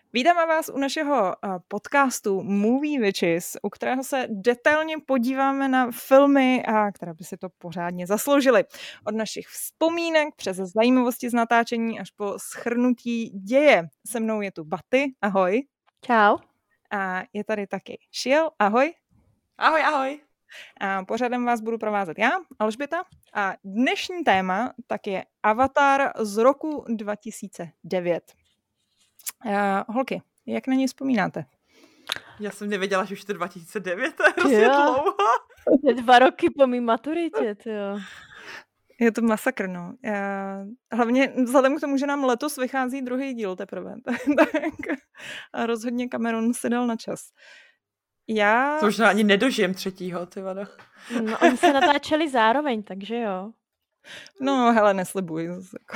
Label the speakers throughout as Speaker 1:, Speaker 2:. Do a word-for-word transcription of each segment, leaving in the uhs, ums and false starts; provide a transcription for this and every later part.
Speaker 1: Vítáme vás u našeho podcastu Movie Witches, u kterého se detailně podíváme na filmy, a které by si to pořádně zasloužily. Od našich vzpomínek přes zajímavosti z natáčení až po shrnutí děje. Se mnou je tu Baty, ahoj.
Speaker 2: Čau.
Speaker 1: A je tady taky Šiel, ahoj.
Speaker 3: Ahoj, ahoj.
Speaker 1: A pořádem vás budu provázet já, Alžběta. A dnešní téma tak je Avatar z roku dva tisíce devět. Uh, holky, jak na něj vzpomínáte?
Speaker 3: Já jsem nevěděla, že už to dva tisíce devět, to je hrozně dlouho.
Speaker 2: Je dva roky po mý maturitě, jo.
Speaker 1: Je to masakr, no. Uh, hlavně vzhledem k tomu, že nám letos vychází druhý díl teprve, tak a rozhodně Cameron si dal na čas. Já...
Speaker 3: To už ani nedožijem třetího, ty vado.
Speaker 2: No, oni se natáčeli zároveň, takže jo.
Speaker 1: No, hele, neslibuj.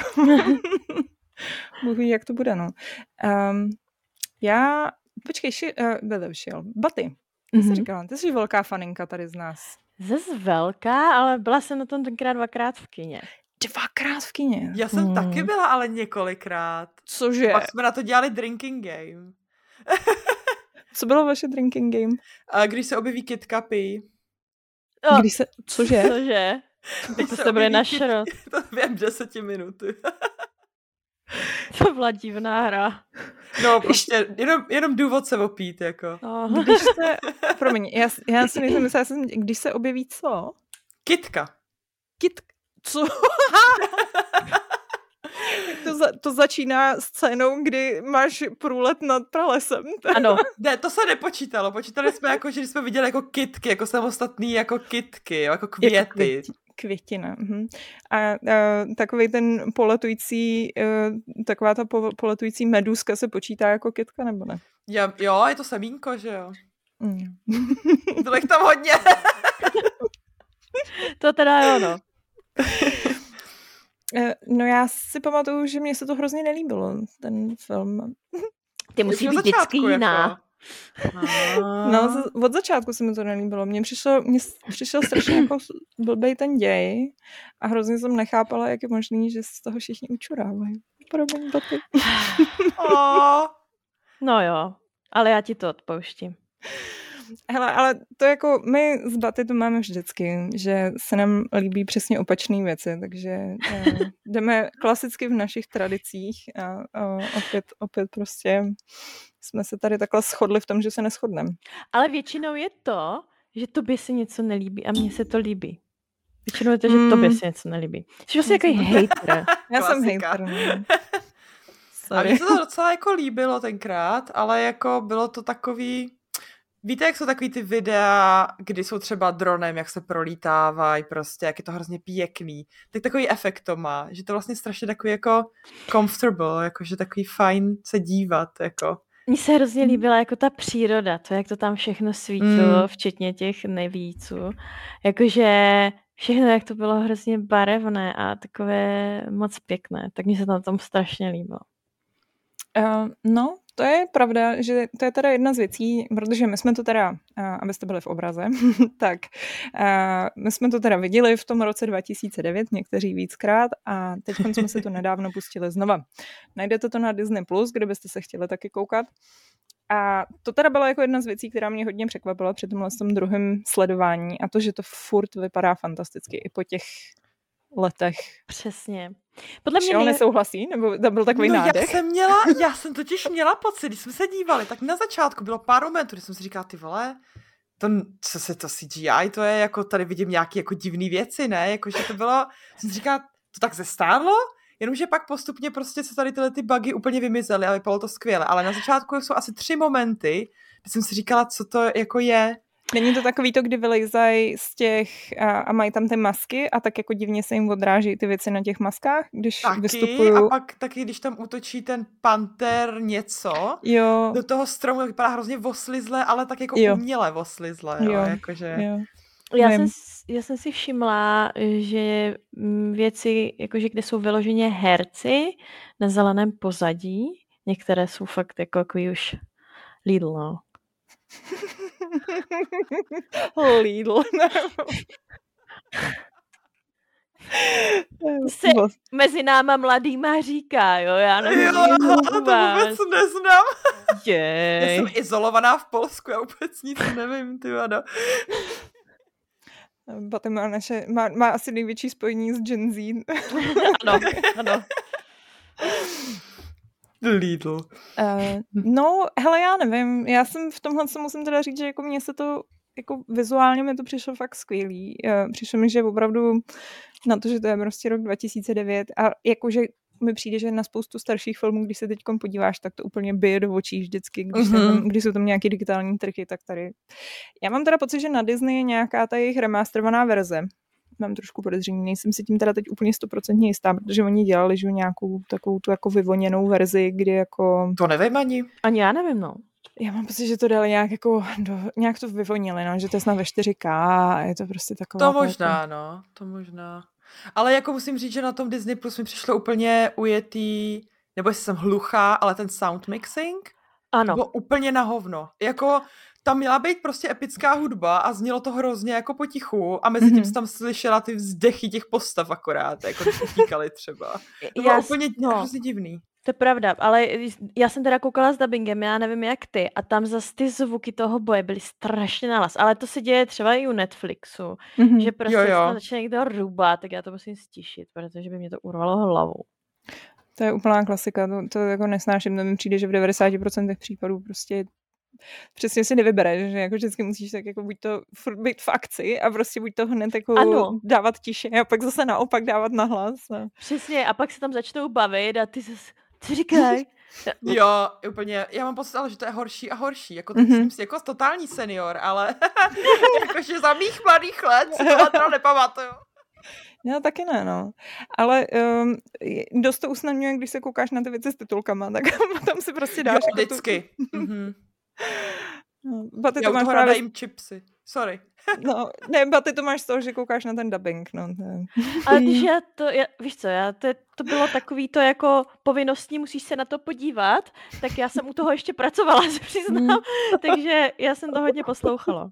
Speaker 1: Bůh ví, jak to bude, no. Um, já, počkej, ši, uh, šel, Baty, ty mm-hmm. jsi říkala, ty jsi velká faninka tady z nás.
Speaker 2: Zas velká, ale byla jsem na tom tenkrát dvakrát v kině.
Speaker 1: Dvakrát v kině?
Speaker 3: Já jsem hmm. taky byla, ale několikrát.
Speaker 1: Cože?
Speaker 3: Pak jsme na to dělali drinking game.
Speaker 1: Co bylo vaše drinking game?
Speaker 3: A když se objeví Kid Cupy.
Speaker 2: Oh,
Speaker 1: když se, cože?
Speaker 2: Cože? Tak to se bude na šrot.
Speaker 3: To během deseti minut.
Speaker 2: To byla divná hra.
Speaker 3: No, prostě jenom, jenom důvod se opít, jako.
Speaker 1: Oh. Když se, promiň, já, já si nejsem myslela, jsem, když se objeví co?
Speaker 3: Kitka.
Speaker 1: Kit, co? to, za, to začíná scénou, kdy máš průlet nad pralesem.
Speaker 2: Ano.
Speaker 3: Ne, to se nepočítalo. Počítali jsme jako, že jsme viděli jako kitky, jako samostatný jako kitky, jako květy. Jako květi.
Speaker 1: Květina. Uh-huh. A, a takovej ten poletující, uh, taková ta po, poletující meduska se počítá jako kytka, nebo ne?
Speaker 3: Ja, jo, je to semínko, že jo?
Speaker 1: Mm.
Speaker 3: Bylo jich tam hodně.
Speaker 2: To teda jo, no.
Speaker 1: No já si pamatuju, že mně se to hrozně nelíbilo, ten film.
Speaker 2: Ty musí být vždycky jiná. Jako.
Speaker 1: No, od začátku se mi to nelíbilo. Mně přišlo, mně přišel strašně jako blbej ten děj a hrozně jsem nechápala, jak je možný, že z toho všichni učurávají. Promiň, Baty.
Speaker 2: No jo, ale já ti to odpouštím.
Speaker 1: Hele, ale to jako my z Baty to máme vždycky, že se nám líbí přesně opačné věci, takže eh, jdeme klasicky v našich tradicích a, a opět, opět prostě jsme se tady takhle shodli v tom, že se neshodneme. Ale
Speaker 2: většinou je to, že tobě se něco nelíbí a mně se to líbí. Většinou je to, že tobě se něco nelíbí. Jsi vlastně takový hejter.
Speaker 1: Já jsem hejter. No.
Speaker 3: A mně se to docela jako líbilo tenkrát, ale jako bylo to takový... Víte, jak jsou takový ty videa, kdy jsou třeba dronem, jak se prolítávají prostě, jak je to hrozně pěkný. Tak takový efekt to má, že to vlastně strašně takový jako comfortable, jakože takový fajn se dívat, jako.
Speaker 2: Mně se hrozně líbila jako ta příroda, to, jak to tam všechno svítilo, mm. včetně těch nevíců. Jakože všechno, jak to bylo hrozně barevné a takové moc pěkné, tak mně se tam tom strašně líbilo.
Speaker 1: Uh, no, to je pravda, že to je teda jedna z věcí, protože my jsme to teda, uh, abyste byli v obraze, tak uh, my jsme to teda viděli v tom roce dva tisíce devět, někteří víckrát, a teď jsme si to nedávno pustili znova. Najdete to na Disney plus, kde byste se chtěli taky koukat. A to teda byla jako jedna z věcí, která mě hodně překvapila při tomhle tom druhém sledování, a to, že to furt vypadá fantasticky i po těch letech.
Speaker 2: Přesně. Podle mě
Speaker 1: nej... nesouhlasí? Nebo to byl takový
Speaker 3: no,
Speaker 1: nádech?
Speaker 3: Já jsem, měla, já jsem totiž měla pocit, když jsme se dívali, tak na začátku bylo pár momentů, kdy jsem si říkala, ty vole, to, co se to C G I, to je jako, tady vidím nějaký jako divný věci, ne? Jakože to bylo, jsem si říkala, to tak zestárlo? Jenomže pak postupně prostě se tady tyhle ty bugy úplně vymizely a vypadalo to skvěle, ale na začátku jsou asi tři momenty, kdy jsem si říkala, co to jako je.
Speaker 1: Není to takový to, kdy vylejzají z těch a, a mají tam ty masky a tak jako divně se jim odráží ty věci na těch maskách, když
Speaker 3: taky,
Speaker 1: vystupují.
Speaker 3: A pak taky, když tam útočí ten panter něco,
Speaker 1: jo.
Speaker 3: do toho stromu, to vypadá hrozně voslizle, ale tak jako jo. uměle voslizle. Jo. Jo, jakože...
Speaker 1: jo.
Speaker 2: Já jsem, já jsem si všimla, že věci, jakože kde jsou vyloženě herci na zeleném pozadí, některé jsou fakt jako, jako už Lidl, no.
Speaker 1: Lidl.
Speaker 2: Se mezi náma mladýma říká, jo, já nevím,
Speaker 3: jo, to vůbec neznám.
Speaker 2: Jej.
Speaker 3: Já jsem izolovaná v Polsku, já vůbec nic nevím, ty vado.
Speaker 1: Baty má, naše, má, má asi největší spojení s Gen Z.
Speaker 2: Ano, ano.
Speaker 3: Lidl.
Speaker 1: Uh, no, hele, já nevím, já jsem v tomhle se musím teda říct, že jako mně se to, jako vizuálně mi to přišlo fakt skvělý. Uh, přišlo mi, že opravdu na to, že to je prostě rok dva tisíce devět a jakože mi přijde, že na spoustu starších filmů, když se teďkom podíváš, tak to úplně bije do očí vždycky, když, mm-hmm. tam, když jsou tam nějaký digitální trhy, tak tady. Já mám teda pocit, že na Disney je nějaká ta jejich remasterovaná verze. Mám trošku podezření, nejsem si tím teda teď úplně stoprocentně jistá, protože oni dělali, že nějakou takovou tu jako vyvoněnou verzi, kdy jako...
Speaker 3: To nevím ani.
Speaker 2: Ani já nevím, no.
Speaker 1: Já mám pocit, že to dali nějak jako, do, nějak to vyvonili, no, že to je snad ve čtyři ká a je to prostě taková...
Speaker 3: To možná, jako... no, to možná. Ale jako musím říct, že na tom Disney Plus mi přišlo úplně ujetý, nebo jestli jsem hluchá, ale ten sound mixing
Speaker 2: ano.
Speaker 3: bylo úplně na hovno. Jako tam měla být prostě epická hudba a znělo to hrozně jako potichu a mezi tím mm-hmm. tam slyšela ty vzdechy těch postav akorát, jako když utíkali třeba. To bylo
Speaker 2: já,
Speaker 3: úplně
Speaker 2: no.
Speaker 3: hrozně divný.
Speaker 2: To je pravda, ale já jsem teda koukala s dubbingem, já nevím jak ty, a tam zase ty zvuky toho boje byly strašně nalas, ale to se děje třeba i u Netflixu, mm-hmm. že prostě jo, jo. začne někdo rubat, tak já to musím stišit, protože by mě to urvalo hlavu.
Speaker 1: To je úplná klasika, to, to jako nesnáším, to mi přijde, že v devadesát procent případů prostě přesně si nevybereš, že jako vždycky musíš tak jako buď to furt být v akci a prostě buď to hned jako ano. dávat tiše a pak zase naopak dávat nahlas. A...
Speaker 2: Přesně, a pak se tam začnou bavit a ty zase, co říkají?
Speaker 3: Jo, úplně, já mám pocit, ale že to je horší a horší, jako teď mm-hmm. jsem jako totální senior, ale jakože za mých mladých let si to teda nepamatuju.
Speaker 1: Já taky ne, no. Ale um, dost to usnadňuje, když se koukáš na ty věci s titulkama, tak potom si prostě dáš...
Speaker 3: Jo, vždycky. Tu... Mm-hmm.
Speaker 1: No, Baty
Speaker 3: já
Speaker 1: to máš
Speaker 3: právě... jim chipsy. Sorry.
Speaker 1: No, ne, Baty to máš z toho, že koukáš na ten dubbing, no.
Speaker 2: Ale když já to, já, víš co, já, to, to bylo takový to jako povinnostní, musíš se na to podívat, tak já jsem u toho ještě pracovala, se přiznám, takže já jsem to hodně poslouchala.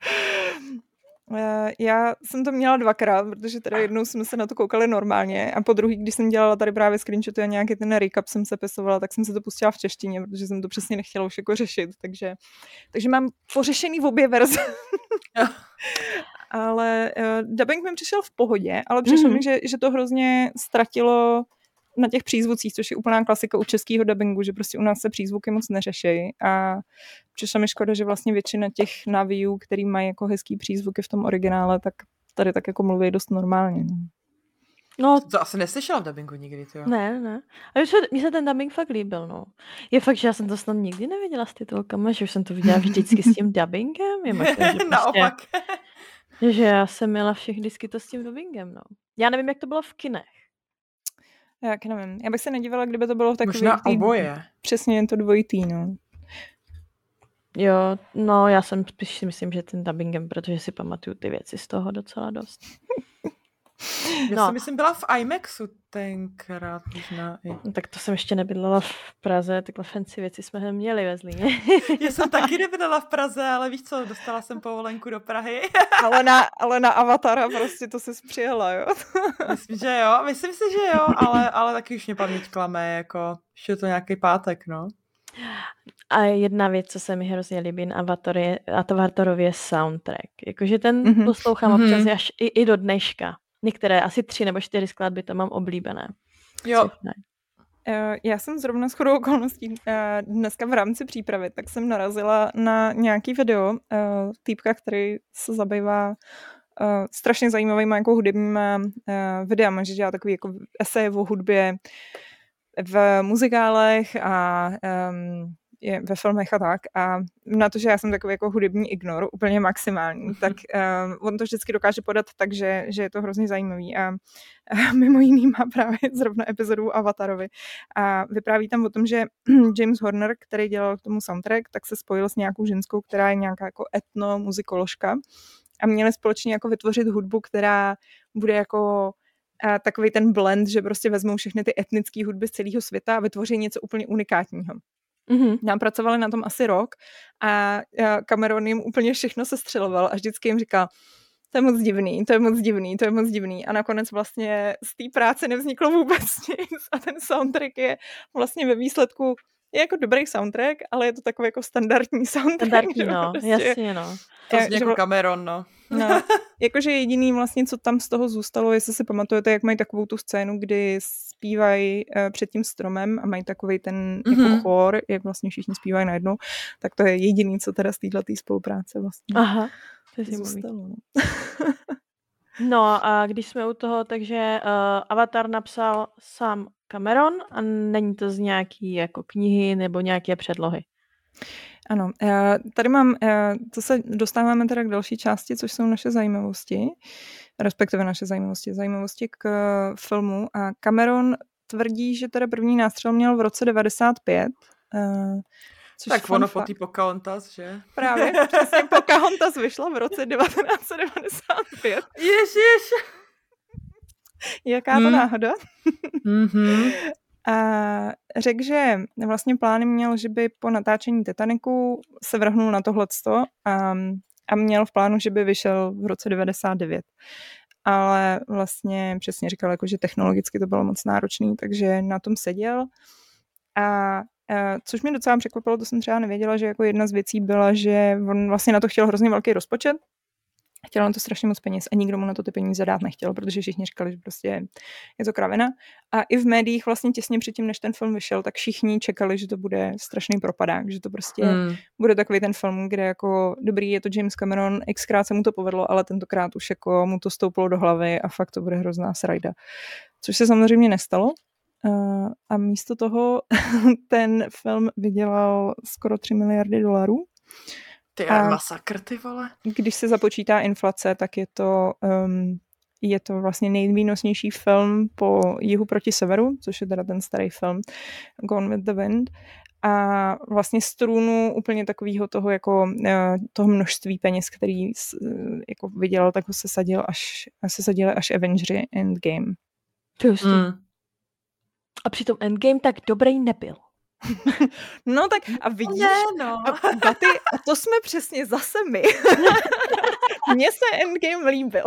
Speaker 1: Já jsem to měla dvakrát, protože teda jednou jsme se na to koukali normálně a po druhý, když jsem dělala tady právě screenshoty a nějaký ten recap jsem se pesovala, tak jsem se to pustila v češtině, protože jsem to přesně nechtěla už jako řešit, takže, takže mám pořešený v obě verze. Ale uh, dubbing mi přišel v pohodě, ale přišlo mm-hmm. mi, že, že to hrozně ztratilo na těch přízvucích, což je úplná klasika u českého dubbingu, že prostě u nás se přízvuky moc neřeší a přišla mi škoda, že vlastně většina těch navíjů, který mají jako hezký přízvuky v tom originále, tak tady tak jako mluví dost normálně. No.
Speaker 2: No,
Speaker 3: to asi neslyšela v dubbingu nikdy, to jo?
Speaker 2: Ne, ne. A mně se ten dubbing fakt líbil, no. Je fakt, že já jsem to snad nikdy neviděla s titulkama, že už jsem to viděla vždycky s tím dubbingem. Je možná, že
Speaker 3: naopak.
Speaker 2: Prostě, že já jsem měla všechny vždycky to s tím dubbingem, no. Já nevím, jak to bylo v kinech.
Speaker 1: Já nevím. Já bych se nedívala, kdyby to bylo v takový...
Speaker 3: Možná oboje.
Speaker 1: Přesně jen to dvojitý, no.
Speaker 2: Jo, no já jsem spíš si myslím, že ten dubbingem, protože si pamatuju ty věci z toho docela dost.
Speaker 3: Já
Speaker 2: no.
Speaker 3: jsem myslím byla v IMAXu tenkrát možná.
Speaker 2: No, tak to jsem ještě nebydlela v Praze, takhle fancy věci jsme měli ve Zlíně.
Speaker 3: Já jsem taky nebydlela v Praze, ale víš co, dostala jsem povolenku do Prahy.
Speaker 1: ale, na, ale na Avatara prostě to jsi přijela, jo?
Speaker 3: Myslím, že jo, myslím si, že jo, ale, ale taky už mě paměť klame, jako, že je to nějaký pátek, no.
Speaker 2: A jedna věc, co se mi hrozně líbí na Avatarově je soundtrack. Jakože ten mm-hmm. poslouchám mm-hmm. občas až i, i do dneška. Některé, asi tři nebo čtyři skladby to mám oblíbené.
Speaker 3: Jo.
Speaker 1: Já jsem zrovna shodou okolností dneska v rámci přípravy, tak jsem narazila na nějaký video týpka, který se zabývá strašně zajímavýma jako hudebníma videama, že dělá takový jako eseje o hudbě v muzikálech a um, je ve filmech a tak. A na to, že já jsem takový jako hudební ignor, úplně maximální, mm-hmm. tak um, on to vždycky dokáže podat tak, že, že je to hrozně zajímavý. A, a mimo jiný má právě zrovna epizodu Avatarovi. A vypráví tam o tom, že James Horner, který dělal k tomu soundtrack, tak se spojil s nějakou ženskou, která je nějaká jako etnomuzikoložka a měli společně jako vytvořit hudbu, která bude jako a takový ten blend, že prostě vezmou všechny ty etnické hudby z celého světa a vytvoří něco úplně unikátního. Mm-hmm. Nám pracovali na tom asi rok a Cameron jim úplně všechno sestřeloval a vždycky jim říkal, to je moc divný, to je moc divný, to je moc divný. A nakonec vlastně z té práce nevzniklo vůbec nic a ten soundtrack je vlastně ve výsledku je jako dobrý soundtrack, ale je to takový jako standardní soundtrack.
Speaker 2: Standardní, no, prostě, jasně, no.
Speaker 3: To je jako Cameron, no.
Speaker 1: no. Jakože jediný vlastně, co tam z toho zůstalo, jestli si pamatujete, jak mají takovou tu scénu, kdy zpívají uh, před tím stromem a mají takovej ten mm-hmm. jako chór, jak vlastně všichni zpívají najednou, tak to je jediný, co teda z této spolupráce vlastně
Speaker 2: Aha, to si
Speaker 1: zůstalo. No.
Speaker 2: No a když jsme u toho, takže uh, Avatar napsal sám Cameron a není to z nějaký jako knihy nebo nějaké předlohy.
Speaker 1: Ano, tady mám, to se dostáváme teda k další části, což jsou naše zajímavosti, respektive naše zajímavosti, zajímavosti k filmu a Cameron tvrdí, že teda první nástřel měl v roce devadesát pět.
Speaker 3: Což tak ono po té Pocahontas, že?
Speaker 1: Právě, přesně Pocahontas vyšla v roce devatenáct set devadesát pět.
Speaker 3: Ježiš!
Speaker 1: Jaká to hmm. náhoda?
Speaker 3: Mm-hmm.
Speaker 1: A řekl, že vlastně plány měl, že by po natáčení Titanicu se vrhnul na tohleto a, a měl v plánu, že by vyšel v roce devadesát devět. Ale vlastně přesně říkal, jako, že technologicky to bylo moc náročný, takže na tom seděl. A, a což mě docela překvapilo, to jsem třeba nevěděla, že jako jedna z věcí byla, že on vlastně na to chtěl hrozně velký rozpočet. Chtěl na to strašně moc peněz a nikdo mu na to ty peníze dát nechtěl, protože všichni říkali, že prostě je to kravina. A i v médiích vlastně těsně předtím, než ten film vyšel, tak všichni čekali, že to bude strašný propadák, že to prostě mm. bude takový ten film, kde jako dobrý je to James Cameron, xkrát se mu to povedlo, ale tentokrát už jako mu to stouplo do hlavy a fakt to bude hrozná srajda. Což se samozřejmě nestalo. A místo toho ten film vydělal skoro tři miliardy dolarů.
Speaker 3: Ty a masakr, ty vole.
Speaker 1: Když se započítá inflace, tak je to, um, je to vlastně nejvýnosnější film po Jihu proti severu, což je teda ten starý film Gone with the Wind. A vlastně z trůnu úplně takového toho, jako, uh, toho množství peněz, který uh, jako vydělal, tak ho se sadil až, se sadili až Avengers Endgame.
Speaker 2: Mm. A přitom Endgame tak dobrý nebyl.
Speaker 1: No tak a vidíš,
Speaker 3: ne, no.
Speaker 1: a, Baty, a to jsme přesně zase my. Mně se Endgame líbil.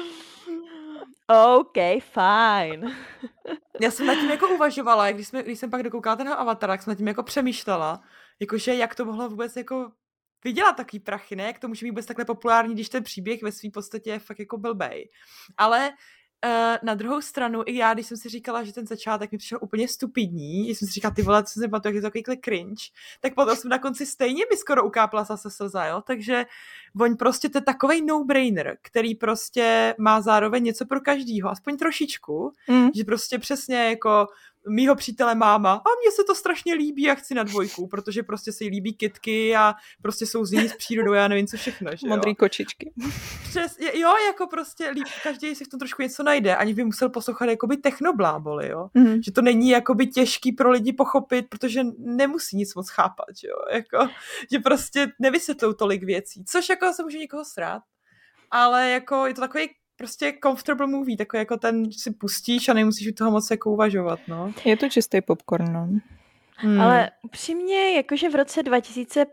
Speaker 2: OK, fajn.
Speaker 3: Já jsem nad tím jako uvažovala, když, jsme, když jsem pak dokoukala ten Avatar, tak jsem nad tím jako přemýšlela, jakože jak to mohlo vůbec jako vydělat takový prachy, ne? Jak to může být vůbec takhle populární, když ten příběh ve své podstatě je fakt jako blbej. Ale Uh, na druhou stranu, i já, když jsem si říkala, že ten začátek mi přišel úplně stupidní, když jsem si říkala, ty vole, co jsem si pamatuju, jak je to takovýhle cringe, tak potom jsem na konci stejně mi skoro ukápla zase slza, jo? Takže on prostě to je takovej no-brainer, který prostě má zároveň něco pro každýho, aspoň trošičku, mm. že prostě přesně jako mýho přítele máma, a mně se to strašně líbí a chci na dvojku, protože prostě se jí líbí kytky a prostě jsou z ní s přírodou, já nevím co všechno, že jo.
Speaker 1: Modrý kočičky.
Speaker 3: Přes, jo, jako prostě líp, každý si v tom trošku něco najde, ani by musel poslouchat jakoby technobláboli, jo. Mm. Že to není jakoby těžký pro lidi pochopit, protože nemusí nic moc chápat, že jo. Jako, že prostě nevysvětlou tolik věcí, což jako se může někoho srát, ale jako je to takový prostě comfortable movie, takový jako ten si pustíš a nemusíš u toho moc jako uvažovat, no.
Speaker 1: Je to čistý popcorn, no.
Speaker 2: Hmm. Ale upřímně, jakože v roce dva tisíce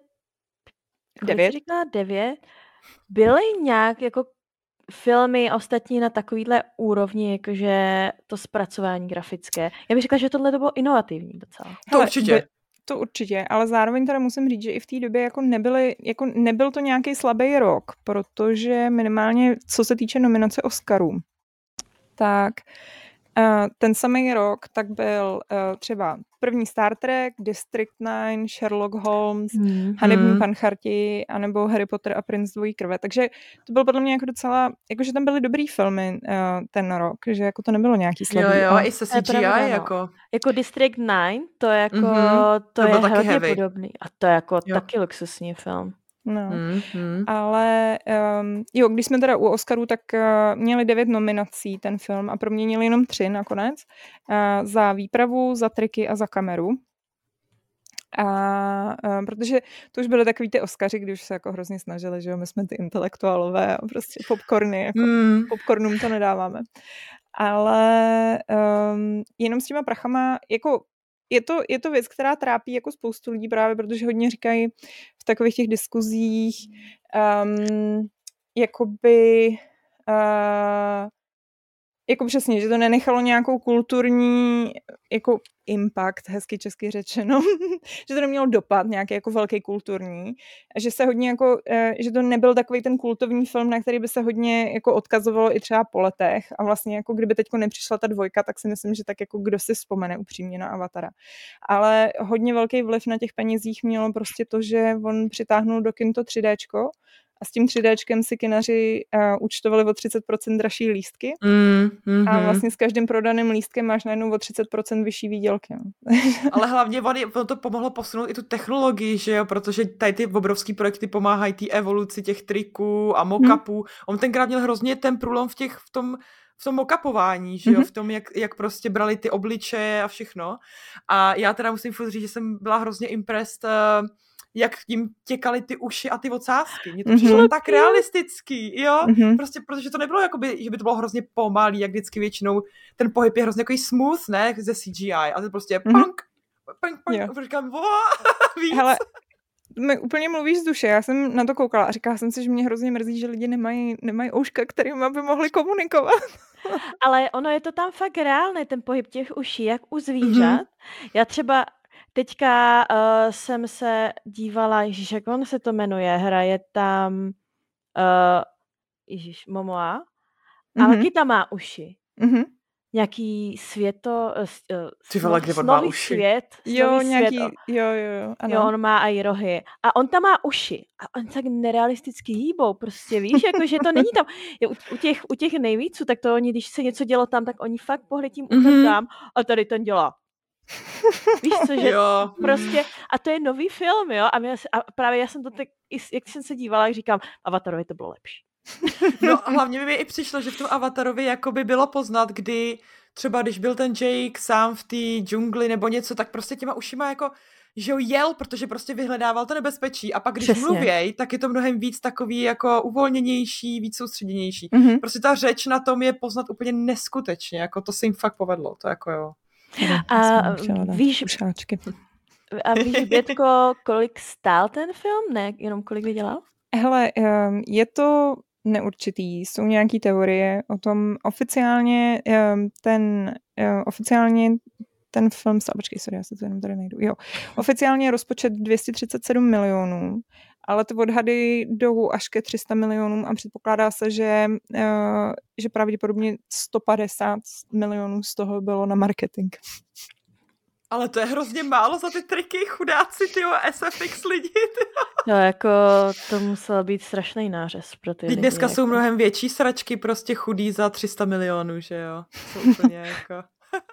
Speaker 2: devět byly nějak jako filmy ostatní na takovýhle úrovni, jakože to zpracování grafické. Já bych řekla, že tohle to bylo inovativní docela.
Speaker 3: To Hele, určitě. By...
Speaker 1: To určitě, ale zároveň teda musím říct, že i v té době jako nebyly, jako nebyl to nějaký slabý rok, protože minimálně co se týče nominace Oscarů, tak uh, ten samý rok tak byl uh, třeba první Star Trek, District nine, Sherlock Holmes, mm. Hanební pancharti, anebo Harry Potter a Princ dvojí krve. Takže to bylo podle mě jako docela, jakože tam byly dobrý filmy uh, ten rok, že jako to nebylo nějaký slabý.
Speaker 3: Jo, jo,
Speaker 1: a...
Speaker 3: i se C G I pravda, jako.
Speaker 2: No. Jako District nine, to jako, mm-hmm. to, to je hodně heavy. Podobný. A to je jako jo. taky luxusní film.
Speaker 1: No, mm-hmm. ale um, jo, když jsme teda u Oscarů, tak uh, měli devět nominací ten film a proměnili jenom tři nakonec. Uh, za výpravu, za triky a za kameru. A uh, protože to už byly takový ty Oscaři, když už se jako hrozně snažili, že jo, my jsme ty intelektuálové a prostě popcorny, jako mm. popcornům to nedáváme. Ale um, jenom s těma prachama, jako Je to, je to věc, která trápí jako spoustu lidí právě, protože hodně říkají v takových těch diskuzích um, jakoby uh, jako přesně, že to nenechalo nějakou kulturní jako impact, hezky česky řečeno, že to nemělo dopad nějaký jako velký kulturní, že se hodně jako, že to nebyl takový ten kultovní film, na který by se hodně jako odkazovalo i třeba po letech a vlastně jako kdyby teďko nepřišla ta dvojka, tak si myslím, že tak jako kdo si vzpomene upřímně na Avatara. Ale hodně velký vliv na těch penězích mělo prostě to, že on přitáhnul do kin to tři déčko a s tím tři déčkem si kinaři uh, účtovali o třicet procent dražší lístky
Speaker 3: Mm, mm-hmm.
Speaker 1: a vlastně s každým prodaným lístkem máš najednou o třicet procent vyšší výdělky.
Speaker 3: Ale hlavně on, on to pomohlo posunout i tu technologii, že jo, protože tady ty obrovský projekty pomáhají té evoluci těch triků a mock-upů. Hmm. On tenkrát měl hrozně ten průlom v těch, v tom, v tom mock-upování, že jo, mm-hmm. v tom, jak, jak prostě brali ty obličeje a všechno. A já teda musím furt říct, že jsem byla hrozně impressed, uh, jak jim těkaly ty uši a ty ocásky. Mně to mm-hmm. přišlo tak realistický, jo? Mm-hmm. Prostě, protože to nebylo jakoby, že by to bylo hrozně pomalý, jak vždycky většinou ten pohyb je hrozně takový smooth, ne? Ze C G I. A to prostě mm-hmm. punk, punk, punk. Yeah. A říkám, víc.
Speaker 1: Hele, my úplně mluvíš z duše. Já jsem na to koukala a říkala jsem si, že mě hrozně mrzí, že lidi nemají, nemají ouška, kterým by mohli komunikovat.
Speaker 2: Ale ono je to tam fakt reálné, ten pohyb těch uší, jak u zvířat. Mm-hmm. Já třeba teďka uh, jsem se dívala, ježiš, jak on se to jmenuje, hraje tam uh, ježiš, Momoa, mm-hmm. ale taky tam má uši. Mm-hmm. Nějaký světo, uh,
Speaker 3: Ty vole, kde on má uši?
Speaker 2: Svět,
Speaker 1: jo, nějaký,
Speaker 2: svět,
Speaker 1: jo, jo, ano.
Speaker 2: Jo, on má i rohy. A on tam má uši. A on tak nerealisticky hýbou, prostě víš, jako, že to není tam. Je, u, u, těch, u těch nejvíců, tak to oni, když se něco dělo tam, tak oni fakt pohli tím uchem mm-hmm. tam a tady ten dělá. Víš co, že
Speaker 3: jo.
Speaker 2: prostě, a to je nový film, jo, a, mě, a právě já jsem to tak, jak jsem se dívala, jak říkám, Avatarovi to bylo lepší.
Speaker 3: No hlavně mi i přišlo, že v tom Avatarovi jakoby bylo poznat, kdy třeba když byl ten Jake sám v té džungli nebo něco, tak prostě těma ušima jako, že ho jel, protože prostě vyhledával to nebezpečí a pak když Přesně. mluvěj, tak je to mnohem víc takový jako uvolněnější, víc soustředěnější. Mm-hmm. Prostě ta řeč na tom je poznat úplně neskutečně, jako to se jim fakt povedlo, to jako jo.
Speaker 2: A víš, a víš, Bětko, kolik stál ten film? Ne, jenom kolik vydělal?
Speaker 1: Hele, je to neurčitý. Jsou nějaké teorie o tom. Oficiálně ten, oficiálně ten film, počkej, sorry, já se to jenom tady najdu. Jo, oficiálně je rozpočet dvě stě třicet sedm milionů, ale ty odhady jdou až ke tři sta milionům a předpokládá se, že, že pravděpodobně sto padesát milionů z toho bylo na marketing.
Speaker 3: Ale to je hrozně málo za ty triky, chudáci, tyjo, S F X lidi, tyjo.
Speaker 2: No, jako to musel být strašný nářez pro ty lidi.
Speaker 3: Dneska
Speaker 2: jako.
Speaker 3: Jsou mnohem větší sračky, prostě chudí za tři sta milionů, že jo. Jsou úplně jako...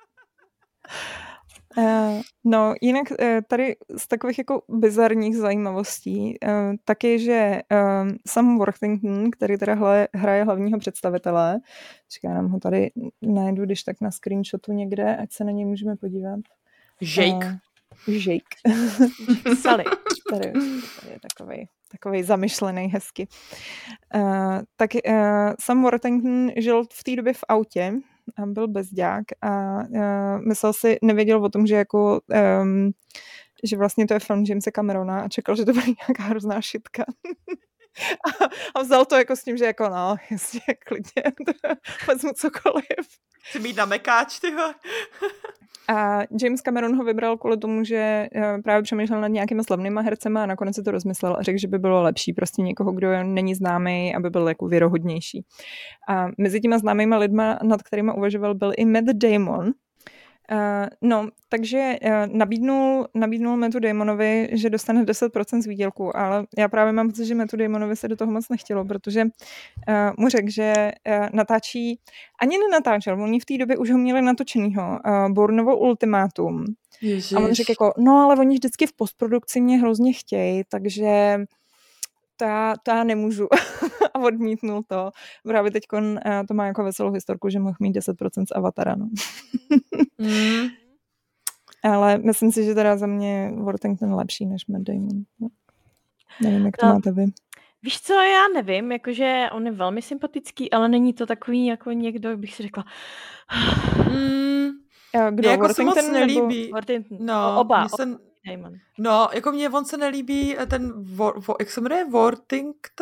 Speaker 1: Uh, no, jinak uh, tady z takových jako bizarních zajímavostí uh, tak je, že uh, Sam Worthington, který teda hle, hraje hlavního představitele, já nám ho tady najdu, když tak na screenshotu někde, ať se na něj můžeme podívat.
Speaker 3: Jake.
Speaker 1: Uh, Jake. Sally. Tady, tady je takovej, takovej zamyšlený hezky. Uh, tak uh, Sam Worthington žil v té době v autě, a byl bezďák a uh, myslel si, nevěděl o tom, že jako um, že vlastně to je film Jamesa Camerona a čekal, že to bude nějaká hrozná šitka. a, a vzal to jako s tím, že jako no, jasně, klidně, vezmu cokoliv.
Speaker 3: Chci mít na mekáč, tyho.
Speaker 1: A James Cameron ho vybral kvůli tomu, že právě přemýšlel nad nějakýma slavnýma hercema a nakonec se to rozmyslel a řekl, že by bylo lepší prostě někoho, kdo není známý, aby byl jako věrohodnější. A mezi těma známýma lidma, nad kterýma uvažoval, byl i Matt Damon. Uh, no, takže uh, nabídnul, nabídnul Mattu Damonovi, že dostane deset procent z výdělku, ale já právě mám pocit, že Mattu Damonovi se do toho moc nechtělo, protože uh, mu řekl, že uh, natáčí, ani nenatáčel, oni v té době už ho měli natočenýho, uh, Bournovo ultimátum. Ježiš. A on řekl jako, no ale oni vždycky v postprodukci mě hrozně chtějí, takže to já, to já nemůžu. A odmítnul to. Právě teď to má jako veselou historku, že mohl mít deset procent z Avatara. No. mm. Ale myslím si, že teda za mě Worthington lepší než Matt Damon. No. Nevím, jak to no. máte vy.
Speaker 2: Víš co, já nevím, jakože on je velmi sympatický, ale není to takový jako někdo, bych si řekla.
Speaker 3: mm.
Speaker 1: Kdo?
Speaker 3: Jako se moc nelíbí.
Speaker 2: Worthington.
Speaker 3: No,
Speaker 2: oba.
Speaker 3: Se... No, jako mně on se nelíbí ten, War, jak se jmenuje, Worthington?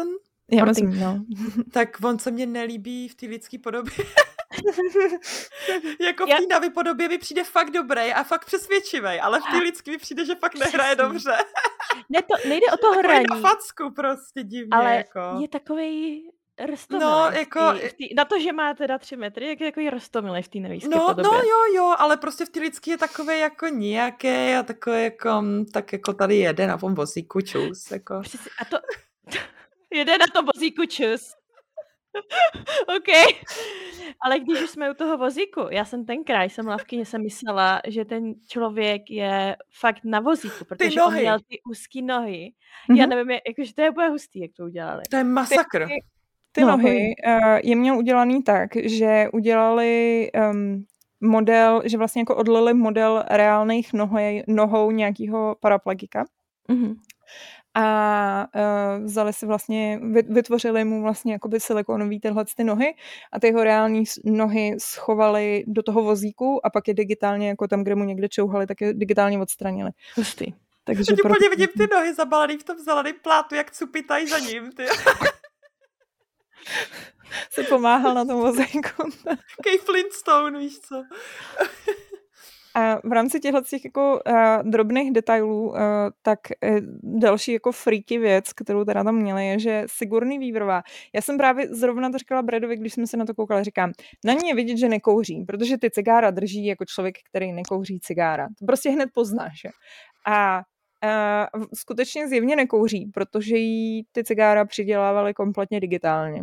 Speaker 1: Já
Speaker 2: Martin.
Speaker 1: myslím, no.
Speaker 3: Tak on se mně nelíbí v té lidské podobě. Jako v
Speaker 2: Já-
Speaker 3: té Navi podobě mi přijde fakt dobrý a fakt přesvědčivý, ale v té lidské mi přijde, že fakt nehraje
Speaker 2: Přesně.
Speaker 3: dobře.
Speaker 2: Ne, to, nejde o to
Speaker 3: Takový
Speaker 2: hraní,
Speaker 3: na facku prostě divně,
Speaker 2: ale
Speaker 3: jako.
Speaker 2: je takovej rostomilej.
Speaker 3: No,
Speaker 2: v
Speaker 3: jako-
Speaker 2: tý- v tý- na to, že má teda tři metry, jak je takový rostomilej v té nevýské
Speaker 3: No,
Speaker 2: podobě.
Speaker 3: no jo, jo, ale prostě v té lidské je takový jako nějaký a takový jako, mm, tak jako tady jede na tom vozíku, čus, jako.
Speaker 2: Přesně, a to... Jede na tom vozíku, čus. OK. Ale když už jsme u toho vozíku, já jsem tenkrát, jsem lavkyně, jsem myslela, že ten člověk je fakt na vozíku, protože on
Speaker 3: nohy.
Speaker 2: měl ty úzký nohy.
Speaker 1: Mhm.
Speaker 2: Já nevím, jak- jakože to je úplně hustý, jak to udělali.
Speaker 3: To je masakr.
Speaker 1: Ty, ty
Speaker 2: No,
Speaker 1: nohy
Speaker 2: povím.
Speaker 1: uh, je měl udělaný tak, že udělali um, model, že vlastně jako odlili model reálných nohou, nohou nějakého paraplegika
Speaker 2: Mhm.
Speaker 1: a uh, vzali si vlastně, vy- vytvořili mu vlastně jakoby silikonový tyhle ty nohy a ty jeho reální s- nohy schovali do toho vozíku a pak je digitálně, jako tam, kde mu někde čouhali, tak je digitálně odstranili.
Speaker 2: Hustý.
Speaker 1: Takže
Speaker 3: Teď úplně
Speaker 1: proto-
Speaker 3: vidím ty nohy zabalený v tom zeleném plátu, jak cupitají za ním, ty.
Speaker 1: si pomáhal na tom vozíku.
Speaker 3: Kej Flintstone, víš co.
Speaker 1: A v rámci těchto těch jako uh, drobných detailů, uh, tak uh, další jako freaky věc, kterou teda tam měli, je, že Sigourney Weaverová, já jsem právě zrovna to říkala Bradovi, když jsme se na to koukali, říkám, na ní je vidět, že nekouří, protože ty cigára drží jako člověk, který nekouří cigára. To prostě hned poznáš. Je. A uh, skutečně zjevně nekouří, protože jí ty cigára přidělávaly kompletně digitálně.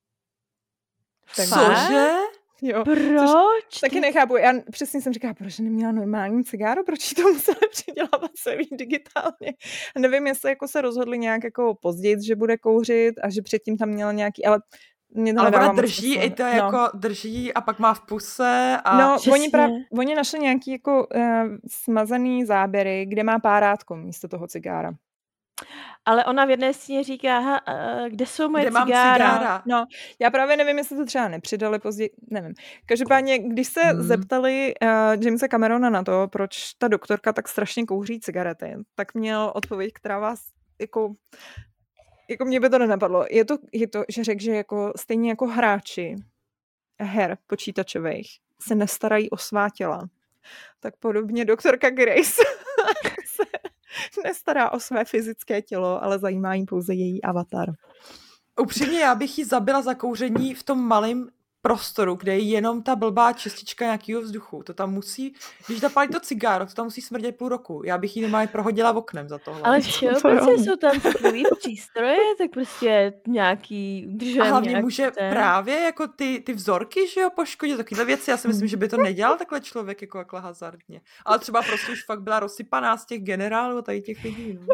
Speaker 1: Takže-
Speaker 3: Cože?
Speaker 1: Jo.
Speaker 2: Proč?
Speaker 1: Taky
Speaker 2: Ty-
Speaker 1: nechápu. Já přesně jsem říkala, proč neměla normální cigáro, proč jí to museli přidělávat celý digitálně. A nevím, jestli jako se rozhodli nějak jako později, že bude kouřit a že předtím tam měla nějaký, ale mě to
Speaker 3: Ale
Speaker 1: nedává
Speaker 3: ona
Speaker 1: moc
Speaker 3: drží
Speaker 1: smysl.
Speaker 3: i to
Speaker 1: no.
Speaker 3: jako drží a pak má v puse a...
Speaker 1: No,
Speaker 2: Přesně.
Speaker 1: oni, prav, oni našli nějaký jako uh, smazaný záběry, kde má párátko místo toho cigára.
Speaker 2: Ale ona v jedné scéně říká, aha, uh, kde jsou moje
Speaker 3: Kde mám
Speaker 2: cigára?
Speaker 3: cigára?
Speaker 1: No, já právě nevím, jestli to třeba nepřidali později, nevím. Každopádně, když se
Speaker 3: Hmm.
Speaker 1: hmm. zeptali uh, Jamesa Camerona na to, proč ta doktorka tak strašně kouří cigarety, tak měl odpověď, která vás jako, jako mě by to nenapadlo. Je to, je to že řekl, že jako stejně jako hráči her počítačových se nestarají o svá těla, tak podobně doktorka Grace se nestará o své fyzické tělo, ale zajímá jí pouze její avatar.
Speaker 3: Upřímně, já bych ji zabila za kouření v tom malém prostoru, kde je jenom ta blbá čistička nějakého vzduchu. To tam musí, když zapálí to cigáro, to tam musí smrdět půl roku. Já bych ji normálně prohodila oknem za tohle.
Speaker 2: Ale
Speaker 1: To
Speaker 2: všeobecně
Speaker 1: jo.
Speaker 2: jsou tam takový přístroje, tak prostě nějaký
Speaker 3: A
Speaker 2: držem
Speaker 3: hlavně
Speaker 2: nějaký
Speaker 3: může
Speaker 2: ten.
Speaker 3: právě jako ty, ty vzorky, že jo, poškodit, takovýhle věci. Já si myslím, že by to nedělal takhle člověk jako takhle hazardně. Ale třeba prostě už fakt byla rozsypaná z těch generálů a tady těch lidí. No.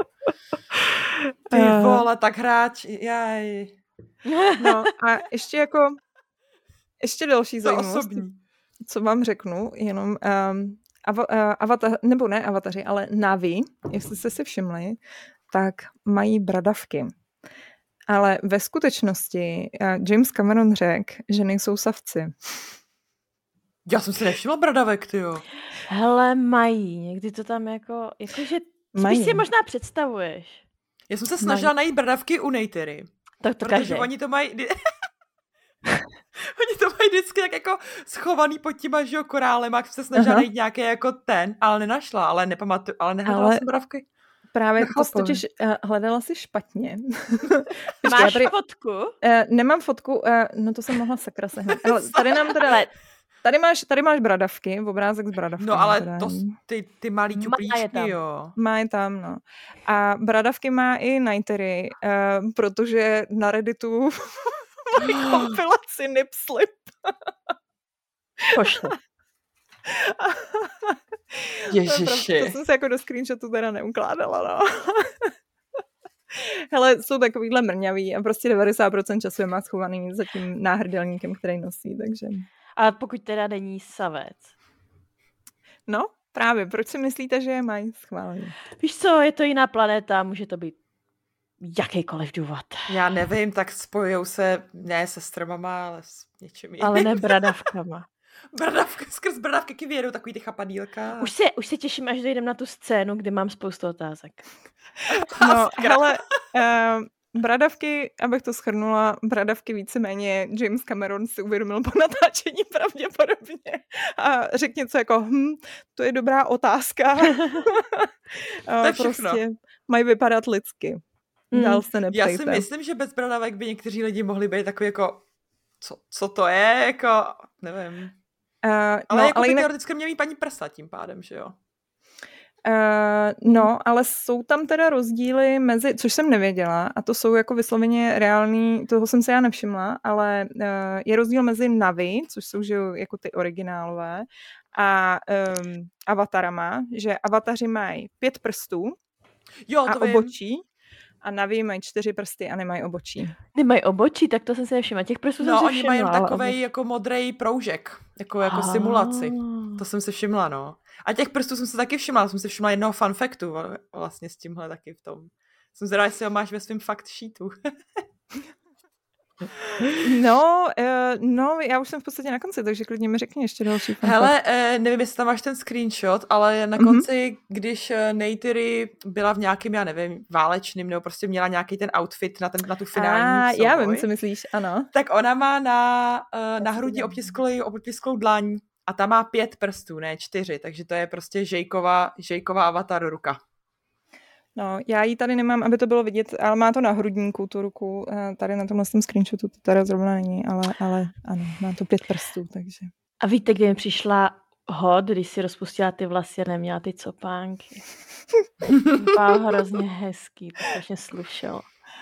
Speaker 3: Ty
Speaker 1: Eh.
Speaker 3: vole, tak hráč, jaj.
Speaker 1: No a ještě jako ještě další
Speaker 3: To
Speaker 1: zajímavost,
Speaker 3: osobní.
Speaker 1: co vám řeknu, jenom um, ava, uh, avata, nebo ne avataři, ale Navi, jestli jste si všimli, tak mají bradavky. Ale ve skutečnosti uh, James Cameron řekl, že nejsou savci.
Speaker 3: Já jsem si nevšimla bradavek, tyjo.
Speaker 2: Hele, mají. Někdy to tam jako, jakože
Speaker 1: Mají.
Speaker 2: spíš si možná představuješ.
Speaker 3: Já jsem se snažila najít bradavky u Nejtery.
Speaker 2: Tak to
Speaker 3: Protože
Speaker 2: každý.
Speaker 3: oni to mají... oni to mají vždycky tak jako schovaný pod těma, že jo, korálema, jak jsem se snažila
Speaker 1: Aha.
Speaker 3: najít nějaké jako ten, ale nenašla, ale nepamatuju, ale nehledala
Speaker 1: Ale-
Speaker 3: jsem bradavky.
Speaker 1: Právě to
Speaker 3: Nechápu.
Speaker 1: jsi totiž uh, hledala si špatně. Počkej,
Speaker 2: Máš
Speaker 1: já tady,
Speaker 2: fotku?
Speaker 1: uh, nemám fotku, uh, no to jsem mohla sakra sehnat. Ale tady nám teda...
Speaker 2: Ale
Speaker 1: Tady máš, tady máš bradavky, obrázek s bradavkami.
Speaker 3: No ale
Speaker 1: teda.
Speaker 3: to, s- ty, ty malý
Speaker 2: Má je
Speaker 3: čuplíčky,
Speaker 2: tam.
Speaker 3: jo.
Speaker 1: Má je tam, no. A bradavky má i Nightery, uh, protože na Redditu mají kompilaci Nip Slip.
Speaker 2: pošli.
Speaker 1: To, je
Speaker 3: Ježiši.
Speaker 1: pravda, to jsem se jako do screenshotu teda neukládala, no. Hele, jsou takovýhle mrňavý a prostě devadesát procent času je má schovaný za tím náhrdelníkem, který nosí, takže...
Speaker 2: A pokud teda není savec.
Speaker 1: No, právě, proč si myslíte, že je mají schválně?
Speaker 2: Víš co, je to jiná planeta, může to být jakýkoliv důvod.
Speaker 3: Já nevím, tak spojujou se ne se stromama, ale s něčím jiným.
Speaker 2: Ale ne bradavkama.
Speaker 3: Bradavka, skrz bradavky vědou takový ty chapadílka.
Speaker 2: Už se, už se těším, až dojdem na tu scénu, kde mám spoustu otázek.
Speaker 1: No, hele, uh, bradavky, abych to shrnula, bradavky víceméně James Cameron si uvědomil po natáčení pravděpodobně a řekl něco jako, hm, to je dobrá otázka.
Speaker 3: To je všechno.
Speaker 1: Prostě mají vypadat lidsky.
Speaker 2: Mm.
Speaker 1: Dál se neptejte.
Speaker 3: Já si myslím, že bez bradavek by někteří lidi mohli být takový jako, co, co to je, jako, nevím.
Speaker 1: Uh,
Speaker 3: Ale
Speaker 1: no,
Speaker 3: jako
Speaker 1: ale
Speaker 3: by
Speaker 1: jinak...
Speaker 3: teoreticky měli paní prsa tím pádem, že jo?
Speaker 1: Uh, no, ale jsou tam teda rozdíly mezi, což jsem nevěděla, a to jsou jako vysloveně reální, toho jsem se já nevšimla, ale uh, je rozdíl mezi Navi, což jsou že jo, jako ty originálové, a um, avatarama, že avataři mají pět prstů
Speaker 3: Jo,
Speaker 1: a
Speaker 3: to vím.
Speaker 1: obočí, a Navi mají čtyři prsty a nemají obočí.
Speaker 2: Nemají obočí, tak to jsem si nevšimla. Těch prstů
Speaker 3: No,
Speaker 2: jsem si
Speaker 3: oni
Speaker 2: všimla.
Speaker 3: mají jen
Speaker 2: ale
Speaker 3: takovej
Speaker 2: obo-
Speaker 3: jako modrej proužek, jako, jako
Speaker 2: Ah.
Speaker 3: simulaci. To jsem si všimla, no. A těch prstů jsem se taky všimla, jsem si všimla jednoho fun factu vlastně s tímhle taky v tom. Jsem zvědavá, jestli ho máš ve svém fact sheetu.
Speaker 1: No, uh, no, já už jsem v podstatě na konci, takže klidně mi řekni ještě další fun fact.
Speaker 3: Hele, eh, nevím, jestli tam máš ten screenshot, ale na konci, mm-hmm. když eh, Neytiri byla v nějakém, já nevím, válečným, nebo prostě měla nějaký ten outfit na, ten, na tu finální
Speaker 1: A,
Speaker 3: souboj,
Speaker 1: já vím, co myslíš, ano.
Speaker 3: tak ona má na, uh, na hrudi obtisklou, obtisklou dlaň a ta má pět prstů, ne čtyři, takže to je prostě Žejkova, Žejkova avatar ruka.
Speaker 1: No, já ji tady nemám, aby to bylo vidět, ale má to na hrudníku, tu ruku. Tady na tomhle tom screenshotu to teda zrovna není, ale, ale ano, má to pět prstů, takže.
Speaker 2: A víte, kdy mi přišla hod, když si rozpustila ty vlasy a neměla ty copánky. Bylo hrozně hezký, to strašně slušelo.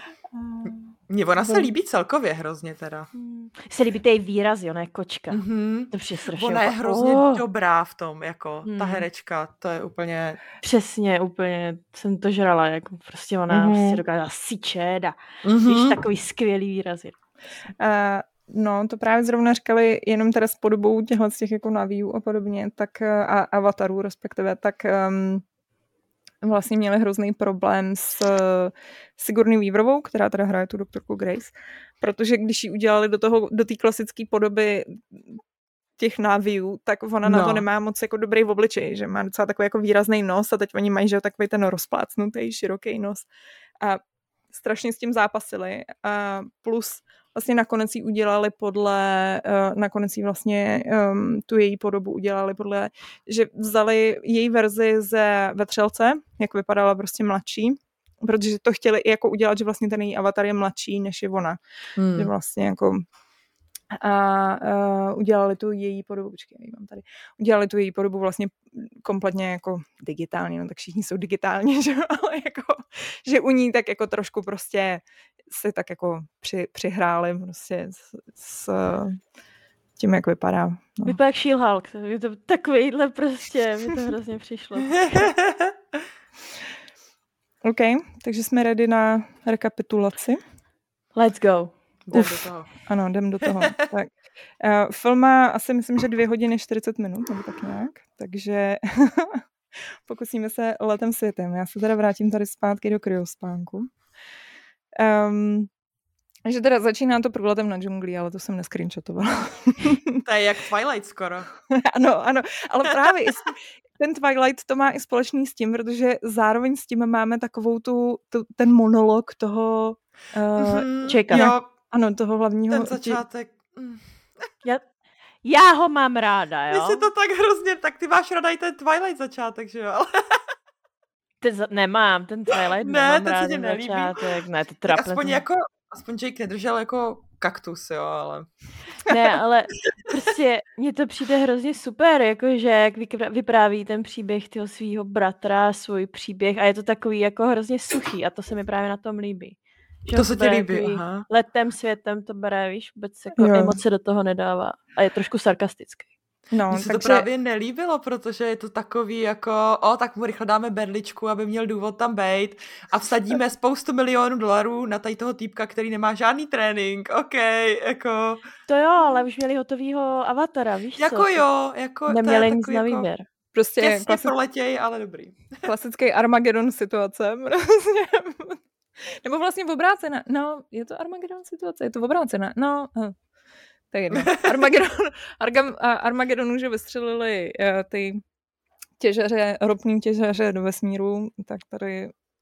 Speaker 3: Mně ona se líbí celkově hrozně teda.
Speaker 2: Se líbí ty výrazy, ona je kočka.
Speaker 3: Mm-hmm.
Speaker 2: To přijde strašně.
Speaker 3: Ona je
Speaker 2: jako,
Speaker 3: hrozně
Speaker 2: oh.
Speaker 3: dobrá v tom, jako
Speaker 2: Mm.
Speaker 3: ta herečka, to je úplně...
Speaker 2: Přesně, úplně jsem to žrala, jako prostě ona
Speaker 1: Mhm.
Speaker 2: si dokázala sičet a
Speaker 3: Mm-hmm.
Speaker 2: víš, takový skvělý výrazy.
Speaker 1: Uh, no, to právě zrovna říkali jenom teda s podobou těchhle z těch jako navíů a podobně, tak a avatarů respektive, tak um, vlastně měli hrozný problém s uh, Sigourney Weaverovou, která teda hraje tu doktorku Grace, protože když ji udělali do toho, do té klasické podoby těch náviů, tak ona no. na to nemá moc jako dobrý v obličeji, že má docela takový jako výrazný nos a teď oni mají, že takový ten rozplácnutý, široký nos a strašně s tím zápasili a plus vlastně nakonec jí udělali podle, uh, nakonec jí vlastně um, tu její podobu udělali podle, že vzali její verzi ze Vetřelce, jak vypadala prostě mladší, protože to chtěli i jako udělat, že vlastně ten její avatar je mladší, než je ona. Hmm. Že vlastně jako a uh, udělali tu její podobu, počkej, já mám tady, udělali tu její podobu vlastně kompletně jako digitálně, no tak všichni jsou digitálně, že? Ale jako, že u ní tak jako trošku prostě se tak jako při, přihráli prostě s, s tím, jak vypadá. No.
Speaker 2: Vypadá jak She-Hulk, je to takovýhle prostě, mi to hrozně přišlo.
Speaker 1: OK, takže jsme ready na rekapitulaci.
Speaker 2: Let's go.
Speaker 3: Jdem do toho.
Speaker 1: Ano, jdem do toho. Tak. Uh, film má asi, myslím, že dvě hodiny čtyřicet minut, nebo tak nějak, takže pokusíme se letem světem. Já se teda vrátím tady zpátky do kryospánku. Um, že teda začíná to průletem na džunglí, ale to jsem nescreenshotovala.
Speaker 3: To je jak Twilight skoro.
Speaker 1: Ano, ano, ale právě ten Twilight to má i společný s tím, protože zároveň s tím máme takovou tu, tu ten monolog toho uh,
Speaker 3: mm-hmm,
Speaker 1: čeka.
Speaker 3: Jo,
Speaker 1: ano, toho hlavního.
Speaker 3: ten začátek.
Speaker 2: Já, já ho mám ráda, jo?
Speaker 3: Mně se to tak hrozně, tak ty máš ráda i ten Twilight začátek, že jo?
Speaker 2: Ten za, nemám, ten Twilight
Speaker 3: ne,
Speaker 2: nemám
Speaker 3: ten
Speaker 2: rád
Speaker 3: se ti
Speaker 2: ten
Speaker 3: nelíbí.
Speaker 2: začátek. Ne, to trapne.
Speaker 3: Aspoň jako, aspoň Jake nedržel jako kaktus, jo, ale...
Speaker 2: Ne, ale prostě mně to přijde hrozně super, jakože jak vypráví ten příběh toho svého bratra, svůj příběh a je to takový jako hrozně suchý a to se mi právě na tom líbí. Že
Speaker 3: to se ti líbí, aha.
Speaker 2: Letem, světem to bere, víš, vůbec jako jo. emoce do toho nedává a je trošku sarkastický.
Speaker 1: No,
Speaker 3: mně se
Speaker 1: takže...
Speaker 3: to právě nelíbilo, protože je to takový jako, o, tak mu rychle dáme berličku, aby měl důvod tam bejt a vsadíme spoustu milionů dolarů na tady toho týpka, který nemá žádný trénink, OK, jako...
Speaker 2: To jo, ale už měli hotovýho avatara, víš
Speaker 3: jako
Speaker 2: co?
Speaker 3: Jako jo, jako...
Speaker 2: Neměli nic na výběr.
Speaker 3: Jako...
Speaker 1: Prostě
Speaker 3: těsně
Speaker 1: klasick...
Speaker 3: proletěj, ale dobrý.
Speaker 1: Klasický Armageddon situace, prostě. Nebo vlastně v obrácená. No, je to Armageddon situace, je to v obrácená. No, uh. tak jedno. Armageddon, Argam, Armageddonu, že vystřelili uh, ty těžaře, ropný těžaře do vesmíru, tak tady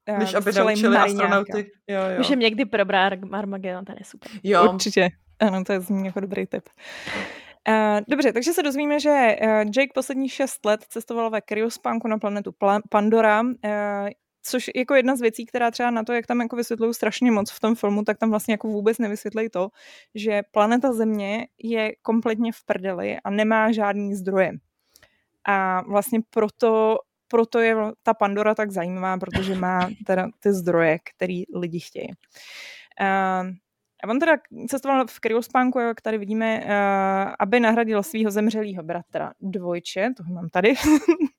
Speaker 1: uh,
Speaker 3: Než aby
Speaker 1: vystřelej
Speaker 3: naučili
Speaker 1: mariňáka.
Speaker 3: astronauty. Jo, jo.
Speaker 2: Můžeme někdy probrat Armageddon, ten je super.
Speaker 3: Jo.
Speaker 1: Určitě. Ano, to je zní jako dobrý tip. Uh, dobře, takže se dozvíme, že uh, Jake posledních šest let cestoval ve kryospánku na planetu Pla- Pandora, uh, což jako jedna z věcí, která třeba na to, jak tam jako vysvětlují strašně moc v tom filmu, tak tam vlastně jako vůbec nevysvětlejí to, že planeta Země je kompletně v prdeli a nemá žádný zdroje. A vlastně proto, proto je ta Pandora tak zajímavá, protože má teda ty zdroje, který lidi chtějí. Uh, A on teda cestoval v kryospánku, jak tady vidíme, uh, aby nahradil svého zemřelého bratra dvojče, toho mám tady. uh,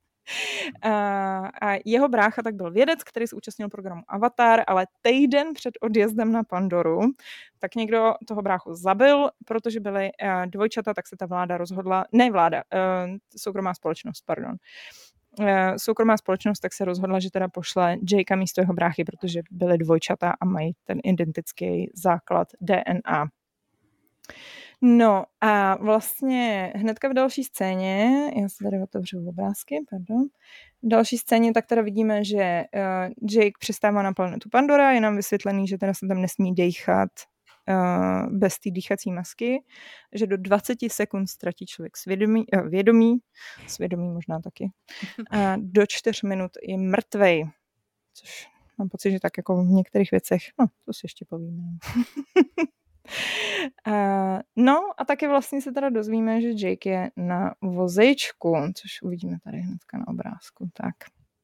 Speaker 1: a jeho brácha tak byl vědec, který se účastnil programu Avatar, ale týden před odjezdem na Pandoru, tak někdo toho bráchu zabil, protože byly uh, dvojčata, tak se ta vláda rozhodla, ne vláda, uh, soukromá společnost, pardon. Uh, soukromá společnost tak se rozhodla, že teda pošle Jakea místo jeho bráchy, protože byly dvojčata a mají ten identický základ D N A. No a vlastně hnedka v další scéně, já si tady otevřu obrázky, pardon, v další scéně tak teda vidíme, že uh, Jake přistává na planetu Pandora, je nám vysvětlený, že teda se tam nesmí dejchat Uh, bez té dýchací masky, že do dvacet sekund ztratí člověk svědomí, uh, vědomí, svědomí možná taky, a do čtyř minut je mrtvej, což mám pocit, že tak jako v některých věcech, no, to si ještě povíme. uh, no a taky vlastně se teda dozvíme, že Jake je na vozejčku, což uvidíme tady hnedka na obrázku, tak.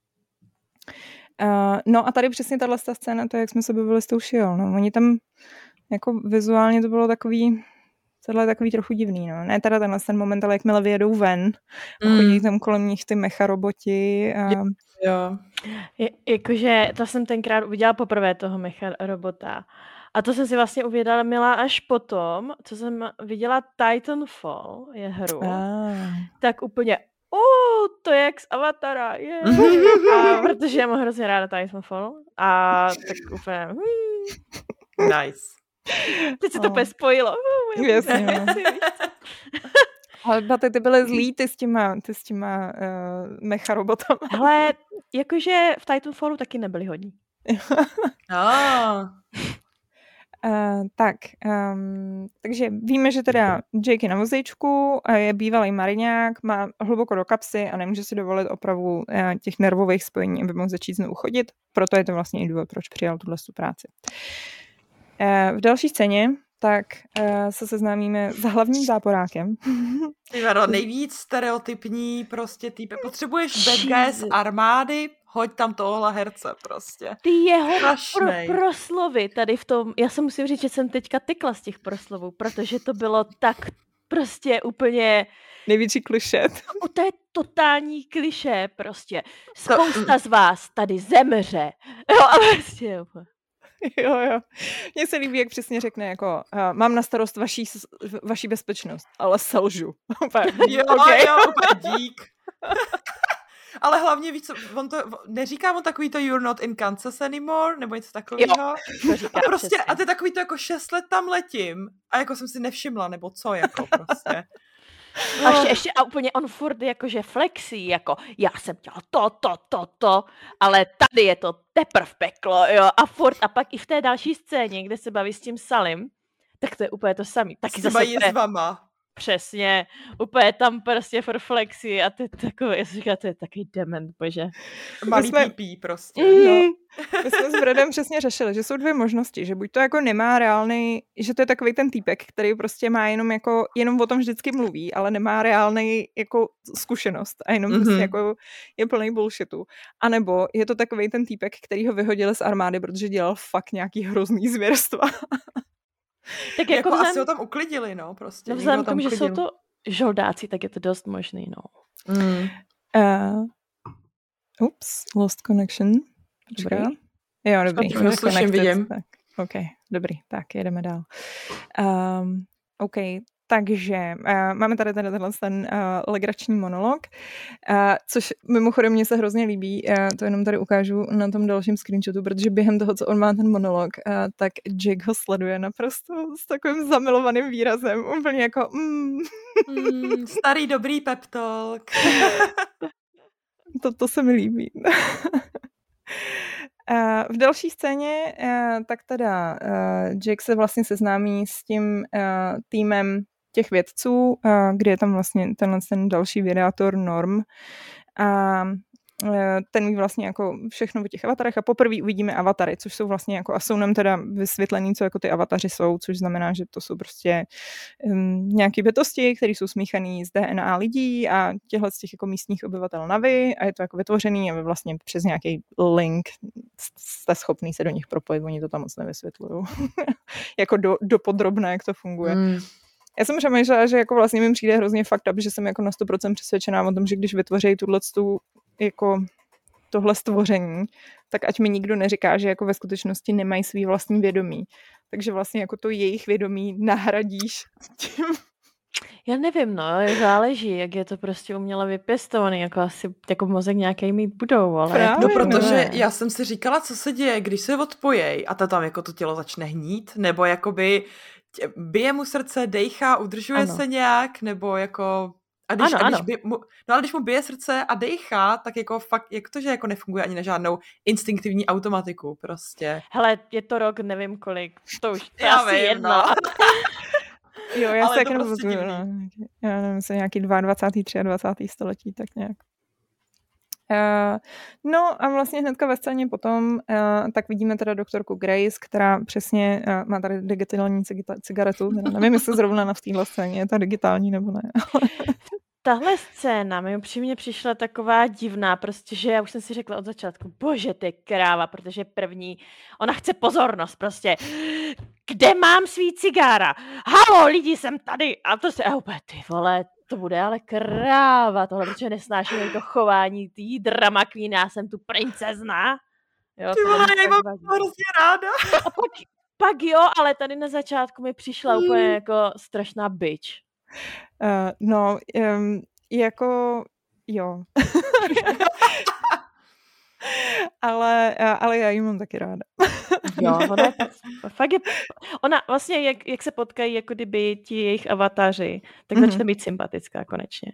Speaker 1: Uh, no a tady přesně tahle scéna, to je, jak jsme se bavili s tou Shiel, no, oni tam jako vizuálně to bylo takový, tohle je takový trochu divný, no. Ne teda tenhle ten moment, ale jakmile vyjedou ven a
Speaker 3: Mm.
Speaker 1: chodí tam kolem nich ty mecharoboti. A...
Speaker 3: Jo.
Speaker 2: Je, jakože to jsem tenkrát uviděla poprvé toho mecharobota. A to jsem si vlastně uvědomila až potom, co jsem viděla Titanfall, je hru,
Speaker 1: Ah.
Speaker 2: tak úplně uh, to je jak z Avatara, je. A protože já mám hrozně ráda Titanfall a tak úplně hmm.
Speaker 3: Nice.
Speaker 2: Teď se to
Speaker 1: Oh.
Speaker 2: úplně spojilo. Uh,
Speaker 1: Jasně, no. Ale Baty, ty byly zlý, ty s těma, ty s těma uh, mecharobotama.
Speaker 2: Hele, jakože v Titanfallu taky nebyli hodní.
Speaker 3: Ah.
Speaker 1: Uh, tak, um, takže víme, že teda Jake je na vozejčku a je bývalý mariňák, má hluboko do kapsy a nemůže si dovolit opravu uh, těch nervových spojení, aby mohl začít znovu chodit. Proto je to vlastně i důvod, proč přijal tuhle práci. Uh, v další scéně tak uh, se seznámíme s hlavním záporákem.
Speaker 3: Ty vado, nejvíc stereotypní prostě týpy. Potřebuješ bad guy z armády, hoď tam tohle herce prostě.
Speaker 2: Ty jeho
Speaker 3: Strašnej.
Speaker 2: pro, proslovy tady v tom, já se musím říct, že jsem teďka tykla z těch proslovů, protože to bylo tak prostě úplně...
Speaker 1: Největší klišet.
Speaker 2: To je totální klišé prostě. Spousta z vás tady zemře. Jo, a prostě...
Speaker 1: Jo, jo. Mně se líbí, jak přesně řekne, jako uh, mám na starost vaší, vaší bezpečnost, ale selžu.
Speaker 3: jo,
Speaker 1: okay.
Speaker 3: jo, úplně dík. Ale hlavně víš co, on to, neříká on takový to you're not in Kansas anymore, nebo něco takového. A prostě, a to je takový to jako šest let tam letím a jako jsem si nevšimla, nebo co, jako prostě.
Speaker 2: No. A ještě, ještě a úplně on furt jakože flexí, jako já jsem dělal to, to, to, to, ale tady je to teprv peklo, jo, a furt, a pak i v té další scéně, kde se baví s tím Salim, tak to je úplně to samý. Taky zase
Speaker 3: s vama.
Speaker 2: Přesně, úplně tam prostě for flexi a to je takový, já si říkám, to je takový dement, bože.
Speaker 3: Malý
Speaker 1: jsme...
Speaker 3: pípí prostě.
Speaker 1: Mm. No. My jsme s Bradem přesně řešili, že jsou dvě možnosti, že buď to jako nemá reálný, že to je takový ten týpek, který prostě má jenom jako, jenom o tom vždycky mluví, ale nemá reálný jako zkušenost a jenom mm-hmm. prostě jako je plný bullshitu. A nebo je to takový ten týpek, který ho vyhodili z armády, protože dělal fakt nějaký hrozný zvěrstva.
Speaker 2: Tak
Speaker 3: jako,
Speaker 2: jako
Speaker 3: vzhledem,
Speaker 2: vzem,
Speaker 3: asi ho tam uklidili, no, prostě.
Speaker 2: No vzhledem k tomu, že jsou to žoldáci, tak je to dost možný, no.
Speaker 1: Mm. Uh, ups, lost connection. Dobrá. Jo, dobrý.
Speaker 3: Slyším, vidím.
Speaker 1: Tak, OK, dobrý, tak jedeme dál. Um, OK, takže uh, máme tady tenhle, tenhle ten uh, legrační monolog, uh, což mimochodem mně se hrozně líbí, uh, to jenom tady ukážu na tom dalším screenshotu, protože během toho, co on má ten monolog, uh, tak Jake ho sleduje naprosto s takovým zamilovaným výrazem, úplně jako mm.
Speaker 3: Mm, starý dobrý pep talk.
Speaker 1: to, to se mi líbí. Uh, v další scéně uh, tak teda uh, Jake se vlastně seznámí s tím uh, týmem těch vědců, uh, kde je tam vlastně tenhle ten další vědátor Norm. A uh, ten ví vlastně jako všechno o těch avatarech a poprvé uvidíme avatary, což jsou vlastně jako, a jsou nám teda vysvětlení, co jako ty avataři jsou, což znamená, že to jsou prostě um, nějaké bytosti, které jsou smíchané z D N A lidí a těchhle z těch jako místních obyvatel Na'vi a je to jako vytvořený a vy vlastně přes nějaký link jste schopný se do nich propojit, oni to tam moc nevysvětlují. Jako do, do podrobné, jak to funguje. Mm. Já jsem přemýšlela, že jako vlastně mi přijde hrozně fakt up, že jsem jako na sto procent přesvědčená o tom, že když vytvoří tuhletu jako tohle stvoření, tak ať mi nikdo neříká, že jako ve skutečnosti nemají svý vlastní vědomí. Takže vlastně jako to jejich vědomí nahradíš tím.
Speaker 2: Já nevím, no, záleží, jak je to prostě uměle vypěstovaný, jako asi jako mozek nějaký mít budou, ale...
Speaker 3: Právě, no, protože ne. Já jsem si říkala, co se děje, když se odpojej a ta tam jako to tělo začne hnít, nebo jakoby bije mu srdce, dejchá, udržuje ano. se nějak, nebo jako... A když, ano, a když by, mu, no ale když mu bije srdce a dejchá, tak jako fakt, jak to, že jako nefunguje ani na žádnou instinktivní automatiku prostě.
Speaker 2: Hele, je to rok, nevím kolik, to už to já asi vím, jedno. No.
Speaker 1: Jo, já se jak prostě no. Já nevím, se nějaký dvacátý druhý, dvacátý třetí století, tak nějak. Uh, no a vlastně hnedka ve scéně potom uh, tak vidíme teda doktorku Grace, která přesně uh, má tady digitální cigaretu. Nevím, jestli zrovna na v téhle scéně je ta digitální nebo ne.
Speaker 2: Tahle scéna mi upřímně přišla taková divná, prostě, že já už jsem si řekla od začátku, bože, ty kráva, protože první, ona chce pozornost, prostě, kde mám svý cigára? Halo, lidi, jsem tady. A to se, a úplně, ty vole, to bude ale kráva, tohle, protože nesnáším to chování, tý drama queen, já jsem tu princezna.
Speaker 3: Jo, ty vole, já mám hrozně ráda.
Speaker 2: A pak, pak jo, ale tady na začátku mi přišla mm. úplně jako strašná bitch.
Speaker 1: Uh, no, um, jako jo. ale, ale já ji mám taky ráda.
Speaker 2: Jo, ona je, fakt je, ona vlastně, jak, jak se potkají jako kdyby ti jejich avatáři, tak mm-hmm. začne být sympatická konečně.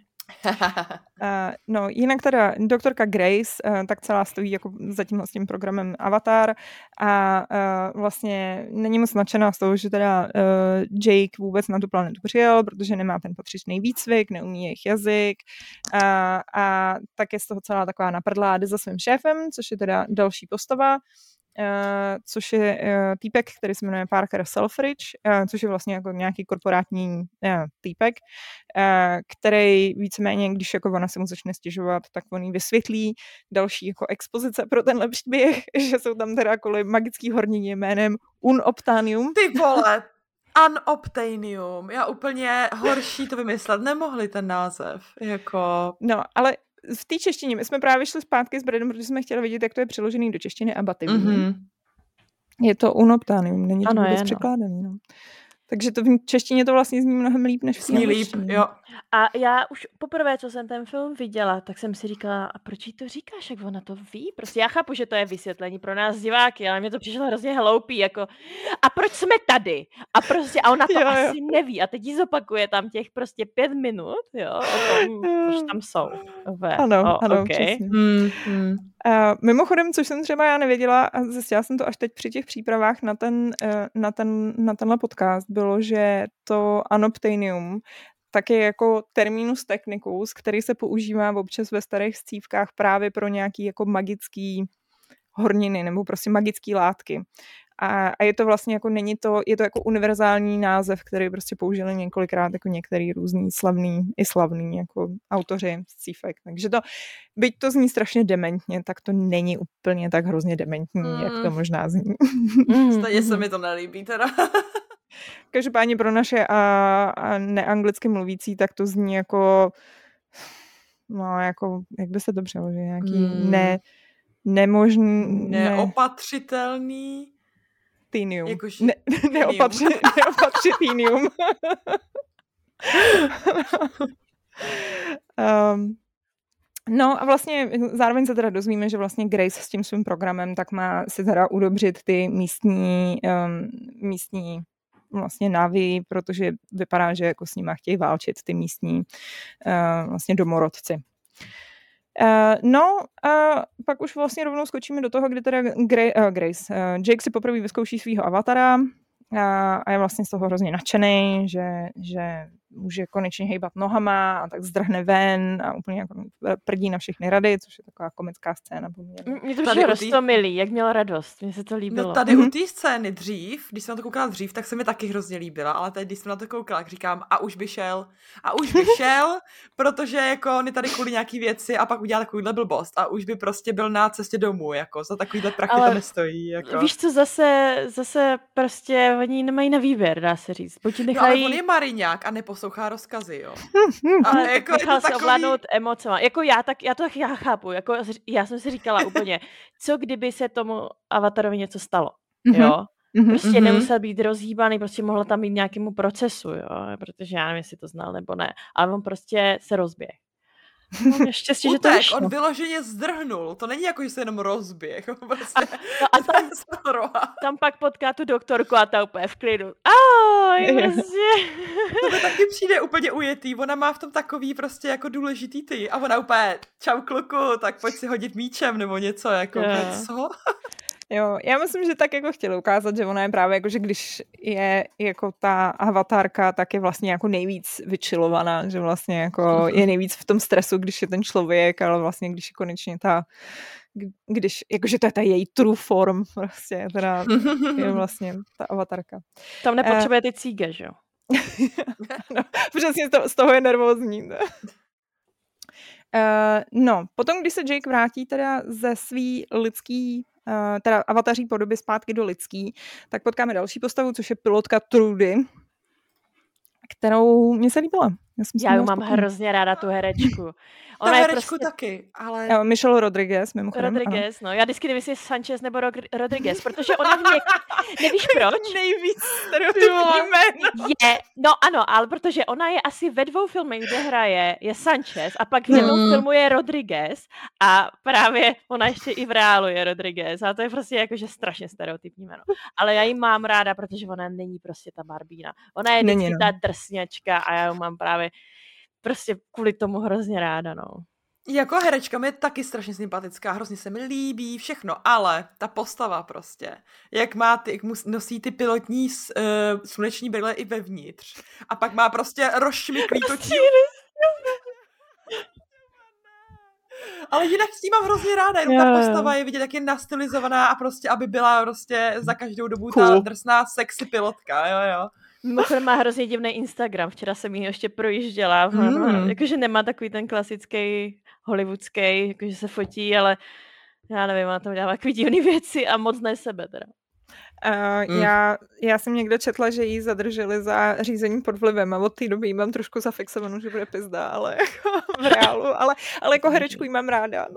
Speaker 1: Uh, no, jinak teda doktorka Grace, uh, tak celá stojí jako za tímhle s tím programem Avatar a uh, vlastně není moc nadšená z toho, že teda uh, Jake vůbec na tu planetu přijel, protože nemá ten patřičný výcvik, neumí jejich jazyk uh, a tak je z toho celá taková naprdlá, jde za svým šéfem, což je teda další postava, Uh, což je uh, týpek, který se jmenuje Parker Selfridge, uh, což je vlastně jako nějaký korporátní uh, týpek, uh, který víceméně, když jako ona se mu začne stěžovat, tak on jí vysvětlí další jako expozice pro tenhle příběh, že jsou tam teda kvůli magický horniny jménem Unobtainium.
Speaker 3: Ty vole, Unobtainium, já úplně horší to vymyslet nemohli ten název, jako...
Speaker 1: No, ale v té češtině, my jsme právě šli zpátky s Bradem, protože jsme chtěli vidět, jak to je přeložený do češtiny abativní. Mm-hmm. Je to Unobtainium, není to ano, vůbec je, no. překládaný. No. Takže to v češtině to vlastně zní mnohem líp, než v
Speaker 3: zní líp, jo.
Speaker 2: A já už poprvé, co jsem ten film viděla, tak jsem si říkala, a proč jí to říkáš, jak ona to ví? Prostě já chápu, že to je vysvětlení pro nás diváky, ale mě to přišlo hrozně hloupý, jako a proč jsme tady? A prostě, a ona to jo, asi jo. neví. A teď jí zopakuje tam těch prostě pět minut, jo, o tom, proč tam jsou. Ve.
Speaker 1: Ano,
Speaker 2: o,
Speaker 1: ano,
Speaker 2: okay.
Speaker 1: přesně. Hmm, hmm. Uh, mimochodem, což jsem třeba já nevěděla a zjistila jsem to až teď při těch přípravách na, ten, uh, na, ten, na tenhle podcast, bylo, že to Unobtainium tak je jako terminus technicus, který se používá občas ve starých scívkách právě pro nějaký jako magický horniny nebo prostě magický látky. A, a je to vlastně jako není to, je to jako univerzální název, který prostě použili několikrát jako některý různý slavný i slavný jako autoři scívek. Takže to, byť to zní strašně dementně, tak to není úplně tak hrozně dementní, mm. jak to možná zní.
Speaker 3: Mm. Stejně se mi to nelíbí teda.
Speaker 1: Každopádně pro naše a, a neanglicky mluvící, tak to zní jako no jako, jak by se to přeložilo, nějaký mm. ne, nemožný
Speaker 3: neopatřitelný
Speaker 1: Týnium.
Speaker 3: Jakož...
Speaker 1: Ne, neopatři, neopatřitýnium. um, no a vlastně zároveň se teda dozvíme, že vlastně Grace s tím svým programem tak má si teda udobřit ty místní, um, místní vlastně Na'vi, protože vypadá, že jako s nima chtějí válčit ty místní uh, vlastně domorodci. Uh, no a pak už vlastně rovnou skočíme do toho, kdy teda Gra- uh, Grace, uh, Jake si poprvé vyzkouší svýho avatara a, a je vlastně z toho hrozně nadšený, že, že může konečně hejbat nohama a tak zdrhne ven a úplně jako prdí na všechny rady, což je taková komická scéna poměrně.
Speaker 2: Mě to přišlo roztomilý, jak měla radost, mně se to líbilo.
Speaker 3: No tady mm-hmm. u té scény dřív, když jsem na to koukala dřív, tak se mi taky hrozně líbila, ale teď, když jsem na to koukala, tak říkám, a už by šel, a už by šel, protože jako on je tady kvůli nějaký věci a pak udělal takovýhle blbost a už by prostě byl na cestě domů, jako za takovýhle prachy to nestojí. Jako.
Speaker 2: Víš co, zase, zase prostě oni nemají na výběr, dá se říct. Buď nechají...
Speaker 3: No ale on je mariňák a neposlouchá rozkazy, jo.
Speaker 2: A jako nechal se takový... ovládnout emocema. Jako já, tak, já to tak já chápu. Jako, já jsem si říkala úplně, co kdyby se tomu avatarovi něco stalo, jo? Prostě mm-hmm. nemusel být rozhýbaný, prostě mohlo tam být nějakému procesu, jo? Protože já nevím, jestli to znal nebo ne. Ale on prostě se rozběh. No, štěstí, že to vyšlo.
Speaker 3: On vyloženě zdrhnul. To není jako, že se jenom rozběh. Prostě.
Speaker 2: A, no a tam, tam pak potká tu doktorku a ta úplně v klidu. Ahoj, prostě.
Speaker 3: To mi taky přijde úplně ujetý. Ona má v tom takový prostě jako důležitý ty. A ona úplně, čau kluku, tak pojď si hodit míčem nebo něco. Jako, yeah. Co?
Speaker 1: Jo, já myslím, že tak jako chtěli ukázat, že ona je právě jako, že když je jako ta avatarka, tak je vlastně jako nejvíc vyčilovaná, že vlastně jako je nejvíc v tom stresu, když je ten člověk, ale vlastně když je konečně ta, když, jakože to je ta její true form, prostě, teda je vlastně ta avatarka.
Speaker 2: Tam nepotřebuje ty cíge, že jo?
Speaker 1: No, přesně z toho je nervózní. Ne? Uh, no, potom, když se Jake vrátí teda ze svý lidský Uh, teda avataří podoby zpátky do lidský, tak potkáme další postavu, což je pilotka Trudy, kterou mě se líbila.
Speaker 2: Já, Já ji mám hrozně ráda, tu herečku.
Speaker 3: Ona ta herečku prostě... taky, ale...
Speaker 1: Jo, Michelle Rodriguez, mimochodem.
Speaker 2: Rodriguez, ano. No. Já vždycky nevím, jestli je Sanchez nebo Ro- Rodriguez, protože ona v něk... Nevíš proč?
Speaker 1: Nejvíc stereotypní jméno.
Speaker 2: Je, no ano, ale protože ona je asi ve dvou filmech, kde hraje, je Sanchez a pak v jednom mm. filmu je Rodriguez a právě ona ještě i v reálu je Rodriguez a to je prostě jakože strašně stereotypní jméno. Ale já ji mám ráda, protože ona není prostě ta Barbína. Ona je vždycky ta drsňačka a já ji mám právě prostě kvůli tomu hrozně ráda, no.
Speaker 3: Jako herečka mi je taky strašně sympatická, hrozně se mi líbí, všechno, ale ta postava prostě, jak má ty, jak nosí ty pilotní uh, sluneční brýle i vevnitř a pak má prostě rozšmiklý točí. Ale jinak s tím mám hrozně ráda, jenom ta postava je vidět, jak je nastylizovaná a prostě, aby byla prostě za každou dobu cool. Ta drsná sexy pilotka, jo, jo.
Speaker 2: Mimochodem má hrozně divný Instagram, včera jsem ji ještě projížděla, mm. jakože nemá takový ten klasický hollywoodský, jakože se fotí, ale já nevím, ona tam dělá takový divný věci a moc ne sebe teda.
Speaker 1: Uh, mm. já, já jsem někde četla, že ji zadrželi za řízení pod vlivem a od té doby jí mám trošku zafixovanou, že bude pizda, ale jako v reálu, ale, ale jako herečku jí mám ráda.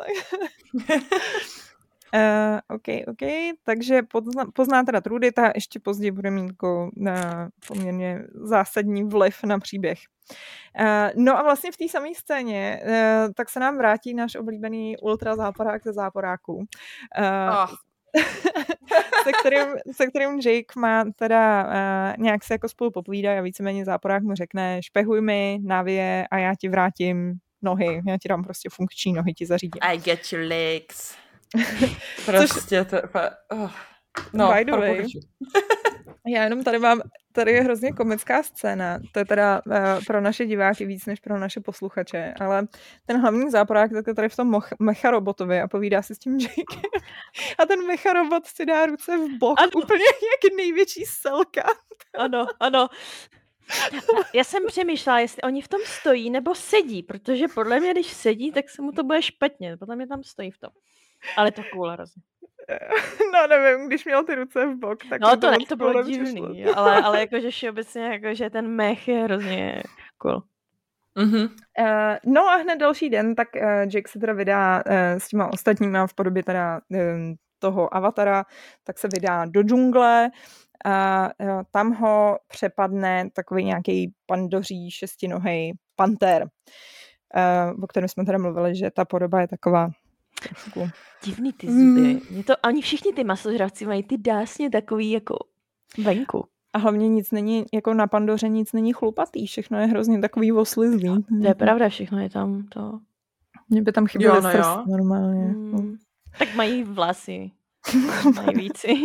Speaker 1: Uh, OK, OK, takže pozná, pozná teda Trudy, ta ještě později bude mít jako, uh, poměrně zásadní vliv na příběh. Uh, no a vlastně v té samé scéně uh, tak se nám vrátí náš oblíbený ultrazáporák ze záporáků. Uh, oh. se, kterým, se kterým Jake má teda uh, nějak se jako spolu popovídá a víceméně záporák mu řekne špehuj mi, Navie a já ti vrátím nohy, já ti dám prostě funkční nohy, ti zařídím.
Speaker 3: I get your legs. Prostě to oh. No,
Speaker 1: by the way, já jenom tady mám, tady je hrozně komická scéna, to je teda uh, pro naše diváky víc než pro naše posluchače, ale ten hlavní záporák tak je tady v tom moch, mecharobotovi a povídá si s tím Jakem a ten mecharobot si dá ruce v bok, ano. Úplně jak největší selka.
Speaker 2: Ano, ano. Já jsem přemýšlela, jestli oni v tom stojí nebo sedí, protože podle mě, když sedí, tak se mu to bude špatně, podle mě tam stojí v tom. Ale to cool hrozně.
Speaker 1: No nevím, když měl ty ruce v bok, tak
Speaker 2: no to ne, to bylo divný, ale, ale jakože všeobecně, jakože ten mech je hrozně cool.
Speaker 1: Mm-hmm. Uh, no a hned další den, tak uh, Jake se teda vydá uh, s těma ostatníma v podobě teda uh, toho avatara, tak se vydá do džungle a uh, tam ho přepadne takový nějaký pandoří šestinohej pantér, uh, o kterém jsme teda mluvili, že ta podoba je taková trošku...
Speaker 2: Divný ty zuby. Mm. To, oni všichni ty masožravci mají ty dásně takový jako venku.
Speaker 1: A hlavně nic není, jako na pandoře nic není chlupatý, všechno je hrozně takový oslizlý.
Speaker 2: To je pravda, všechno je tam to.
Speaker 1: Mně by tam chyběly
Speaker 3: Jo, no
Speaker 1: srst
Speaker 3: jo.
Speaker 1: normálně.
Speaker 2: Mm. Tak mají vlasy. Nejvíci.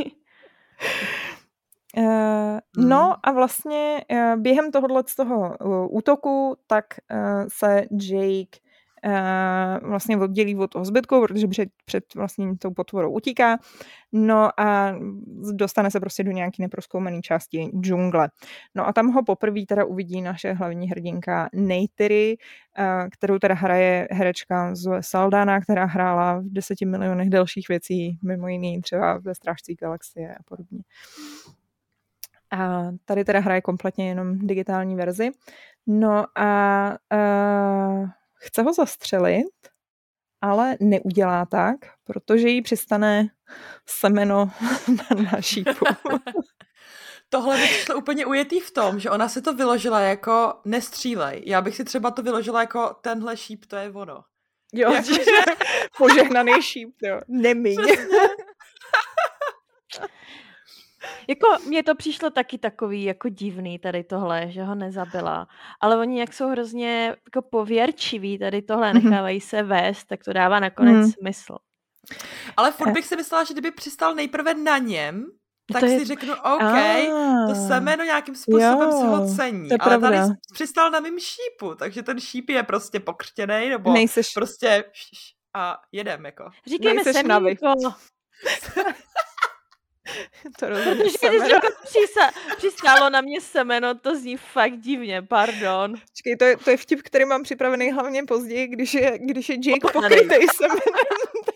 Speaker 1: Uh, no a vlastně uh, během tohohle z toho uh, útoku tak uh, se Jake uh, vlastně oddělí od toho zbytku, protože před, před vlastně tou potvorou utíká. No a dostane se prostě do nějaký neprozkoumaný části džungle. No a tam ho poprvé teda uvidí naše hlavní hrdinka Neytiri, uh, kterou teda hraje herečka z Saldana, která hrála v deseti milionech dalších věcí, mimo jiný třeba ve Strážcích galaxie a podobně. A tady teda hraje kompletně jenom digitální verzi. No a uh, chce ho zastřelit, ale neudělá tak, protože jí přistane semeno na, na šípu.
Speaker 3: Tohle by šlo úplně ujetý v tom, že ona si to vyložila jako nestřílej. Já bych si třeba to vyložila jako tenhle šíp, to je ono.
Speaker 1: Jo,
Speaker 3: jako, že...
Speaker 1: požehnaný šíp, jo. Nemiň.
Speaker 2: Jako mně to přišlo taky takový jako divný tady tohle, že ho nezabila. Ale oni jak jsou hrozně jako pověrčiví tady tohle, nechávají se vést, tak to dává nakonec
Speaker 1: Mhm.
Speaker 2: smysl.
Speaker 3: Ale furt bych si myslela, že kdyby přistal nejprve na něm, tak
Speaker 2: To je-
Speaker 3: si řeknu, OK,
Speaker 1: Ah.
Speaker 3: to semeno nějakým způsobem
Speaker 1: Jo,
Speaker 3: si ho cení.
Speaker 1: to je
Speaker 3: Ale tady
Speaker 1: pravda.
Speaker 3: přistal na mým šípu, takže ten šíp je prostě pokřtěnej, nebo
Speaker 1: Nejseš,
Speaker 3: prostě a jedem, jako.
Speaker 2: Říkejme
Speaker 1: Nejseš navy.
Speaker 2: semínko.
Speaker 1: to rozhodně
Speaker 2: Protože když
Speaker 1: semeno.
Speaker 2: řekl, přisa, přistálo na mě semeno, to zní fakt divně, pardon.
Speaker 1: Počkej, to je, to je vtip, který mám připravený hlavně později, když je, když je Jake
Speaker 2: Pokonaný.
Speaker 1: pokrytej semenem.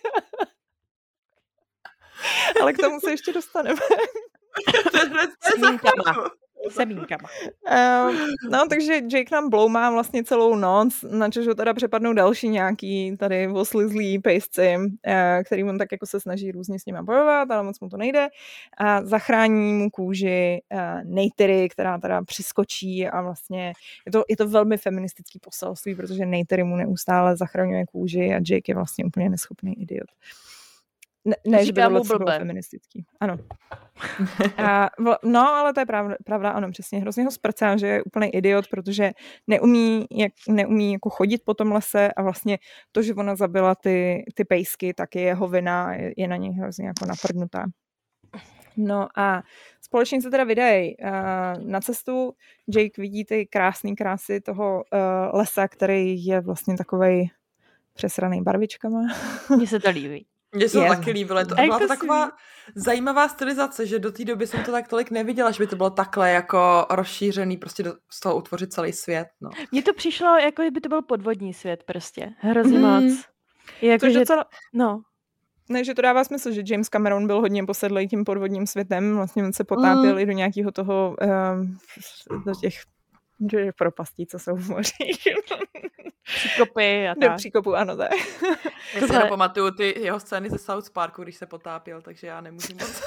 Speaker 1: Ale k tomu se ještě dostaneme.
Speaker 3: to je hned to je za
Speaker 2: Semínkama.
Speaker 3: chvilku.
Speaker 2: Semínkama.
Speaker 1: Uh, no, takže Jake nám bloumá vlastně celou noc, načež ho teda přepadnou další nějaký tady oslizlí pejsci, uh, který on tak jako se snaží různě s nima bojovat, ale moc mu to nejde. A zachrání mu kůži uh, Neytiri, která teda přiskočí a vlastně je to, je to velmi feministický poselství, protože Neytiri mu neustále zachraňuje kůži a Jake je vlastně úplně neschopný idiot. Ne, ne že by
Speaker 2: Říká
Speaker 1: tohle
Speaker 2: mu
Speaker 1: bylo
Speaker 2: blbe.
Speaker 1: feministický. Ano. A, vl- no, ale to je pravda, pravda, ano, přesně. Hrozně ho sprcá, že je úplný idiot, protože neumí, jak, neumí jako chodit po tom lese a vlastně to, že ona zabila ty, ty pejsky, tak je jeho vina, je, je na něj hrozně jako naprdnutá. No a společně se teda vydají uh, na cestu. Jake vidí ty krásné krásy toho uh, lesa, který je vlastně takovej přesraný barvičkama.
Speaker 2: Mně se to líbí.
Speaker 3: Mně se to
Speaker 1: Je.
Speaker 3: taky líbilo. To,
Speaker 2: Jako
Speaker 3: byla to
Speaker 2: si
Speaker 3: taková zajímavá stylizace, že do té doby jsem to tak tolik neviděla, že by to bylo takhle jako rozšířený, prostě do, z toho utvořit celý svět. No.
Speaker 2: Mně to přišlo, jako by to byl podvodní svět prostě. Hrozně
Speaker 1: Mm.
Speaker 2: moc. Jako,
Speaker 1: Což
Speaker 2: že,
Speaker 1: docela,
Speaker 2: no.
Speaker 1: ne, že to dává smysl, že James Cameron byl hodně posedlý tím podvodním světem, vlastně on se potápěl
Speaker 3: Mm.
Speaker 1: i do nějakého toho, um, do těch že propastí, co jsou v moři.
Speaker 2: Příkopy a
Speaker 1: Do
Speaker 2: tak.
Speaker 1: příkopu, ano, tak.
Speaker 3: Já si jenom pamatuju ty jeho scény ze South Parku, když se potápěl, takže já nemůžu moc.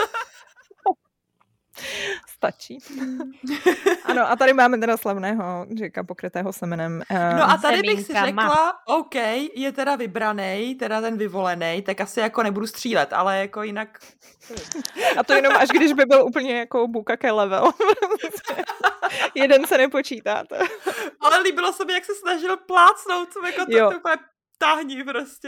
Speaker 1: Stačí. Ano, a tady máme teda slavného Jakea pokrytého semenem. Um,
Speaker 3: No a tady bych si
Speaker 2: semínkama.
Speaker 3: řekla, OK, je teda vybranej, teda ten vyvolený, tak asi jako nebudu střílet, ale jako jinak...
Speaker 1: a to jenom až když by byl úplně jako bukake level. Jeden se nepočítá. To.
Speaker 3: Ale líbilo se mi, jak se snažil plácnout, co jako to,
Speaker 1: Jo.
Speaker 3: to úplně táhni prostě.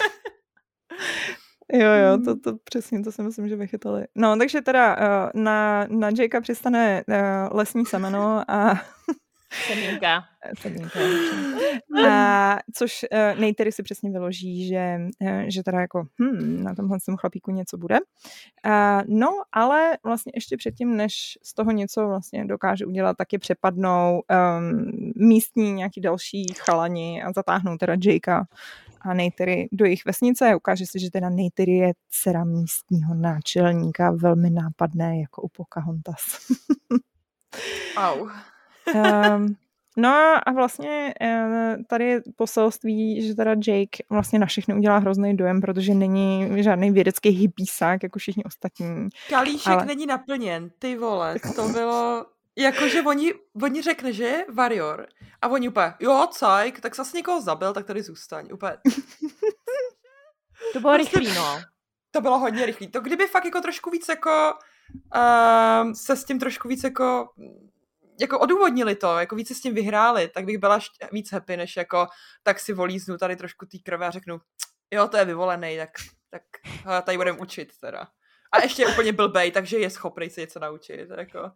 Speaker 1: Jo, jo, to, to přesně, to si myslím, že vychytali. No, takže teda uh, na, na Jakea přistane uh, lesní semeno a
Speaker 2: Semínka.
Speaker 1: semínka. A což uh, Neytiri si přesně vyloží, že, uh, že teda jako hm, na tomhle tom chlapíku něco bude. Uh, no, ale vlastně ještě předtím, než z toho něco vlastně dokáže udělat, tak je přepadnou um, místní nějaký další chalani a zatáhnou teda Jakea a Neytiri do jejich vesnice. Ukáže se, že teda Neytiri je dcera místního náčelníka, velmi nápadné jako u Pocahontas.
Speaker 3: Au.
Speaker 1: um, no a vlastně uh, tady je poselství, že teda Jake vlastně na všechny udělá hrozný dojem, protože není žádný vědecký hypísák jako všichni ostatní.
Speaker 3: Kalíšek
Speaker 1: Ale-
Speaker 3: ale... není naplněn, ty vole, to bylo... Jakože oni, oni řekne, že je Warrior a oni úplně, jo, cajk, tak zase někoho zabil, tak tady zůstaň. Úplně,
Speaker 2: To bylo
Speaker 3: Prostě-
Speaker 2: rychlý, no.
Speaker 3: to bylo hodně rychlý. To kdyby fakt jako trošku víc jako um, se s tím trošku víc jako jako odůvodnili to, jako více s tím vyhráli, tak bych byla šť- víc happy, než jako tak si volíznu tady trošku té krve a řeknu, jo, to je vyvolený, tak, tak ho tady budeme učit teda. A ještě je úplně blbej, takže je schopný se něco naučit. Jako.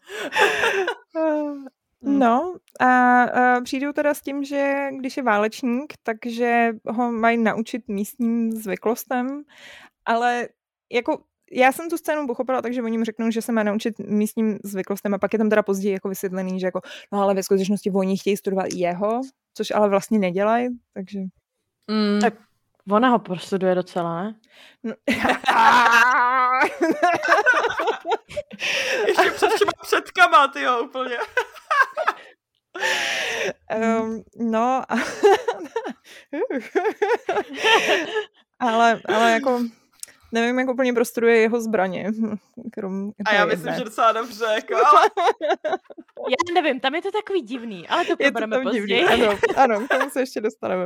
Speaker 1: No a, a přijdou teda s tím, že když je válečník, takže ho mají naučit místním zvyklostem, ale jako já jsem tu scénu pochopila, takže oni mu řeknou, že se má naučit místním zvyklostem a pak je tam teda později jako vysvětlený, že jako, no ale ve skutečnosti oni chtějí studovat jeho, což ale vlastně nedělají, takže...
Speaker 2: Mm. Tak ona ho prostuduje docela, ne?
Speaker 1: No.
Speaker 3: Ještě před těma předkama, tyjo, úplně.
Speaker 1: um, no a... ale, ale jako... Nevím, jak úplně prostuduje jeho zbraně. Krom,
Speaker 3: a já myslím, že docela dobře. Jako, ale...
Speaker 2: Já nevím, tam je to takový divný, ale to probereme později.
Speaker 1: Ano, ano, k tomu se ještě dostaneme.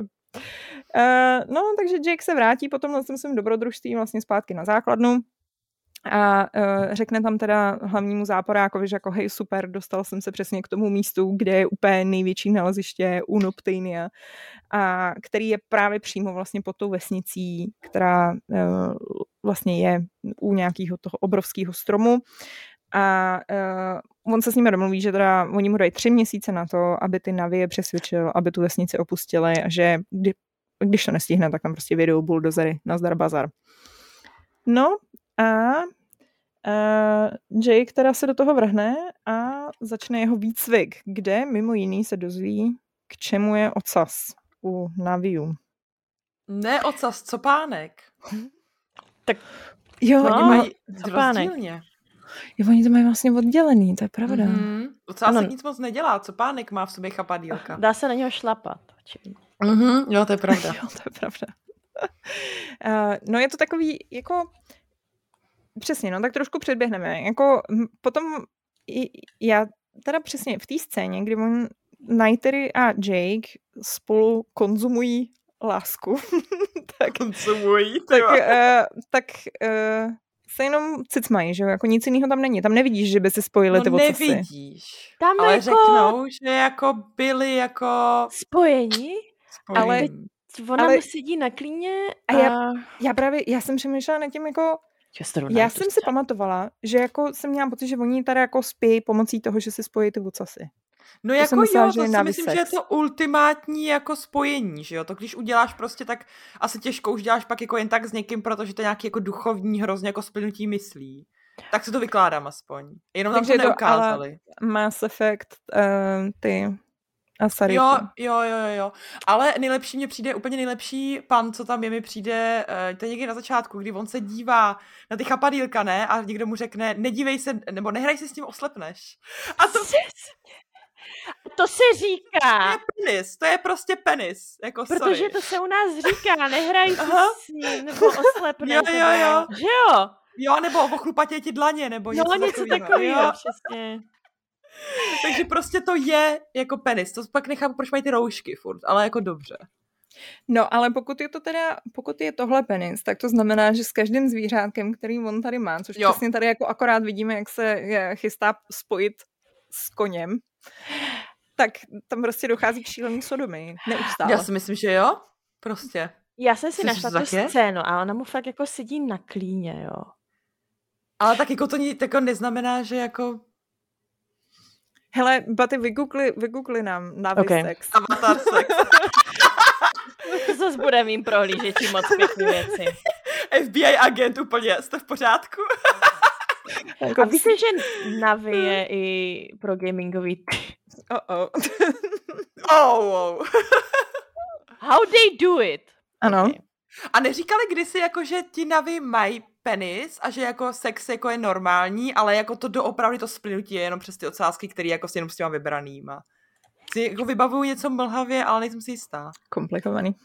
Speaker 1: Uh, no, takže Jake se vrátí potom na tom svém dobrodružství vlastně zpátky na základnu a uh, řekne tam teda hlavnímu záporákovi, že jako hej, super, dostal jsem se přesně k tomu místu, kde je úplně největší naleziště Unobtainium, a který je právě přímo vlastně pod tou vesnicí, která uh, vlastně je u nějakého toho obrovského stromu. A uh, on se s nimi domluví, že teda oni mu dají tři měsíce na to, aby ty Navi je přesvědčil, aby tu vesnici opustili a že kdy, když to nestihne, tak tam prostě vyjedou buldozery, nazdar bazar. No a uh, Jake teda se do toho vrhne a začne jeho výcvik, kde mimo jiný se dozví, k čemu je ocas u Naviů.
Speaker 3: Ne ocas, copánek.
Speaker 1: Tak jo,
Speaker 3: no,
Speaker 1: oni mají
Speaker 3: copánek.
Speaker 1: Jo, oni to mají vlastně oddělený, to je pravda.
Speaker 3: Mm-hmm. Ocas se nic moc nedělá, copánek má v sobě chapadílka.
Speaker 2: Dá se na něho šlapat.
Speaker 3: Mm-hmm. Jo, to je pravda.
Speaker 1: Jo, to je pravda. uh, no je to takový, jako přesně, no tak trošku předběhneme. Jako potom já teda přesně v té scéně, kdy on Neytiri a Jake spolu konzumují lásku. tak,
Speaker 3: konzumují,
Speaker 1: tak, uh, tak uh, se jenom cicmají, že jo? Jako nic jiného tam není. Tam nevidíš, že by se spojili
Speaker 3: no
Speaker 1: ty ocasy.
Speaker 3: nevidíš.
Speaker 2: Tam
Speaker 3: ale
Speaker 2: jako...
Speaker 3: řeknou, že jako byli jako...
Speaker 2: Spojení,
Speaker 3: spojení.
Speaker 2: ale ona
Speaker 1: ale...
Speaker 2: mu sedí na klíně a...
Speaker 1: a já, já právě, já jsem přemýšlela nad tím jako... Já jsem si pamatovala, že jako jsem měla pocit, že oni tady jako spějí pomocí toho, že si spojí ty ocasy.
Speaker 3: No to jako myslela, jo, to si myslím, sex. Že je to ultimátní jako spojení, že jo, to když uděláš prostě tak, asi těžko už děláš pak jako jen tak s někým, protože to je nějaký jako duchovní hrozně jako splynutí myslí. Tak se to vykládám aspoň. Jenom tam to neukázali.
Speaker 1: Mass Effect, uh, ty a Sariki.
Speaker 3: Jo, jo, jo, jo. Ale nejlepší mně přijde, úplně nejlepší pan, co tam je, mi přijde, uh, to je někdy na začátku, kdy on se dívá na ty chapadýlka, ne? A někdo mu řekne, nedívej se, nebo nehraj si s tím, oslepneš. A to...
Speaker 2: To se říká.
Speaker 3: To je penis, to je prostě penis. Jako,
Speaker 2: protože
Speaker 3: sorry.
Speaker 2: To se u nás říká, nehraj si s ním, nebo oslepneš.
Speaker 3: Jo, jo, jo.
Speaker 2: Že jo?
Speaker 3: Jo, nebo ochlupatě ti dlaně, nebo
Speaker 2: něco
Speaker 3: takového.
Speaker 2: něco takového, přesně.
Speaker 3: Takže prostě to je jako penis. To pak nechápu, proč mají ty roušky furt, ale jako dobře.
Speaker 1: No, ale pokud je to teda, pokud je tohle penis, tak to znamená, že s každým zvířátkem, který on tady má, což jo. Přesně tady jako akorát vidíme, jak se chystá spojit s koněm, tak tam prostě dochází k šílený sodomii. Neustále.
Speaker 3: Já si myslím, že jo. Prostě.
Speaker 2: Já jsem si Jsi našla tu scénu a ona mu fakt jako sedí na klíně, jo.
Speaker 3: Ale tak jako to jako neznamená, že jako...
Speaker 1: Hele, Baty, vygoogli, vygoogli nám Navi
Speaker 2: okay.
Speaker 1: sex.
Speaker 3: Avatar sex.
Speaker 2: To zase bude mým prohlížečím moc pěkný věci.
Speaker 3: F B I agent úplně, jste v pořádku?
Speaker 2: A víš, že Navi je i pro gamingový...
Speaker 1: Oh, oh.
Speaker 3: oh, oh.
Speaker 2: How they do it?
Speaker 1: Ano.
Speaker 2: Okay.
Speaker 3: A neříkali kdysi, jako, že ti Navi mají penis a že jako sex jako je normální, ale jako to doopravdy to splynutí je jenom přes ty ocásky, které jako s jenom s těma vybranýma. Si jako vybavuju něco mlhavě, ale nejsem si jistá.
Speaker 1: Komplikovaný.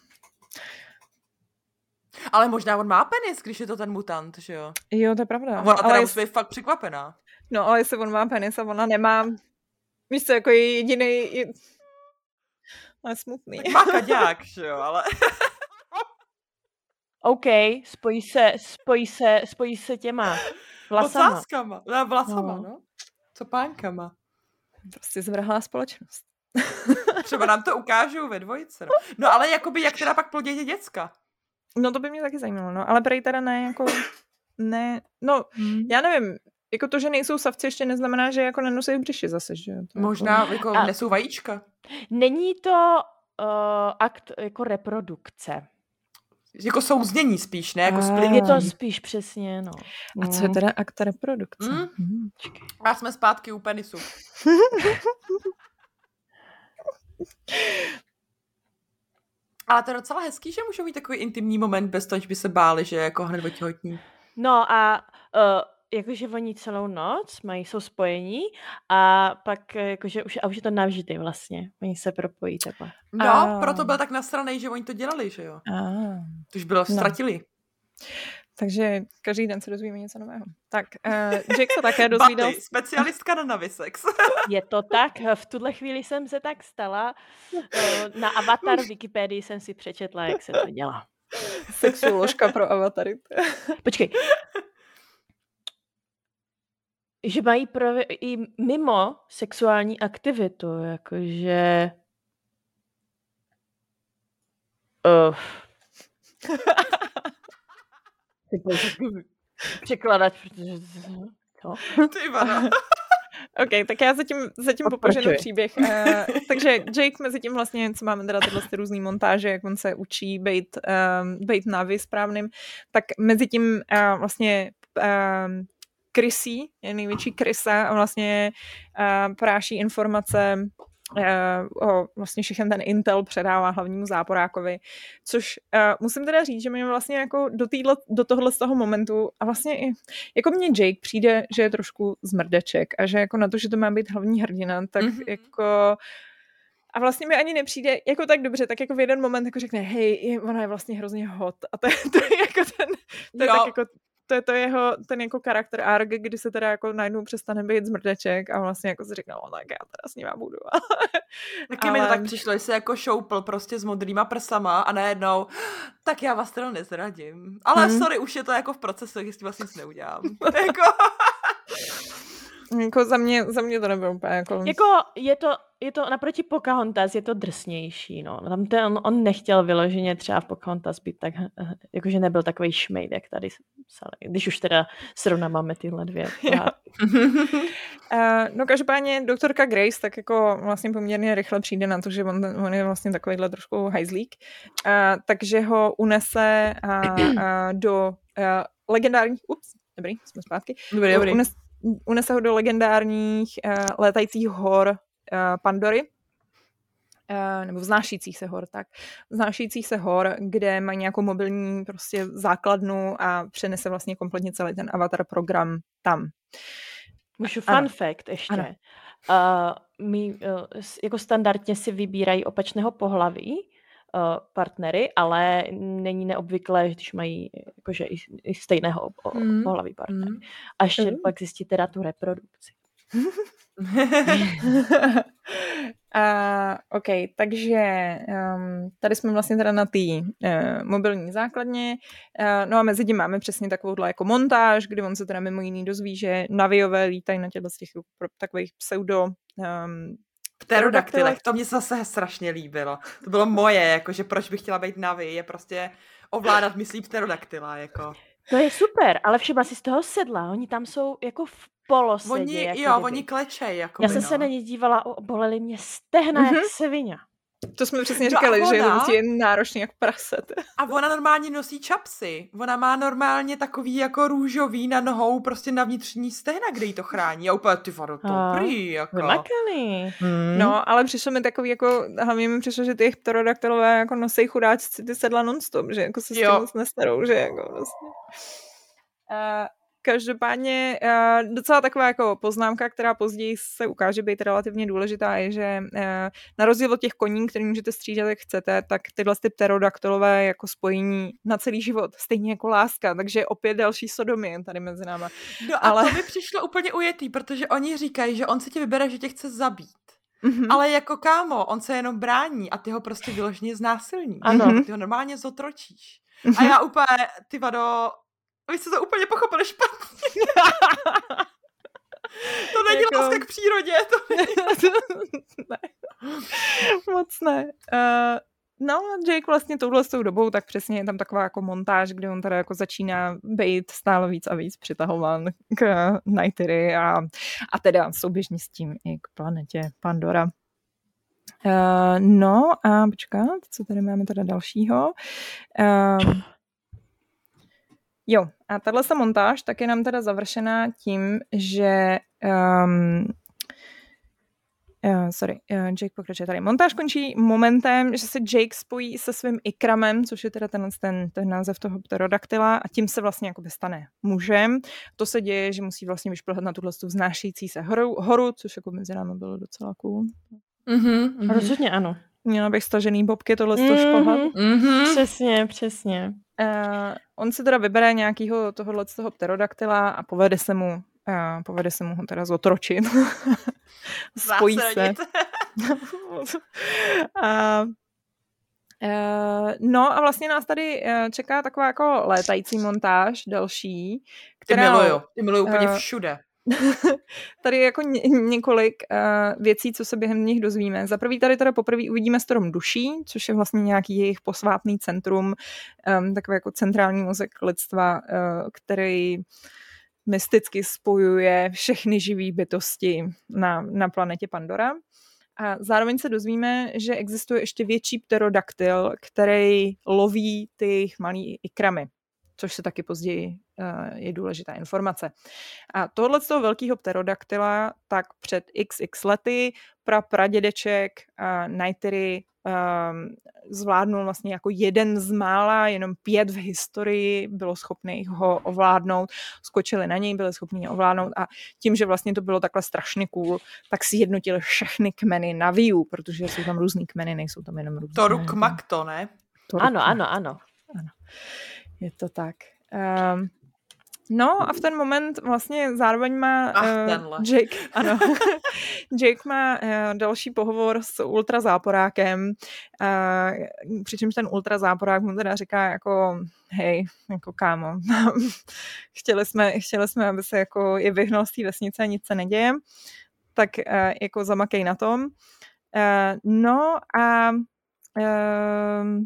Speaker 3: Ale možná on má penis, když je to ten mutant, že jo?
Speaker 1: Jo, to je pravda.
Speaker 3: A ona teda
Speaker 1: ale
Speaker 3: musí být fakt překvapená.
Speaker 1: No, ale jestli on má penis a ona nemá, víš co, jako je jedinej, je... ale smutný.
Speaker 3: Tak má kaďák, že jo, ale...
Speaker 2: OK, spojí se, spojí se, spojí se těma vlasama.
Speaker 3: Ocáskama, vlasama, no. no. Co pánkama.
Speaker 1: Prostě zvrhlá společnost.
Speaker 3: Třeba nám to ukážou ve dvojice. No, no ale jakoby, jak teda pak plodí děcka?
Speaker 1: No to by mě taky zajímalo, no, ale prej teda ne, jako, ne, no, hmm. já nevím, jako to, že nejsou savci, ještě neznamená, že jako nenosí v břiši zase, že jo.
Speaker 3: Možná jako a nesou vajíčka.
Speaker 2: Není to uh, akt jako reprodukce.
Speaker 3: Jako souznění spíš, ne? Jako
Speaker 2: splnění. Je to spíš přesně, no.
Speaker 1: A co je teda akt reprodukce? Mm.
Speaker 3: Mm. A jsme zpátky u penisu. Ale to je docela hezký, že můžou mít takový intimní moment bez toho, že by se báli, že jako hned otěhotní.
Speaker 2: No a uh, jakože oni celou noc mají, jsou spojení a pak jakože už, a už je to navždy vlastně. Oni se propojí takhle.
Speaker 3: No, a... proto byl tak nasranej, že oni to dělali, že jo. A... To už bylo, ztratili. No.
Speaker 1: Takže každý den se dozvíme něco nového. Tak, uh, Jake se také dozvídal...
Speaker 3: Baty, specialistka na navisex.
Speaker 2: Je to tak, v tuhle chvíli jsem se tak stala. Na Avatar Wikipedii jsem si přečetla, jak se to dělá.
Speaker 1: Sexuoložka pro avatary.
Speaker 2: Počkej. Že mají pro, i mimo sexuální aktivitu, jakože... Uh. Překladat, protože... Co?
Speaker 3: Ty vada.
Speaker 1: OK, tak já zatím, zatím popořenu příběh. Uh, takže Jake mezi tím vlastně, co máme teda tyhle různý montáže, jak on se učí bejt, um, bejt Navi správným, tak mezi tím uh, vlastně um, Chrissy, je největší krysa a vlastně uh, práší informace uh, o vlastně všechny ten intel předává hlavnímu záporákovi, což uh, musím teda říct, že mě vlastně jako do, týhle, do tohle z toho momentu a vlastně i, jako mně Jake přijde, že je trošku zmrdeček a že jako na to, že to má být hlavní hrdina, tak mm-hmm. jako a vlastně mi ani nepřijde jako tak dobře, tak jako v jeden moment jako řekne, hej, je, ona je vlastně hrozně hot a to je, to je jako ten, to je tak jako to je to jeho, ten jako charakter arc, kdy se teda jako najednou přestane být zmrdeček a vlastně jako si řekne, no tak já teda s nima budu.
Speaker 3: Taky ale... mi to tak přišlo, že se jako šoupl prostě s modrýma prsama a najednou, tak já vás teda nezradím. Ale hmm. sorry, už je to jako v procesu, jestli vlastně nic neudělám. jako...
Speaker 1: jako za mě, za mě to nebylo úplně jako...
Speaker 2: Jako je to, je to naproti Pocahontas je to drsnější, no. Tam ten, on, on nechtěl vyloženě třeba v Pocahontas být tak, jakože nebyl takovej šmejd, jak tady, když už teda srovna máme tyhle dvě.
Speaker 1: uh, no každopádně doktorka Grace tak jako vlastně poměrně rychle přijde na to, že on, on je vlastně takovýhle trošku hajzlík, uh, takže ho unese uh, uh, do uh, legendárních, ups, dobrý, jsme zpátky,
Speaker 3: dobrý, dobrý.
Speaker 1: Unes, unese ho do legendárních uh, létajících hor uh, Pandory, uh, nebo vznášících se hor, tak. Vznášících se hor, kde mají nějakou mobilní prostě základnu a přenese vlastně kompletně celý ten Avatar program tam.
Speaker 2: Můžu fun ano. fact ještě. Ano. Uh, my uh, jako standardně si vybírají opačného pohlaví uh, partnery, ale není neobvyklé, když mají jakože i, i stejného mm. pohlaví partnery. Mm. A ještě mm. pak zjistit teda tu reprodukci.
Speaker 1: uh, OK, takže um, tady jsme vlastně teda na té uh, mobilní základně, uh, no a mezi tím máme přesně takovouhle jako montáž, kdy on se teda mimo jiný dozví, že Naviové lítají na těchto z těch takových pseudo um,
Speaker 3: pterodaktylech. To mě zase strašně líbilo. To bylo moje, jakože proč bych chtěla být Navi, je prostě ovládat myslí pterodaktyla, jako.
Speaker 2: To je super, ale všimla si z toho sedla, oni tam jsou jako v polosedě.
Speaker 3: Oni,
Speaker 2: jako
Speaker 3: jo, kdyby. Oni klečej. Jako
Speaker 2: Já jsem
Speaker 3: no.
Speaker 2: se na ně dívala, bolely mě stehna mm-hmm. jak svině.
Speaker 1: To jsme přesně říkali, no že je náročný jak praset.
Speaker 3: A ona normálně nosí čapsy. Ona má normálně takový jako růžový na nohou prostě na vnitřní stehna, kde jí to chrání. A úplně ty vado, dobrý. Jako.
Speaker 2: Vymakaný.
Speaker 1: Hmm. No, ale přišlo mi takový jako, hlavně mi přišlo, že ty pterodaktylové jako nosí chudáčci ty sedla non-stop, že jako se s tím moc nestarou, že jako vlastně. Uh, Každopádně uh, docela taková jako poznámka, která později se ukáže být relativně důležitá, je, že uh, na rozdíl od těch koní, který můžete střídat, jak chcete, tak tyhle ty pterodaktylové jako spojení na celý život, stejně jako láska, takže opět další sodomie tady mezi náma.
Speaker 3: No a ale... to mi přišlo úplně ujetý, protože oni říkají, že on se tě vybere, že tě chce zabít. Mm-hmm. Ale jako kámo, on se jenom brání a ty ho prostě vyloženě znásilní.
Speaker 2: Ano.
Speaker 3: Ty ho normálně zotročíš. Mm-hmm. A já úplně, ty vado... Vy jste to úplně pochopili špatně. To není
Speaker 1: jako...
Speaker 3: láska k přírodě. To není...
Speaker 1: ne. Moc ne. Uh, no a Jake vlastně touhle s tou dobou, tak přesně je tam taková jako montáž, kde on teda jako začíná být stále víc a víc přitahován k Neytiri a, a teda souběžně s tím i k planetě Pandora. Uh, no a počkat, co tady máme teda dalšího? Uh, jo, a tato montáž tak je nám teda završená tím, že um, Uh, sorry, uh, Jake pokračuje tady. Montáž končí momentem, že se Jake spojí se svým ikramem, což je teda ten, ten, ten název toho pterodaktyla a tím se vlastně jakoby stane mužem. To se děje, že musí vlastně vyšplhat na tuhle vznášející se horu, horu, což jako mezi námi bylo docela cool.
Speaker 2: Mm-hmm, mm-hmm. Rozhodně ano.
Speaker 1: Měla bych stažený bobky tohle mm-hmm. šplhat.
Speaker 2: Mm-hmm. Přesně, přesně.
Speaker 1: Uh, on si teda vybere nějakýho tohohle z toho pterodaktyla a povede se mu a povede se mu ho teda zotročit. Spojí se. a, uh, no a vlastně nás tady uh, čeká taková jako létající montáž další. Která,
Speaker 3: ty miluju, ty miluju úplně uh, všude.
Speaker 1: Tady je jako ně, několik uh, věcí, co se během nich dozvíme. Za prvý tady teda poprvé uvidíme strom duší, což je vlastně nějaký jejich posvátný centrum, um, takový jako centrální mozek lidstva, uh, který mysticky spojuje všechny živý bytosti na, na planetě Pandora. A zároveň se dozvíme, že existuje ještě větší pterodaktyl, který loví ty malý ikramy, což se taky později uh, je důležitá informace. A tohle z toho velkého pterodaktyla tak před iks iks lety pra pradědeček uh, Neytiri um, zvládnul vlastně jako jeden z mála, jenom pět v historii bylo schopných ho ovládnout, skočili na něj, byli schopni ho ovládnout a tím, že vlastně to bylo takhle strašně cool, tak si jednotili všechny kmeny na Viu, protože jsou tam různý kmeny, nejsou tam jenom různý.
Speaker 3: Toruk Makto, ne?
Speaker 2: Toruk. Ano, ano, ano.
Speaker 1: Ano. Je to tak. Um, no a v ten moment vlastně zároveň má uh, Jake, ano, Jake má uh, další pohovor s ultrazáporákem, uh, přičemž ten ultrazáporák mu teda říká jako hej, jako kámo, chtěli jsme, chtěli jsme, aby se jako je vyhnal z té vesnice a nic se neděje, tak uh, jako zamakej na tom. Uh, no a uh,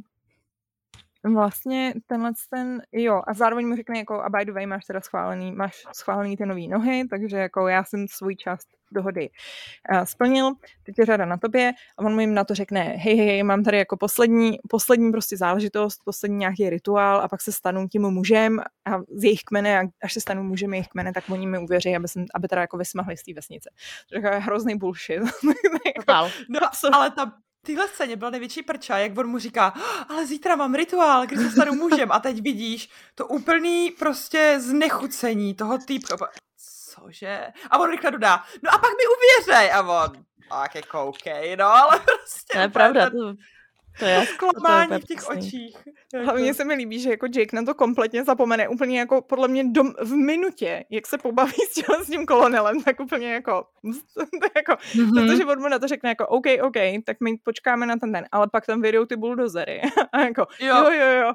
Speaker 1: vlastně tenhle ten, jo, a zároveň mu řekne jako a by the way, máš teda schválený, máš schválený ty nový nohy, takže jako já jsem svůj část dohody uh, splnil, teď je řada na tobě a on mu jim na to řekne, hej, hej, hej, mám tady jako poslední, poslední prostě záležitost, poslední nějaký rituál a pak se stanu tím mužem a z jejich kmene, a až se stanu mužem jejich kmene, tak oni mi uvěří, aby, jsem, aby teda jako vysmahli z té vesnice. To je hrozný bullshit.
Speaker 3: Total. No, ale ta téhle scéně byla největší prča, jak on mu říká, ale zítra mám rituál, kdy se stanu mužem a teď vidíš to úplný prostě znechucení toho týpka. Cože? A on rychle dodá, no a pak mi uvěřej. A on, tak je koukej, no ale prostě.
Speaker 2: To je pravda, to, to je
Speaker 3: zklamání v těch očích.
Speaker 1: Hlavně se mi líbí, že jako Jake na to kompletně zapomene, úplně jako podle mě dom, v minutě, jak se pobaví s, těle, s tím kolonelem, tak úplně jako, jako mm-hmm. protože on mu na to řekne jako OK, OK, tak my počkáme na ten den, ale pak tam vyjdou ty buldozery a jako jo, jo, jo, jo.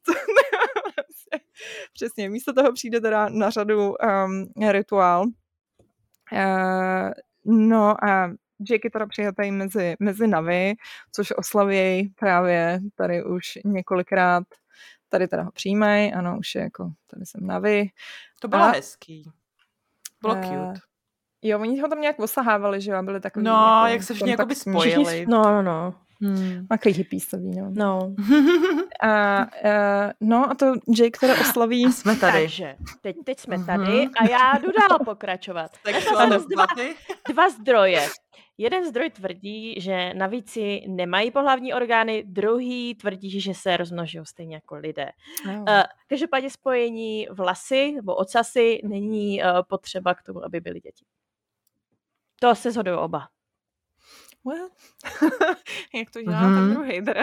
Speaker 1: Přesně, místo toho přijde teda na řadu um, rituál. Uh, no a Jake je teda přijatý mezi, mezi Navi, což oslavějí právě tady už několikrát. Tady teda ho přijímají, ano, už je jako, tady jsem Navi.
Speaker 3: To bylo a, hezký. Bylo uh, cute.
Speaker 1: Jo, oni ho tam nějak osahávali, že jo, byli takový.
Speaker 3: No, jako, jak se všichni jakoby spojili.
Speaker 2: No, no, no.
Speaker 1: Hmm. Takový hippísový, no.
Speaker 2: No.
Speaker 1: A, uh, no a to Jake teda oslaví.
Speaker 3: A jsme tady.
Speaker 2: Takže, teď, teď jsme tady a já jdu dál pokračovat.
Speaker 3: Ano,
Speaker 2: dva, dva zdroje. Jeden zdroj tvrdí, že navíci nemají pohlavní orgány, druhý tvrdí, že se rozmnožují stejně jako lidé. Oh. Uh, každopádně spojení vlasy nebo ocasy není uh, potřeba k tomu, aby byly děti. To se shodují oba.
Speaker 1: Well, jak to dělá mm-hmm. ten druhý? Teda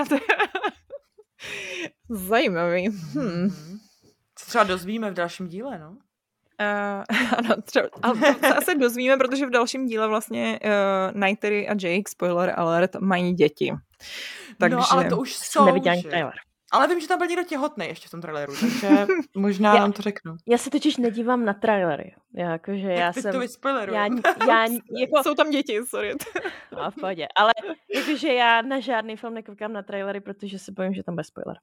Speaker 1: zajímavý. Hmm.
Speaker 3: Co třeba dozvíme v dalším díle, no?
Speaker 1: Uh, ano, třeba, ale to se asi dozvíme, protože v dalším díle vlastně uh, Neytiri a Jake, spoiler alert, mají děti. Takže...
Speaker 3: No, ale to už jsou,
Speaker 2: neviděl trailer.
Speaker 3: Ale vím, že tam byl někdo těhotný ještě v tom traileru, takže možná
Speaker 2: já,
Speaker 3: nám to řeknu.
Speaker 2: Já se totiž nedívám na trailery. Já, jakože já
Speaker 3: teď
Speaker 2: jsem...
Speaker 3: to vyspoilerujem.
Speaker 2: Já, já, jako,
Speaker 1: jsou tam děti, sorry.
Speaker 2: No, v pohodě. Ale jakože já na žádný film nekoukám na trailery, protože se bojím, že tam bude spoiler.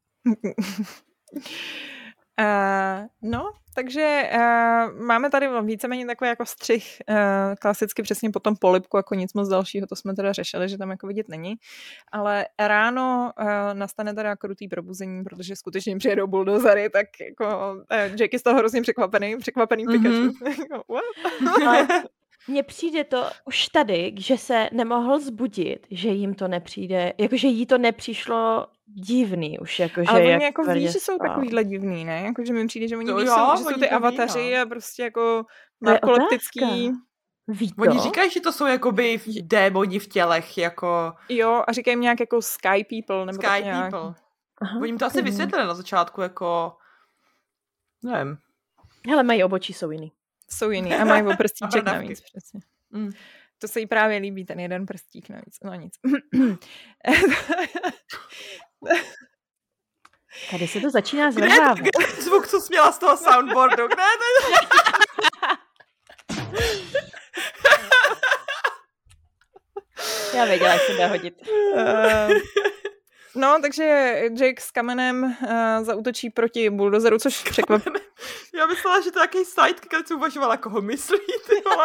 Speaker 1: Uh, no, takže uh, máme tady víceméně takový jako střih, uh, klasicky přesně po tom polibku, jako nic moc dalšího, to jsme teda řešili, že tam jako vidět není, ale ráno uh, nastane teda krutý probuzení, protože skutečně přijedou buldozery, tak jako uh, Jake je z toho hrozně překvapený, překvapený mm-hmm. Pikachu.
Speaker 2: What? Mně přijde to už tady, že se nemohl zbudit, že jim to nepřijde, jakože jí to nepřišlo divný už, jakože
Speaker 1: ale
Speaker 2: jak
Speaker 1: oni jako ví, že jsou
Speaker 2: spal.
Speaker 1: takovýhle divný, ne? Jakože mi přijde, že oni
Speaker 3: to
Speaker 1: ví,
Speaker 3: jo,
Speaker 1: jsou, že
Speaker 3: oni
Speaker 1: jsou ty
Speaker 3: to
Speaker 1: avataři
Speaker 3: ví, no.
Speaker 1: a prostě jako narkoleptický.
Speaker 2: Ví to?
Speaker 3: Oni říkají, že to jsou jakoby démoni v tělech, jako...
Speaker 1: Jo, a říkají nějak jako sky people, nebo
Speaker 3: Sky
Speaker 1: tak nějak.
Speaker 3: people. Aha, oni jim to asi vysvětlili na začátku, jako... Nevím.
Speaker 2: Hele, mají obočí, jsou jiný.
Speaker 1: Jsou jiný a mají o prstíček navíc, přesně. Mm. To se jí právě líbí, ten jeden prstík navíc. No nic.
Speaker 2: Tady se to začíná zvrhávat.
Speaker 3: Kde je ten zvuk, co směla z toho soundboardu? Kde je
Speaker 2: Já věděla, jak se dá hodit.
Speaker 1: Uh, no, takže Jake s kamenem uh, zaútočí proti buldozeru, což překvapí.
Speaker 3: Já myslela, že to je nějaký sidekick, který si uvažovala, koho myslí, ty vole.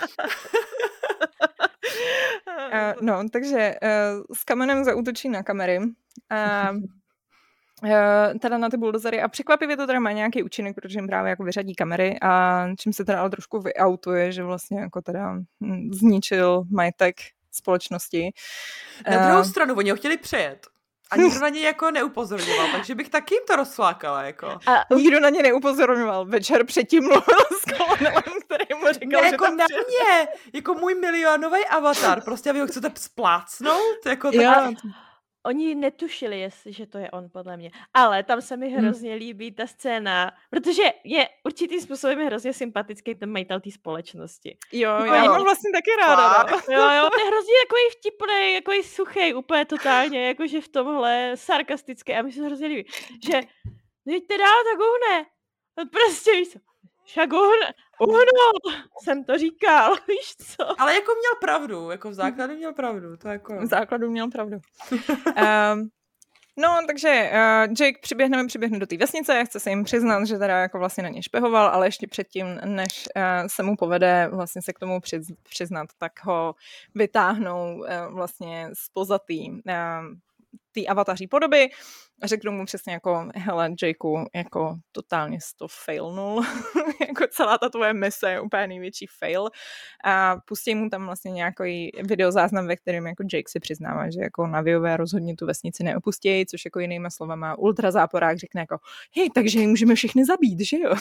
Speaker 1: uh, no, takže uh, s kamenem zaútočí na kamery. Uh, Uh, teda na ty buldozery a překvapivě to teda má nějaký účinek, protože jim právě jako vyřadí kamery a čím se teda ale trošku vyautuje, že vlastně jako teda hm, zničil majetek společnosti.
Speaker 3: Na druhou
Speaker 1: uh,
Speaker 3: stranu, oni ho chtěli přejet. A nikdo na něj jako neupozorňoval, takže bych taky jim to rozflákala, jako.
Speaker 1: A nikdo na ně neupozorňoval. Večer předtím mluvil s Colonelem, který mu říkal,
Speaker 3: ne,
Speaker 1: že
Speaker 3: jako
Speaker 1: tam
Speaker 3: na
Speaker 1: přijde.
Speaker 3: mě, jako můj milionový avatar, prostě a vy ho chcete splácnout, jako
Speaker 1: Jo.
Speaker 3: tak...
Speaker 2: Oni netušili, jestli, že to je on, podle mě. Ale tam se mi hrozně hmm. líbí ta scéna, protože je určitým způsobem hrozně sympatický ten majitel té společnosti.
Speaker 1: Jo, já
Speaker 3: jo.
Speaker 1: mám vlastně taky ráda. No.
Speaker 2: Jo, jo, to je hrozně takový vtipný, takový suchý, úplně totálně, jakože v tomhle sarkastický. A mi se to hrozně líbí, že jděte dál, tak uhne. Prostě víš co, však uhne, uhnu, jsem to říkal, víš co.
Speaker 3: Ale jako měl pravdu, jako v základu měl pravdu. To jako...
Speaker 1: V základu měl pravdu. um, no, takže uh, Jake přiběhne, přiběhne do té vesnice a chce se jim přiznat, že teda jako vlastně na ně špehoval, ale ještě předtím, než uh, se mu povede vlastně se k tomu přiz, přiznat, tak ho vytáhnou uh, vlastně z pozatý uh, té avataří podoby a řeknu mu přesně jako, hele, Jakeu, jako totálně jsi to failnul, jako celá ta tvoje mise je úplně největší fail a pustí mu tam vlastně nějaký videozáznam, ve kterém jako Jake si přiznává, že jako Naviové rozhodně tu vesnici neopustějí, což jako jinýma slovama ultrazáporák řekne jako, hej, takže ji můžeme všechny zabít, že jo?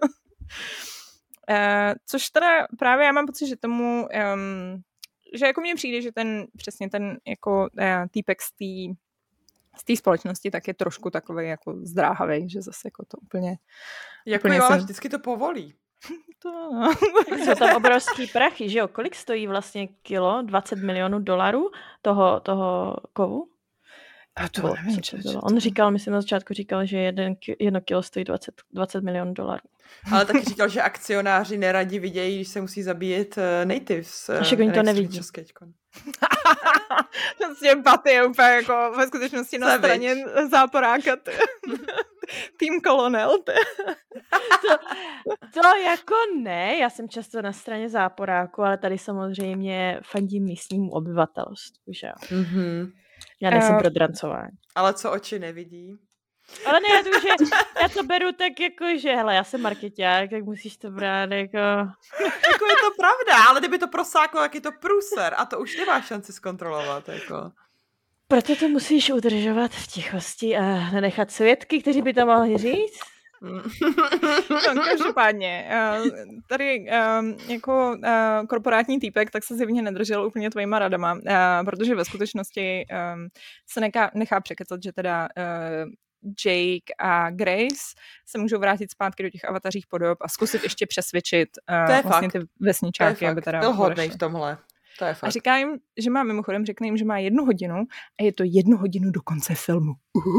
Speaker 1: uh, což teda právě já mám pocit, že tomu um, že jako mně přijde, že ten přesně ten jako uh, týpek z té z té společnosti tak je trošku takový jako zdráhavý, že zase jako to úplně...
Speaker 3: Jako
Speaker 1: úplně
Speaker 3: jo, ale
Speaker 1: jsem...
Speaker 3: vždycky to povolí.
Speaker 1: To no.
Speaker 2: Jsou tam obrovský prachy, že jo? Kolik stojí vlastně kilo? dvacet milionů dolarů toho, toho kovu?
Speaker 1: A to nevím, čo,
Speaker 2: to On říkal, myslím na začátku říkal, že jeden, jedno kilo stojí dvacet, dvacet milionů dolarů.
Speaker 3: Ale taky říkal, že akcionáři neradi vidějí, když se musí zabíjet uh, natives. Uh,
Speaker 2: Však oni to nevidí.
Speaker 1: Vlastně Paty je úplně jako ve skutečnosti na straně záporáka. Tým kolonel.
Speaker 2: to, to jako ne, já jsem často na straně záporáku, ale tady samozřejmě fandím místnímu obyvatelstvu, že jo.
Speaker 3: Mm-hmm.
Speaker 2: Já nejsem
Speaker 1: uh,
Speaker 2: pro drancování.
Speaker 3: Ale co oči nevidí?
Speaker 2: Ale ne, já to, že já to beru tak jako, že hele, já jsem markeťák, tak musíš to brát jako...
Speaker 3: Jako je to pravda, ale kdyby to prosáklo, jak je to průser a to už nemáš šanci zkontrolovat, jako...
Speaker 2: Proto to musíš udržovat v tichosti a nenechat svědky, kteří by to mohli říct.
Speaker 1: No, každopádně, tady jako korporátní týpek, tak se zjevně nedržel úplně tvojima radama, protože ve skutečnosti se nechá, nechá překecat, že teda Jake a Grace se můžou vrátit zpátky do těch avatařích podob a zkusit ještě přesvědčit
Speaker 3: to je
Speaker 1: vlastně
Speaker 3: fakt.
Speaker 1: ty vesničáky,
Speaker 3: to je
Speaker 1: aby teda...
Speaker 3: byl hodnej v tomhle. To je
Speaker 1: A
Speaker 3: fakt.
Speaker 1: říká jim, že má mimochodem, řekne jim, že má jednu hodinu a je to jednu hodinu do konce filmu.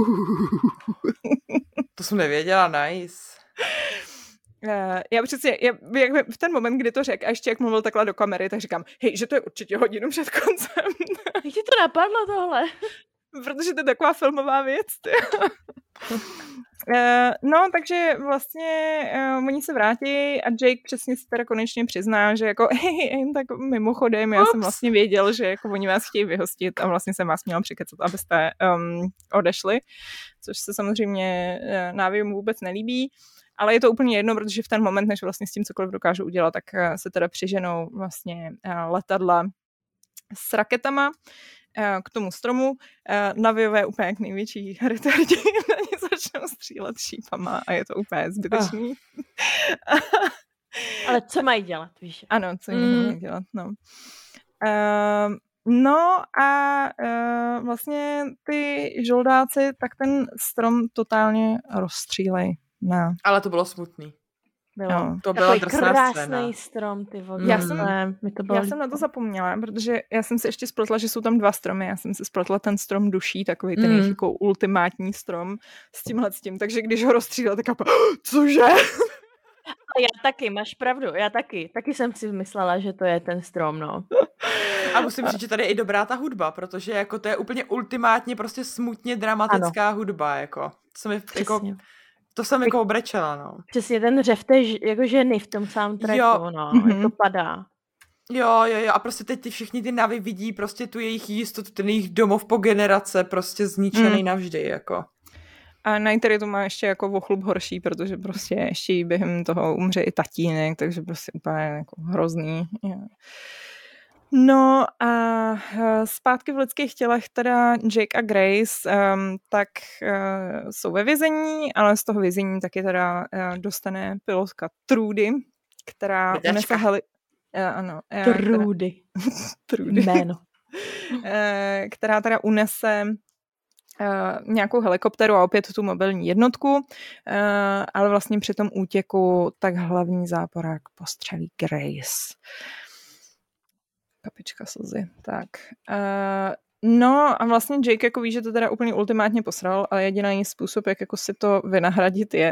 Speaker 3: To jsem nevěděla, nice.
Speaker 1: Uh, já přesně, já, jak v ten moment, kdy to řekl a ještě jak mluvil takhle do kamery, tak říkám, hej, že to je určitě hodinu před koncem.
Speaker 2: Jak ti to napadlo tohle?
Speaker 1: Protože to je taková filmová věc. uh, no, takže vlastně uh, oni se vrátí a Jake přesně si teda konečně přizná, že jako hej, hej, tak mimochodem, já
Speaker 3: Ups.
Speaker 1: jsem vlastně věděl, že jako oni vás chtějí vyhostit a vlastně jsem vás měla přikecat, abyste um, odešli, což se samozřejmě uh, Navimu vůbec nelíbí. Ale je to úplně jedno, protože v ten moment, než vlastně s tím cokoliv dokážu udělat, tak uh, se teda přiženou vlastně uh, letadla s raketama uh, k tomu stromu. Uh, Naviové úplně jak největší retardi na ně začnou střílet šípama a je to úplně zbytečný. Oh.
Speaker 2: Ale co mají dělat, víš?
Speaker 1: Ano, co
Speaker 3: Mm.
Speaker 1: jiného mají dělat, no. Uh, no a uh, vlastně ty žoldáci tak ten strom totálně rozstřílejí. No.
Speaker 3: Ale to bylo smutný.
Speaker 2: Bylo.
Speaker 1: No.
Speaker 3: To byla
Speaker 2: Takový
Speaker 3: drsná
Speaker 2: krásný
Speaker 3: scéna.
Speaker 2: strom, ty vole.
Speaker 3: Já
Speaker 1: jsem-
Speaker 2: mi to bylo
Speaker 1: Já jsem na to zapomněla, protože já jsem si ještě spletla, že jsou tam dva stromy. Já jsem si spletla ten strom duší, takový ten
Speaker 3: Mm.
Speaker 1: jejich jako ultimátní strom s tímhle s tím. Takže když ho rozstřílel, tak jako, cože?
Speaker 2: Já taky, máš pravdu, já taky. Taky jsem si myslela, že to je ten strom, no.
Speaker 3: A musím říct, že tady je i dobrá ta hudba, protože jako to je úplně ultimátně prostě smutně dramatická ano. hudba, jako. Co mi, jako
Speaker 2: Přesně.
Speaker 3: to jsem jako obrečela, no.
Speaker 2: Přesně ten řev té ž- jako ženy v tom soundtracku,
Speaker 3: Jo.
Speaker 2: no,
Speaker 1: Mhm.
Speaker 2: jak to padá.
Speaker 3: Jo, jo, jo, a prostě teď ty všichni ty navy vidí prostě tu jejich jistotu, ten jejich domov po generace prostě zničený
Speaker 1: Mm.
Speaker 3: navždy, jako.
Speaker 1: A Nightary to má ještě jako o chlup horší, protože prostě ještě jí během toho umře i tatínek, takže prostě úplně jako hrozný. No a zpátky v lidských tělech teda Jake a Grace um, tak uh, jsou ve vězení, ale z toho vězení taky teda uh, dostane pilotka Trudy, která
Speaker 3: Vědačka.
Speaker 1: unese heli... Uh, ano. Uh,
Speaker 2: Trudy.
Speaker 1: Trudy.
Speaker 2: Jméno.
Speaker 1: uh, která teda unese Uh, nějakou helikopteru a opět tu mobilní jednotku, uh, ale vlastně při tom útěku tak hlavní záporák postřelí Grace. Kapička slzy. Tak. Uh, no a vlastně Jake jako ví, že to teda úplně ultimátně posral, ale jediný způsob, jak jako si to vynahradit je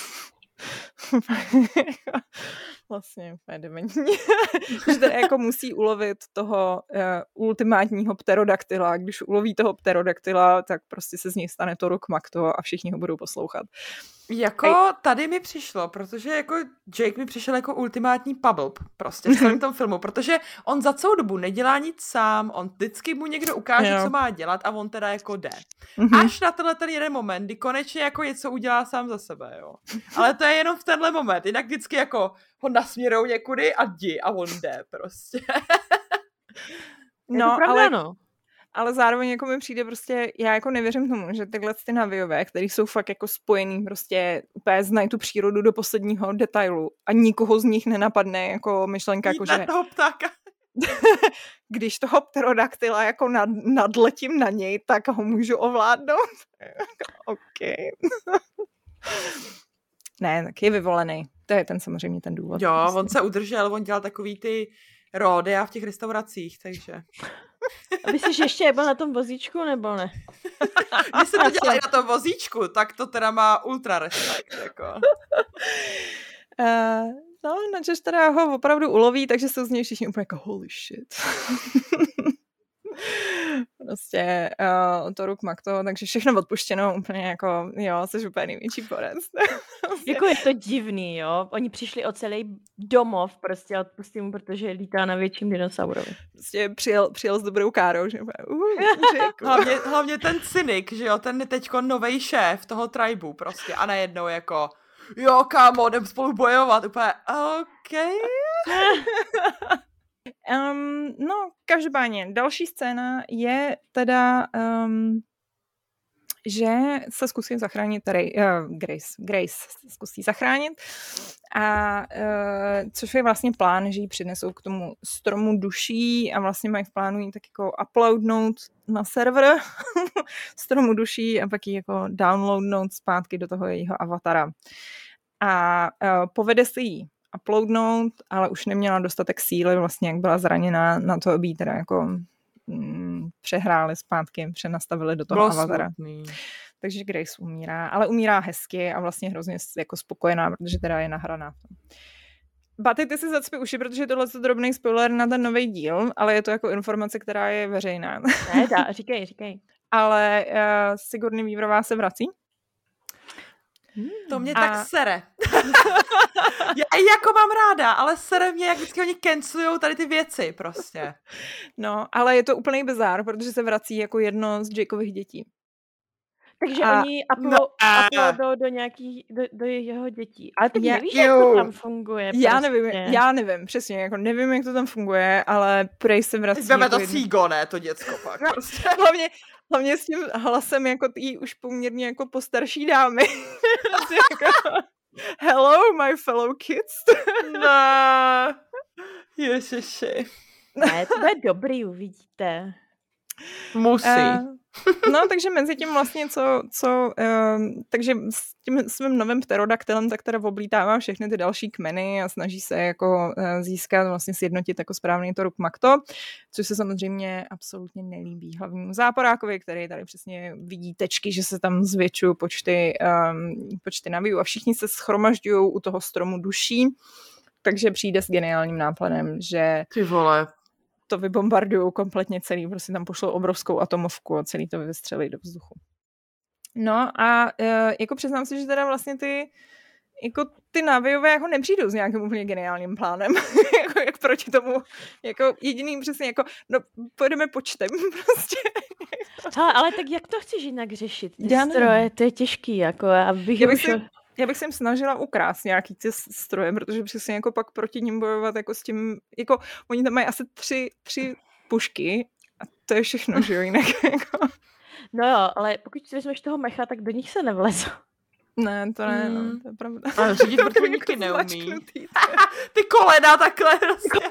Speaker 1: vlastně úplně dementní. Že teda jako musí ulovit toho uh, ultimátního pterodaktyla. Když uloví toho pterodaktyla, tak prostě se z něj stane to Rok Makto a všichni ho budou poslouchat.
Speaker 3: Jako
Speaker 1: Ej.
Speaker 3: tady mi přišlo, protože jako Jake mi přišel jako ultimátní pubble prostě v celém tom filmu, protože on za celou dobu nedělá nic sám, on vždycky mu někdo ukáže,
Speaker 1: Jo.
Speaker 3: co má dělat a on teda jako jde.
Speaker 1: Mhm.
Speaker 3: Až na tenhle ten jeden moment, kdy konečně jako něco udělá sám za sebe, jo. Ale to je jenom v tenhle moment, jinak vždycky jako ho nasměrou někudy a jdi a on jde prostě.
Speaker 2: Je
Speaker 1: No,
Speaker 2: to pravda,
Speaker 1: ale
Speaker 2: no.
Speaker 1: Ale zároveň jako mi přijde prostě, já jako nevěřím tomu, že tyhle ty naviové, který jsou fakt jako spojený, prostě úplně znají tu přírodu do posledního detailu a nikoho z nich nenapadne jako myšlenka, jako
Speaker 3: Jít na
Speaker 1: že
Speaker 3: toho ptáka.
Speaker 1: když toho pterodaktyla jako nad, nadletím na něj, tak ho můžu ovládnout. OK. Ne, tak je vyvolený. To je ten samozřejmě ten důvod.
Speaker 3: Jo,
Speaker 1: prostě.
Speaker 3: on se udržel, on dělal takový ty ródy a v těch restauracích, takže.
Speaker 2: A myslíš, že ještě byl na tom vozíčku, nebo ne?
Speaker 3: Když se to dělá i na tom vozíčku, tak to teda má ultra respekt, jako.
Speaker 1: Uh, no, načež teda ho opravdu uloví, takže jsou z něj všichni úplně jako holy shit. Prostě uh, to Ruk Makto, takže všechno odpuštěno, úplně jako, jo, jsi úplně největší porec.
Speaker 2: Jako je to divný, jo? Oni přišli o celý domov prostě odpustím mu, protože lítá na větším dinosaurovi.
Speaker 1: Prostě přijel, přijel s dobrou károu, že úplně, uh, Jake.
Speaker 3: Hlavně, hlavně ten cynik, že jo, ten je teďko novej šéf toho tribu prostě a najednou jako jo, kámo, jdem spolu bojovat, úplně OK.
Speaker 1: Um, no, každopádně, další scéna je teda, um, že se zkusí zachránit tady, uh, Grace, Grace se zkusí zachránit a uh, což je vlastně plán, že ji přinesou k tomu stromu duší a vlastně mají v plánu ji tak jako uploadnout na server stromu duší a pak ji jako downloadnout zpátky do toho jejího avatara. A uh, povede se jí uploadnout, ale už neměla dostatek síly vlastně, jak byla zraněná na to, aby ji teda jako mm, přehráli zpátky, přenastavili do toho
Speaker 3: Bylo
Speaker 1: avatara.
Speaker 3: smutný.
Speaker 1: Takže Grace umírá, ale umírá hezky a vlastně hrozně jako spokojená, protože teda je nahraná. Baty, ty si zacpi uši, protože tohle je drobný spoiler na ten nový díl, ale je to jako informace, která je veřejná.
Speaker 2: Ne, dá, říkej, říkej.
Speaker 1: Ale uh, Sigourney Weaverová se vrací.
Speaker 3: To mě
Speaker 1: A-
Speaker 3: tak sere. Já ji jako mám ráda, ale sere mě, jak vždycky oni cancelujou tady ty věci prostě.
Speaker 1: No, ale je to úplný bizár, protože se vrací jako jedno z Jakeových dětí.
Speaker 2: Takže
Speaker 1: A-
Speaker 2: oni uplo-
Speaker 3: no a-
Speaker 2: uploadou do nějakých, do, do jeho dětí. Ale teď
Speaker 1: Já-
Speaker 2: nevíš, jak to
Speaker 3: jo.
Speaker 2: tam funguje.
Speaker 1: Já
Speaker 2: prostě.
Speaker 1: nevím, já nevím, přesně, jako nevím, jak to tam funguje, ale prej se vrací.
Speaker 3: Teď veme
Speaker 1: jako
Speaker 3: to
Speaker 1: jedno-
Speaker 3: Cígo, ne, to děcko pak. Prostě.
Speaker 1: hlavně, hlavně s tím hlasem jako tý už poměrně jako postarší dámy. Prostě jako, hello, my fellow kids.
Speaker 3: Ne. Ježiši.
Speaker 2: Ne, to bude dobrý, uvidíte.
Speaker 3: Musí.
Speaker 1: Uh, no, takže mezi tím vlastně, co, co um, takže s tím svým novým pterodaktelem tak teda oblítává všechny ty další kmeny a snaží se jako uh, získat, vlastně sjednotit jako správný to Rukmakto, což se samozřejmě absolutně nelíbí hlavnímu záporákovi, který tady přesně vidí tečky, že se tam zvětšují počty, um, počty navíjů a všichni se schromažďují u toho stromu duší, takže přijde s geniálním nápadem, že
Speaker 3: Ty vole.
Speaker 1: to vybombardují kompletně celý, prostě tam pošlou obrovskou atomovku a celý to vystřelí do vzduchu. No a e, jako přiznám si, že teda vlastně ty jako ty návijové jako nepřijdou s nějakým úplně geniálním plánem, jako jak proti tomu, jako jediným přesně jako, no pojedeme počtem prostě.
Speaker 2: Hele, ale tak jak to chceš jinak řešit? Ty
Speaker 1: Já nevím.
Speaker 2: stroje, to je těžký, jako, abych
Speaker 1: Já bych
Speaker 2: už...
Speaker 1: si- Já bych se jim snažila ukrást nějaký ty s- stroje, protože přesně jako pak proti ním bojovat jako s tím, jako oni tam mají asi tři, tři pušky a to je všechno, že jo, jinak jako.
Speaker 2: No jo, ale pokud si vezmeš toho mecha, tak do nich se nevleze.
Speaker 1: Ne, to ne,
Speaker 3: Mm.
Speaker 1: no, to je pravda.
Speaker 3: Ale řídit
Speaker 1: To je
Speaker 3: vrtulníky
Speaker 1: jako
Speaker 3: neumí.
Speaker 1: zmačknutý.
Speaker 3: Ty kolena takhle prostě.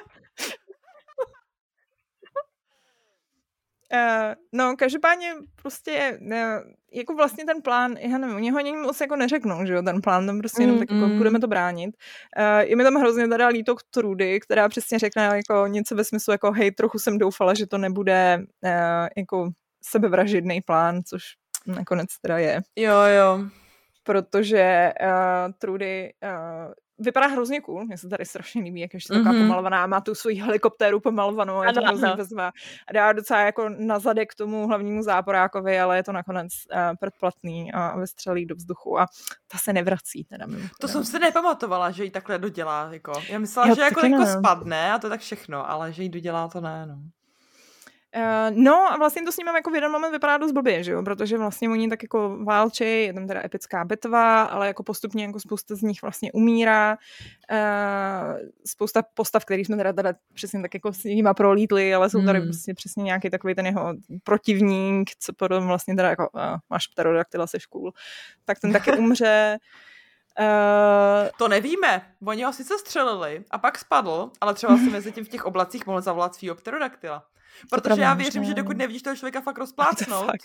Speaker 1: Uh, no, každopádně prostě uh, jako vlastně ten plán, já nevím, oni ho ani moc jako neřeknou, že jo, ten plán, tam prostě jenom
Speaker 3: Mm,
Speaker 1: tak jako
Speaker 3: mm.
Speaker 1: budeme to bránit. Uh, je mi tam hrozně teda líto k Trudy, která přesně řekne jako něco ve smyslu jako hej, trochu jsem doufala, že to nebude uh, jako sebevražedný plán, což nakonec teda je.
Speaker 3: Jo, jo.
Speaker 1: Protože uh, Trudy uh, vypadá hrozně cool, mně se tady strašně líbí, jak ještě taková
Speaker 3: Mhm.
Speaker 1: pomalovaná, má tu svoji helikoptéru pomalovanou, je to
Speaker 2: Ano,
Speaker 1: hrozně
Speaker 2: ano.
Speaker 1: vezva a dá docela jako na zadek tomu hlavnímu záporákovi, ale je to nakonec uh, předplatný a vystřelí do vzduchu a ta se nevrací teda.
Speaker 3: To
Speaker 1: mimochodem.
Speaker 3: jsem si nepamatovala, že ji takhle dodělá. Jako. Já myslela,
Speaker 1: Jo,
Speaker 3: že jako,
Speaker 1: taky
Speaker 3: jako
Speaker 1: ne.
Speaker 3: spadne a to je tak všechno, ale že ji dodělá, to ne. No.
Speaker 1: Uh, no a vlastně to s ním jako v jeden moment vypadá dost blbě, že jo, protože vlastně oni tak jako válčí, je tam teda epická bitva, ale jako postupně jako spousta z nich vlastně umírá, uh, spousta postav, kterých jsme teda, teda přesně tak jako s nima prolítli, ale jsou tady
Speaker 3: Hmm.
Speaker 1: prostě přesně nějaký takový ten jeho protivník, co potom vlastně teda jako uh, máš pterodaktyla, seš cool, tak ten taky umře. Uh,
Speaker 3: To nevíme. Oni ho sice střelili a pak spadl, ale třeba si mezi tím v těch oblacích mohl zavolat svýho pterodaktila. Protože
Speaker 1: pravda,
Speaker 3: já věřím,
Speaker 1: možná,
Speaker 3: že dokud
Speaker 1: no.
Speaker 3: nevidíš toho člověka fakt
Speaker 1: to
Speaker 3: rozplácnout,
Speaker 1: fakt.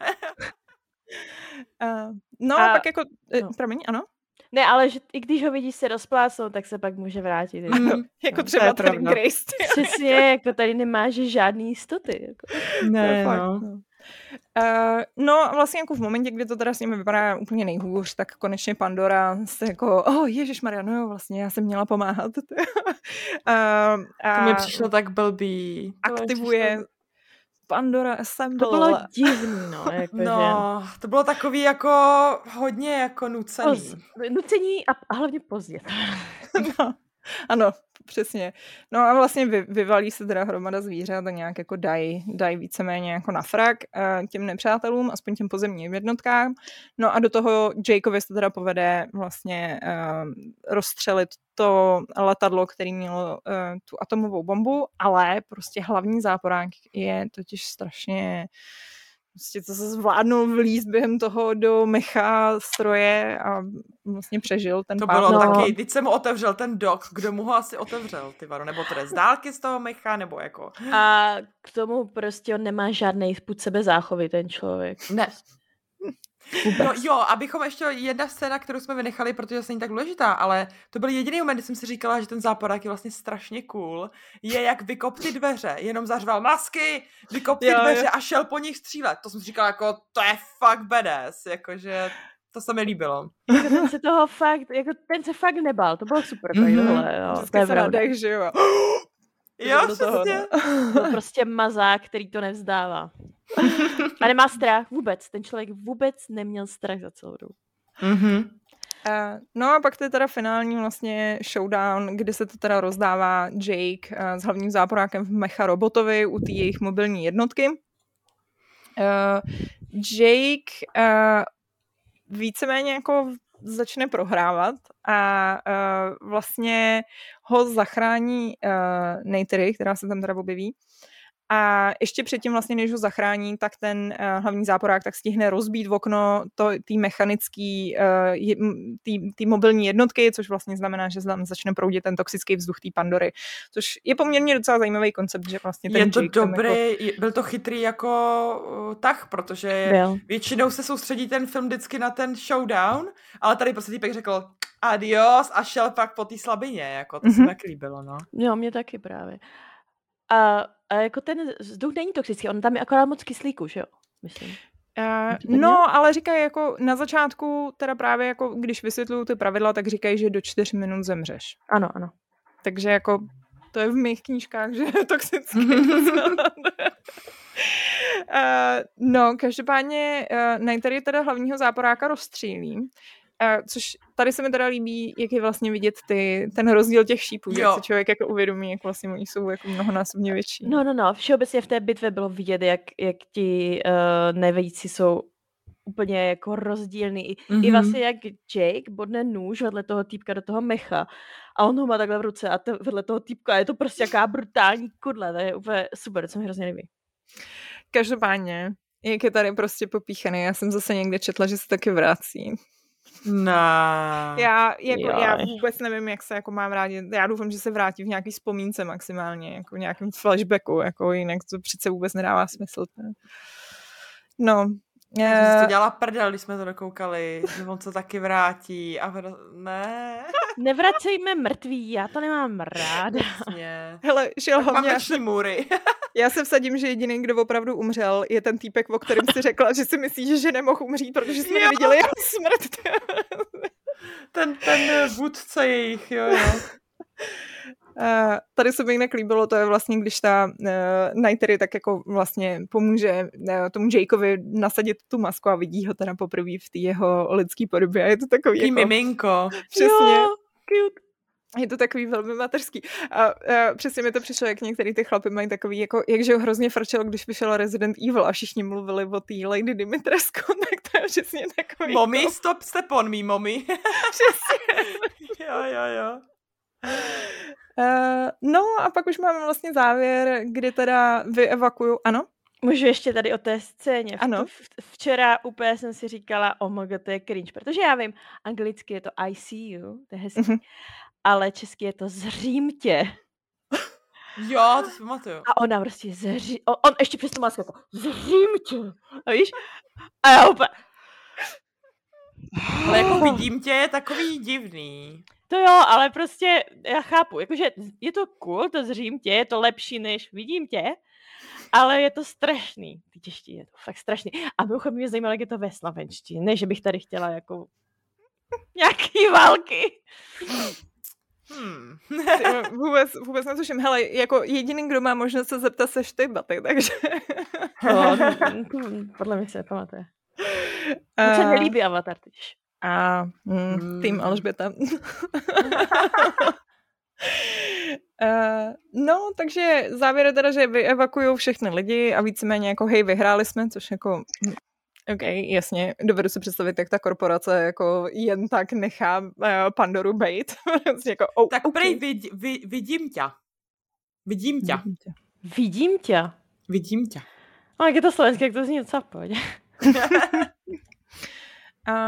Speaker 1: uh, no a
Speaker 2: A-
Speaker 1: pak jako, uh,
Speaker 2: no.
Speaker 1: promiň, ano?
Speaker 2: Ne, ale že, i když ho vidíš se rozplácnout, tak se pak může vrátit. Jako.
Speaker 3: Mm,
Speaker 1: Jako
Speaker 3: to
Speaker 1: třeba
Speaker 3: je
Speaker 1: tady
Speaker 3: pravda.
Speaker 1: Grace.
Speaker 2: Přesně, jako tady nemáš žádný jistoty. Jako.
Speaker 3: Ne,
Speaker 1: fakt,
Speaker 3: no.
Speaker 1: no. Uh, no a vlastně jako v momentě, kdy to teda s nimi vypadá úplně nejhůř, tak konečně Pandora se jako, oh ježišmarja, no jo, vlastně já jsem měla pomáhat. uh, a
Speaker 3: To mi přišlo tak blbý. To mi
Speaker 1: aktivuje
Speaker 3: přišlo-
Speaker 1: Pandora Assemble.
Speaker 2: To bylo divný, no. Jako, že...
Speaker 3: No, to bylo takový jako hodně jako nucený.
Speaker 2: Poz, nucení a, a hlavně pozdě.
Speaker 1: no, ano, přesně. No a vlastně vy, vyvalí se teda hromada zvířat a nějak jako dají, dají víceméně jako na frak uh, těm nepřátelům, aspoň těm pozemním jednotkám. No a do toho Jakeovi se teda povede vlastně uh, rozstřelit to letadlo, který mělo uh, tu atomovou bombu, ale prostě hlavní záporák je totiž strašně prostě to se zvládnul vlízt během toho do mecha stroje a vlastně přežil ten
Speaker 3: To
Speaker 1: pád.
Speaker 3: bylo
Speaker 2: No.
Speaker 3: taky, teď jsem mu otevřel ten dok, kdo mu ho asi otevřel, ty varo, nebo teda z dálky z toho mecha, nebo jako,
Speaker 2: A k tomu prostě on nemá žádný pud sebezáchovy, ten člověk.
Speaker 3: ne. No jo, abychom ještě jedna scéna, kterou jsme vynechali, protože to není tak důležitá, ale to byl jediný moment, kdy jsem si říkala, že ten záporák je vlastně strašně cool, je jak vykop ty dveře, jenom zařval masky, vykop ty
Speaker 1: jo,
Speaker 3: dveře
Speaker 1: jo.
Speaker 3: a šel po nich střílet. To jsem si říkala jako, to je fakt badass, jakože to se mi líbilo.
Speaker 2: Jako ten se toho fakt, jako ten se fakt nebál, to bylo super.
Speaker 3: Mhm.
Speaker 2: Tohle, jo, to
Speaker 1: Vždycky
Speaker 2: je
Speaker 1: se
Speaker 2: pravda.
Speaker 1: nadech, že jo.
Speaker 3: Jo,
Speaker 1: do toho,
Speaker 3: přesně.
Speaker 2: Byl prostě mazák, který to nevzdává. A nemá strach vůbec. Ten člověk vůbec neměl strach za celou dobu.
Speaker 3: Mhm.
Speaker 1: Uh, no a pak to je teda finální vlastně showdown, kdy se to teda rozdává Jake uh, s hlavním záporákem v mecha robotovi u té jejich mobilní jednotky. Uh, Jake uh, víceméně jako začne prohrávat a uh, vlastně ho zachrání uh, Neytiri, která se tam teda objeví. A ještě předtím vlastně, než ho zachrání, tak ten uh, hlavní záporák tak stihne rozbít v okno té mechanický, uh, té mobilní jednotky, což vlastně znamená, že tam začne proudit ten toxický vzduch té Pandory. Což je poměrně docela zajímavý koncept, že vlastně ten
Speaker 3: Je to
Speaker 1: Jake
Speaker 3: dobrý,
Speaker 1: jako...
Speaker 3: byl to chytrý jako uh, tah, protože
Speaker 2: Byl.
Speaker 3: většinou se soustředí ten film vždycky na ten showdown, ale tady prostě týpek řekl adios a šel pak po té slabině, jako to mm-hmm. se mi jak líbilo, no.
Speaker 2: Jo, mě taky právě. A, a jako ten vzduch není toxický, on tam je akorát moc kyslíku, že jo? Myslím.
Speaker 1: Uh, no, ale říkají jako na začátku, teda právě jako když vysvětlují ty pravidla, tak říkají, že do čtyř minut zemřeš.
Speaker 2: Ano, ano.
Speaker 1: Takže jako to je v mých knížkách, že je toxický. uh, no, každopádně uh, Neytiri teda hlavního záporáka rozstřílí. Uh, což tady se mi teda líbí, jak je vlastně vidět ty, ten rozdíl těch šípů, jo. Jak se člověk jako uvědomí, jak vlastně oni jsou jako mnohonásobně větší.
Speaker 2: No, no, no, všeobecně v té bitvě bylo vidět, jak, jak ti uh, nevějící jsou úplně jako rozdílný. Mm-hmm. I vlastně jak Jake bodne nůž vedle toho týpka do toho mecha a on ho má takhle v ruce a to, vedle toho týpka je to prostě jaká brutální kudle, to je úplně super, to se mi hrozně líbí.
Speaker 1: Každopádně, jak je tady prostě popíchaný, já jsem zase někde četla, že se taky vrací.
Speaker 3: No.
Speaker 1: Já, jako, já vůbec nevím, jak se jako mám rádi. Já doufám, že se vrátí v nějaký vzpomínce maximálně, jako v nějakém flashbacku, jako jinak to přece vůbec nedává smysl. No.
Speaker 3: Já jsem si to dělala prdel, když jsme to dokoukali, že on se taky vrátí a vr... ne.
Speaker 2: Nevracejme mrtví, já to nemám ráda.
Speaker 3: Jasně.
Speaker 1: Hele, šel hlavně...
Speaker 3: Mám noční můry.
Speaker 1: Já se vsadím, že jediný, kdo opravdu umřel, je ten týpek, o kterém si řekla, že si myslíš, že nemohl umřít, protože jsme jo. neviděli jeho smrt.
Speaker 3: ten, ten vůdce jejich, jo, jo.
Speaker 1: Uh, tady se mi jinak líbilo, to je vlastně, když ta uh, Neytiri tak jako vlastně pomůže uh, tomu Jakeovi nasadit tu masku a vidí ho teda poprvé v té jeho lidský podobě a je to takový
Speaker 3: Tý
Speaker 1: jako...
Speaker 3: miminko.
Speaker 1: Přesně.
Speaker 2: Jo, cute.
Speaker 1: Je to takový velmi mateřský. A, a přesně mi to přišlo, jak některý ty chlapy mají takový, jako, jakže ho hrozně frčelo, když vyšel Resident Evil a všichni mluvili o té Lady Dimitrescu, tak to je přesně takový.
Speaker 3: Mommy,
Speaker 1: to...
Speaker 3: stop, step on me, mommy.
Speaker 1: Přesně.
Speaker 3: jo, jo, jo.
Speaker 1: Uh, no a pak už máme vlastně závěr, kdy teda vyevakuju, ano?
Speaker 2: Můžu ještě tady o té scéně.
Speaker 1: Ano.
Speaker 2: Včera úplně jsem si říkala, oh my god, to je cringe, protože já vím, anglicky je to I see you, to je hezký, mm-hmm. ale česky je to zřím tě.
Speaker 3: Jo, to si pamatuju.
Speaker 2: A ona prostě zří... On, on ještě přes to má jako zřím tě. A víš? A já úplně...
Speaker 3: Ale jako vidím tě, je takový divný.
Speaker 2: To jo, ale prostě já chápu, jakože je to cool, to zřím tě, je to lepší než vidím tě, ale je to strašný. Ty čeští, je to fakt strašný. A mimochodem mě zajímalo, jak je to ve slovenštině, ne, že bych tady chtěla jako nějaký války.
Speaker 3: Hmm.
Speaker 1: vůbec, vůbec netuším. Hele, jako jediný, kdo má možnost se zeptat, seš ty, Baty, takže...
Speaker 2: no, podle mě se nepamatuje. Mně se nelíbí Avatar totiž.
Speaker 1: A mm, mm. tým Alžběta. uh, no, takže závěr je teda, že vyevakuují všechny lidi a víceméně jako hej, vyhráli jsme, což jako ok, jasně, dovedu si představit, jak ta korporace jako jen tak nechá uh, Pandoru bejt. jako, oh,
Speaker 3: tak
Speaker 1: okay.
Speaker 3: prej vid, vid, vidím tě. Vidím tě.
Speaker 2: Vidím tě. Vidím tě.
Speaker 3: Vidím tě.
Speaker 2: Ale jak je to slovenské, jak to zní docela v pohodě.
Speaker 1: Uh,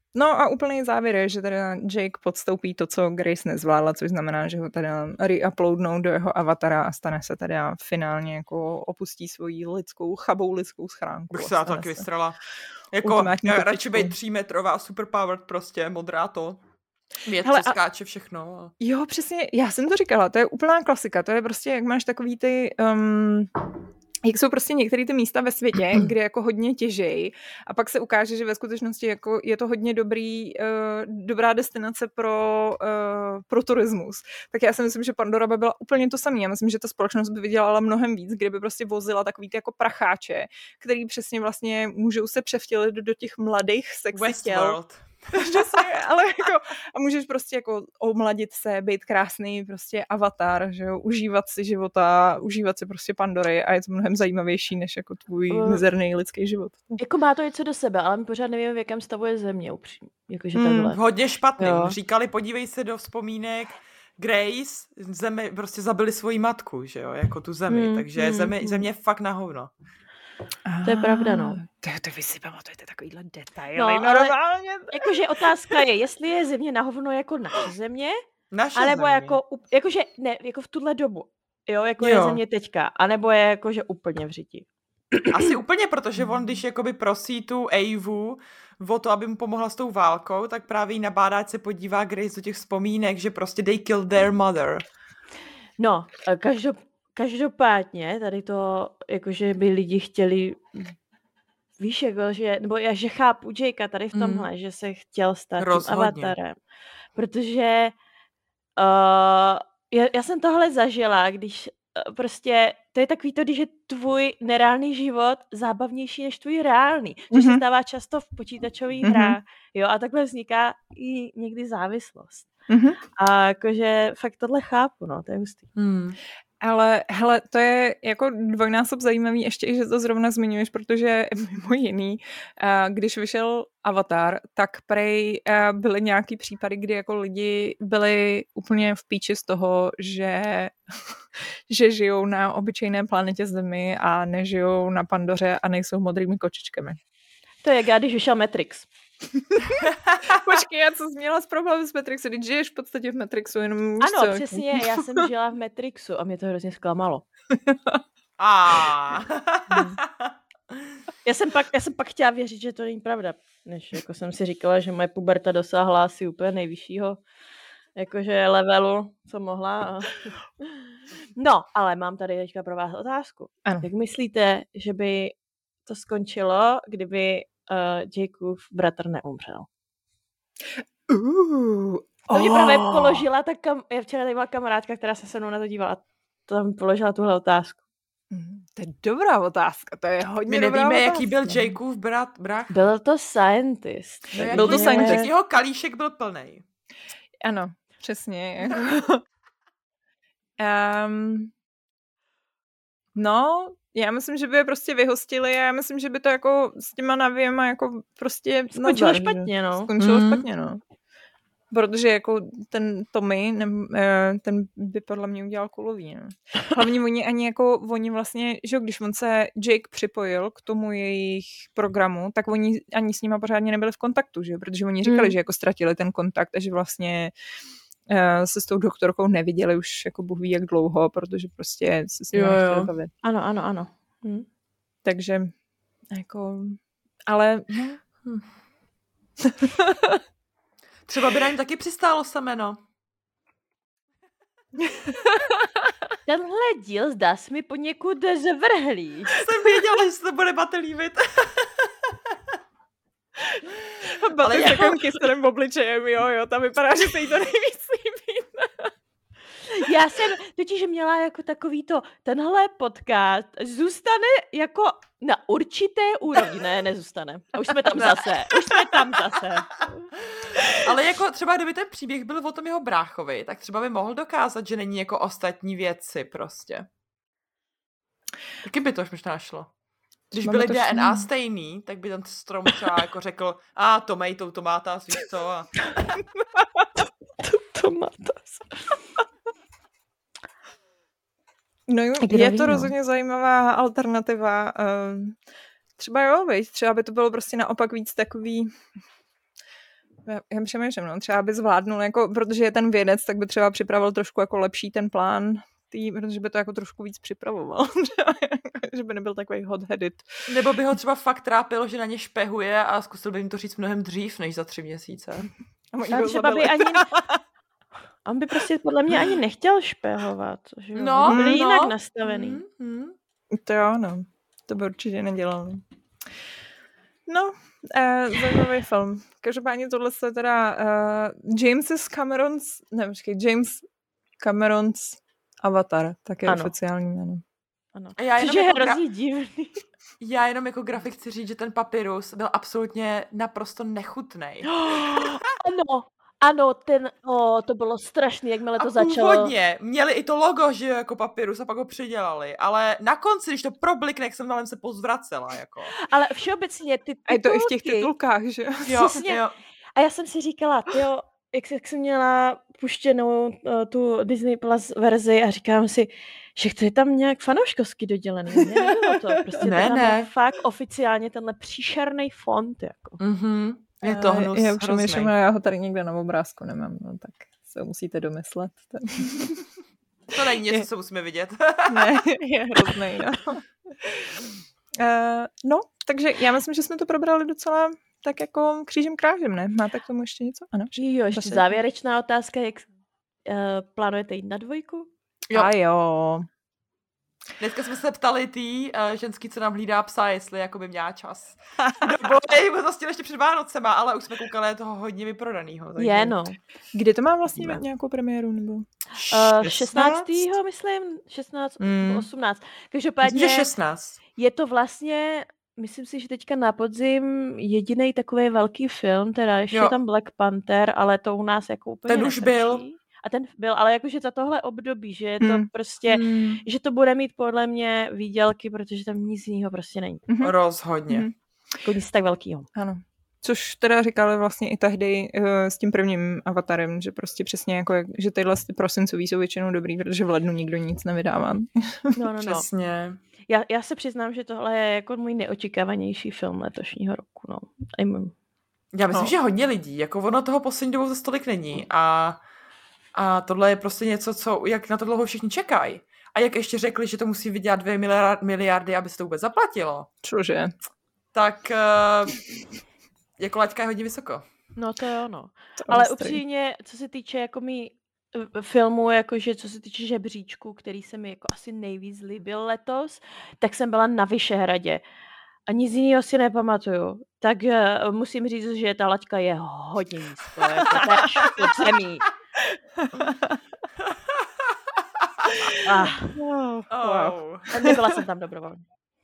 Speaker 1: No a úplný závěr je, že teda Jake podstoupí to, co Grace nezvládla, což znamená, že ho teda reuploadnou do jeho avatara a stane se teda finálně jako opustí svoji lidskou, chabou lidskou schránku.
Speaker 3: Bych se na to taky vystrala. Jako já radši být třímetrová superpowered prostě, modrá to. Věc, co skáče všechno.
Speaker 1: Jo, přesně, já jsem to říkala, to je úplná klasika, to je prostě, jak máš takový ty... Um, jak jsou prostě některé ty místa ve světě, kde jako hodně těžej a pak se ukáže, že ve skutečnosti jako je to hodně dobrý, uh, dobrá destinace pro, uh, pro turismus. Tak já si myslím, že Pandora by byla úplně to samé. Já myslím, že ta společnost by vydělala mnohem víc, kdyby prostě vozila takový ty jako pracháče, který přesně vlastně můžou se převtělit do, do těch mladých sexy těl. Přesně, ale jako a můžeš prostě jako omladit se, být krásný prostě avatar, že jo, užívat si života, užívat si prostě Pandory a je to mnohem zajímavější než jako tvůj uh, mizerný lidský život.
Speaker 2: Jako má to něco do sebe, ale my pořád nevíme, v jakém stavu je země upřímně. Jakože takhle.
Speaker 3: Hmm, hodně špatný. Jo. Říkali, podívej se do vzpomínek Grace, zemi, prostě zabili svoji matku, že jo, jako tu zemi, hmm, takže hmm, země, hmm. země je fakt na hovno.
Speaker 2: To je pravda, no.
Speaker 1: To, to vy si pamatujete takovýhle detaily.
Speaker 2: No, ale jakože otázka je, jestli je země na hovno jako naše země,
Speaker 3: naše
Speaker 2: anebo
Speaker 3: země.
Speaker 2: jako, jakože, ne, jako v tuhle dobu, jo, jako jo. je země teďka, anebo je jakože úplně v řiti.
Speaker 3: Asi úplně, protože on, když jakoby prosí tu Avu o to, aby mu pomohla s tou válkou, tak právě jí nabádá, ať se podívá Grace do těch vzpomínek, že prostě they killed their mother.
Speaker 2: No, každopádně Každopádně, tady to, jakože by lidi chtěli, víš, jako, že, nebo já, že chápu Jakea tady v tomhle, mm. že se chtěl stát tím avatarem, protože uh, já, já jsem tohle zažila, když uh, prostě, to je takový to, když je tvůj nereálný život zábavnější než tvůj reálný, mm-hmm. že se stává často v počítačových mm-hmm. hrách, jo, a takhle vzniká i někdy závislost. Mm-hmm. A jakože fakt tohle chápu, no, to je hustý.
Speaker 1: Mm. Ale hele, to je jako dvojnásob zajímavý, ještě i, že to zrovna zmiňuješ, protože mimo jiný, když vyšel Avatar, tak prej byly nějaký případy, kdy jako lidi byli úplně v píči z toho, že, že žijou na obyčejné planetě Zemi a nežijou na Pandoře a nejsou modrými kočičkami.
Speaker 2: To je jak já, když vyšel Matrix.
Speaker 1: Počkej, já co jsi měla s problémem s Matrixu? Když žiješ v podstatě v Matrixu, jenom
Speaker 2: ano,
Speaker 1: co?
Speaker 2: Přesně, já jsem žila v Matrixu a mě to hrozně zklamalo. já, jsem pak, já jsem pak chtěla věřit, že to není pravda, než jako jsem si říkala, že moje puberta dosáhla asi úplně nejvyššího jakože levelu, co mohla. No, ale mám tady teďka pro vás otázku. Ano. Jak myslíte, že by to skončilo, kdyby Uh, Jakeův bratr neumřel?
Speaker 1: Uh,
Speaker 2: to mě oh. právě položila ta kam... Já včera tady byla kamarádka, která se se mnou na to dívala. To mi položila tuhle otázku.
Speaker 1: Mm, to je dobrá otázka. To je hodně
Speaker 3: My
Speaker 1: dobrá
Speaker 3: nevíme,
Speaker 1: otázka.
Speaker 3: jaký byl Jakeův brat, brat.
Speaker 2: Byl to scientist.
Speaker 3: No, byl to scientist. Jeho kalíšek byl plnej.
Speaker 1: Ano, přesně. Jako. um, no... Já myslím, že by je prostě vyhostili a já myslím, že by to jako s těma navěma jako prostě...
Speaker 2: Skončilo nazar, špatně, no.
Speaker 1: Skončilo mm. špatně, no. Protože jako ten Tommy, ne, ten by podle mě udělal kulový, no. Hlavně oni ani jako, oni vlastně, že když on se Jake připojil k tomu jejich programu, tak oni ani s nima pořádně nebyli v kontaktu, že? Protože oni říkali, mm. že jako ztratili ten kontakt a že vlastně se s tou doktorkou neviděli už jako Bůh ví jak dlouho, protože prostě se s ním nechtěli bavit.
Speaker 2: Ano, ano, ano.
Speaker 1: Hm. Takže jako, ale hm.
Speaker 3: třeba by nám taky přistálo semeno.
Speaker 2: Tenhle díl zdá se mi poněkud zvrhlý.
Speaker 3: Jsem věděla, že se to bude Batte líbit.
Speaker 1: Batte s takovým kyselým obličejem, jo, jo, tam vypadá, že se jí to nejvíc líbí.
Speaker 2: Já jsem totiž měla jako takový to, tenhle podcast zůstane jako na určité úrovni. Ne, nezůstane. A už jsme tam zase. Už jsme tam zase.
Speaker 3: Ale jako třeba kdyby ten příběh byl o tom jeho bráchovi, tak třeba by mohl dokázat, že není jako ostatní věci prostě. Taky by to už možná šlo. Když byly D N A stejný, tak by ten strom třeba jako řekl, a Tomej, tou tomáta, víš co? A...
Speaker 2: Tomátas.
Speaker 1: No jo, je to rozhodně zajímavá alternativa. Třeba jo, veď, třeba by to bylo prostě naopak víc takový Já, já přemýšlím, no, třeba by zvládnul, jako, protože je ten vědec, tak by třeba připravil trošku jako lepší ten plán, tý, protože by to jako trošku víc připravoval, že by nebyl takový hot-headed.
Speaker 3: Nebo by ho třeba fakt trápilo, že na ně špehuje a zkusil by jim to říct mnohem dřív, než za tři měsíce.
Speaker 2: A třeba by ani... On by prostě podle mě ani nechtěl špehovat, že
Speaker 3: no,
Speaker 2: byli
Speaker 3: no.
Speaker 2: jinak nastavený.
Speaker 3: Mm-hmm.
Speaker 1: To jo, no. To by určitě nedělal. No, uh, zajímavý film. Každopádně tohle je teda uh, James Camerons, ne, počkej, James Camerons Avatar, tak je ano. Oficiální jméno.
Speaker 2: Ano.
Speaker 3: Já
Speaker 2: Což je
Speaker 3: jako
Speaker 2: hrozně
Speaker 3: gra-
Speaker 2: divný.
Speaker 3: Já jenom jako grafik chci říct, že ten papyrus byl absolutně naprosto nechutnej.
Speaker 2: Ano, ano, ten, oh, to bylo strašný, jakmile to
Speaker 3: a
Speaker 2: začalo.
Speaker 3: původně měli i to logo, že jako papyrus a pak ho přidělali, ale na konci, když to problikne, jak jsem malem se pozvracela, jako.
Speaker 2: Ale všeobecně ty titulky.
Speaker 1: A je to i v těch titulkách, že jo?
Speaker 3: Jo, jo.
Speaker 2: A já jsem si říkala, tyjo, jak, jak jsem měla puštěnou uh, tu Disney Plus verzi a říkám si, že to je tam nějak fanouškovsky dodělený. Ne, nebylo to. Prostě
Speaker 3: ne,
Speaker 2: to
Speaker 3: ne.
Speaker 2: fakt oficiálně tenhle příšerný font. Jako.
Speaker 3: Mm-hmm. Je to hnus,
Speaker 1: já přemýšlím, ale já ho tady někde na obrázku nemám, no tak se musíte domyslet.
Speaker 3: To není něco, co musíme vidět.
Speaker 1: Ne, je hrozný, no. Uh, no, takže já myslím, že jsme to probrali docela tak jako křížem krážem, ne? Máte k tomu ještě něco? Ano.
Speaker 2: Jo, ještě
Speaker 1: Zase.
Speaker 2: závěrečná otázka, jak uh, plánujete jít na dvojku?
Speaker 1: Jo. A jo.
Speaker 3: Dneska jsme se ptali tý uh, ženský, co nám hlídá psa, jestli jako by měla čas. Nebo jsme to stihli ještě před Vánocema, ale už jsme koukali toho hodně vyprodanýho. Takže...
Speaker 2: Je, no.
Speaker 1: Kdy to má vlastně mít nějakou premiéru? Nebo?
Speaker 2: Uh, šestnáctého myslím, šestnáct, mm. osmnáct. Každopádně
Speaker 3: myslím, že šestnáct.
Speaker 2: Je to vlastně, myslím si, že teďka na podzim jedinej takový velký film, teda ještě jo. tam Black Panther, ale to u nás jako úplně
Speaker 3: ten už byl.
Speaker 2: A ten byl, ale jakože za tohle období, že je to hmm. prostě, hmm. že to bude mít podle mě výdělky, protože tam nic jiného prostě není.
Speaker 3: Mm-hmm. Rozhodně.
Speaker 2: Mm-hmm. Jako nic tak velkýho.
Speaker 1: Ano. Což teda říkali vlastně i tehdy uh, s tím prvním Avatarem, že prostě přesně jako, že tyhle prosincový jsou většinou dobrý, protože v lednu nikdo nic nevydává.
Speaker 2: No, no, no.
Speaker 3: Přesně.
Speaker 2: Já, já se přiznám, že tohle je jako můj neočekávanější film letošního roku, no. I'm...
Speaker 3: Já myslím,
Speaker 2: no.
Speaker 3: že hodně lidí, jako ono toho poslední dobou za stolik není a A tohle je prostě něco, co, jak na to dlouho všichni čekají. A jak ještě řekli, že to musí vydělat dvě miliardy, aby se to vůbec zaplatilo.
Speaker 1: Cože?
Speaker 3: Tak uh, jako laťka je hodně vysoko.
Speaker 2: No to jo, no. Ale upřímně, co se týče jako mý filmu, jakože co se týče žebříčku, který se mi jako asi nejvíc líbil letos, tak jsem byla na Vyšehradě. A nic jiného si nepamatuju. Tak uh, musím říct, že ta laťka je hodně nízko. Jako to je až pod zemí. Ah.
Speaker 1: Oh, wow.
Speaker 2: Nebyla jsem tam dobrovolně.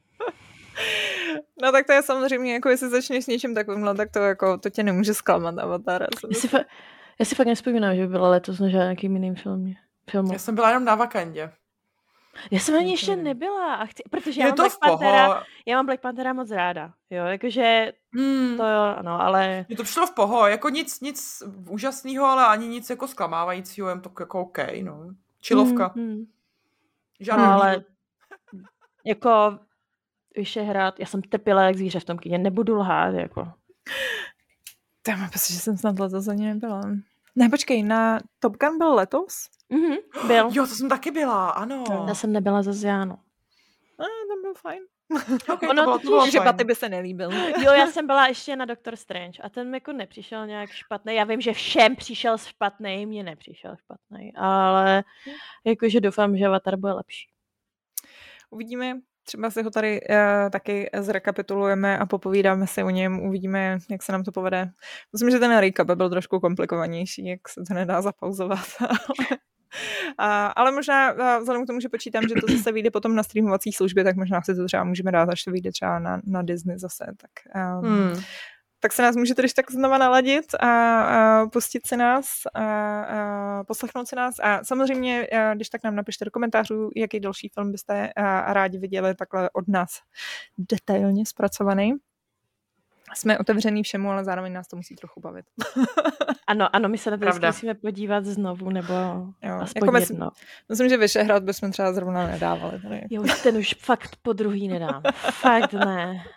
Speaker 1: No tak to je samozřejmě, jako jestli začneš s něčím takovým, tak to, jako, to tě nemůže zklamat Avatar.
Speaker 2: Já si, fa- já si fakt nespomínám, že by byla letos na žádným jiným filmě. filmu.
Speaker 3: Já jsem byla jenom na Vakandě.
Speaker 2: Já jsem ani ještě nebyla, a chci, protože já mám, Black Panthera, já mám Black Panthera moc ráda, jo, jakože hmm. to jo, ano, ale...
Speaker 3: Mně to přišlo v poho, jako nic, nic úžasného, ale ani nic jako zklamávajícího, jen to jako OK, no. Čilovka.
Speaker 2: Hmm, hmm.
Speaker 3: Žádný
Speaker 2: no, ale jako Vyšehrad, já jsem trpěla jak zvíře v tom kyně, nebudu lhát, jako.
Speaker 1: Já mám pocit, že jsem snad letos za ně nebyla. Ne, počkej, na Top Gun byl letos?
Speaker 2: Mhm, byl.
Speaker 3: Jo, to jsem taky byla, ano.
Speaker 2: Já jsem nebyla zase Jánu.
Speaker 1: A, tam byl fajn.
Speaker 3: Okay,
Speaker 1: ono
Speaker 3: to bylo, to bylo
Speaker 1: že Paty by se nelíbil.
Speaker 2: Jo, já jsem byla ještě na Doctor Strange a ten mi jako nepřišel nějak špatný. Já vím, že všem přišel špatný, mně nepřišel špatný, ale jakože doufám, že Avatar bude lepší.
Speaker 1: Uvidíme. Třeba si ho tady uh, taky zrekapitulujeme a popovídáme si o něm, uvidíme, jak se nám to povede. Myslím, že ten recap byl trošku komplikovanější, jak se to nedá zapauzovat. a, ale možná, vzhledem k tomu, že počítám, že to zase vyjde potom na streamovací službě, tak možná si to třeba můžeme dát, až to vyjde třeba na, na Disney zase. Tak, um, hmm. tak se nás můžete když tak znova naladit a, a pustit si nás a, a poslechnout si nás. A samozřejmě, a když tak nám napište do komentářů, jaký další film byste a, a rádi viděli takhle od nás detailně zpracovaný. Jsme otevřený všemu, ale zároveň nás to musí trochu bavit.
Speaker 2: Ano, ano, my se na to musíme podívat znovu, nebo jo, aspoň
Speaker 1: jako
Speaker 2: jedno.
Speaker 1: Myslím, myslím, že Vyšehrad bychom třeba zrovna nedávali. Tady.
Speaker 2: Jo, ten už fakt po druhý nedám. Fakt ne.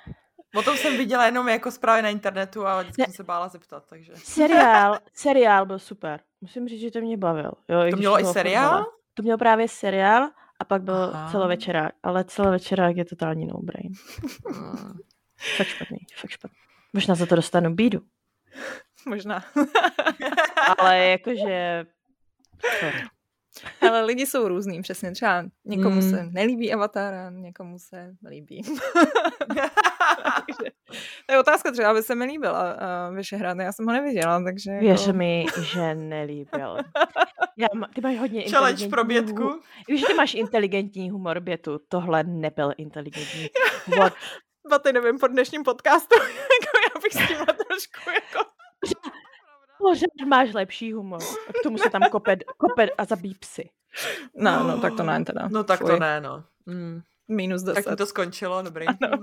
Speaker 3: O tom jsem viděla jenom jako zprávy na internetu a vždycky
Speaker 2: Ne.
Speaker 3: jsem se bála zeptat, takže.
Speaker 2: Seriál, seriál byl super. Musím říct, že to mě bavil. Jo,
Speaker 3: To
Speaker 2: když
Speaker 3: mělo i
Speaker 2: bylo
Speaker 3: seriál?
Speaker 2: fotbale. To měl právě seriál a pak byl
Speaker 3: Aha.
Speaker 2: celovečerák. Ale celovečerák je totální no-brain.
Speaker 3: Hmm.
Speaker 2: Fakt špatný, fakt špatný. Možná za to dostanu bídu.
Speaker 1: Možná.
Speaker 2: Ale jakože... Sorry.
Speaker 1: Ale lidi jsou různý, přesně. Třeba někomu
Speaker 3: Mm.
Speaker 1: se nelíbí Avatar a někomu se líbí. Takže, to je otázka, třeba by se mi líbila uh, Vyšehrad. Já jsem ho neviděla, takže...
Speaker 2: Věř
Speaker 1: jako...
Speaker 2: mi, že nelíbil. Já, ma- ty máš hodně
Speaker 3: Challenge pro
Speaker 2: inteligentní
Speaker 3: Bětku.
Speaker 2: hu- Víš, že ty máš inteligentní humor, Bětu. Tohle nebyl inteligentní humor.
Speaker 1: Baty, nevím, po dnešním podcastu, jako já bych s tímhle trošku, jako...
Speaker 2: Pořád máš lepší humor. A k tomu se tam kope, kope a zabíjí psy.
Speaker 1: No, no, tak to ne teda.
Speaker 3: No tak
Speaker 1: Fuj.
Speaker 3: to ne, no. Mm.
Speaker 1: Minus deset.
Speaker 3: Tak mi to skončilo, dobrý.
Speaker 1: Ano.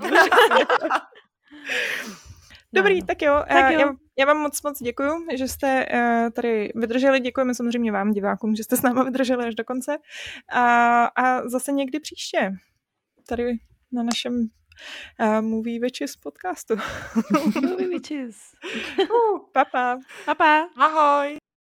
Speaker 1: Dobrý, tak jo.
Speaker 2: Tak jo.
Speaker 1: Já, já vám moc moc děkuju, že jste uh, tady vydrželi. Děkujeme samozřejmě vám, divákům, že jste s náma vydrželi až do konce. A, a zase někdy příště. Tady na našem uh, Movie Witches podcastu.
Speaker 2: Movie Witches.
Speaker 1: uh, pa, pa.
Speaker 2: Pa, pa.
Speaker 3: Ahoj.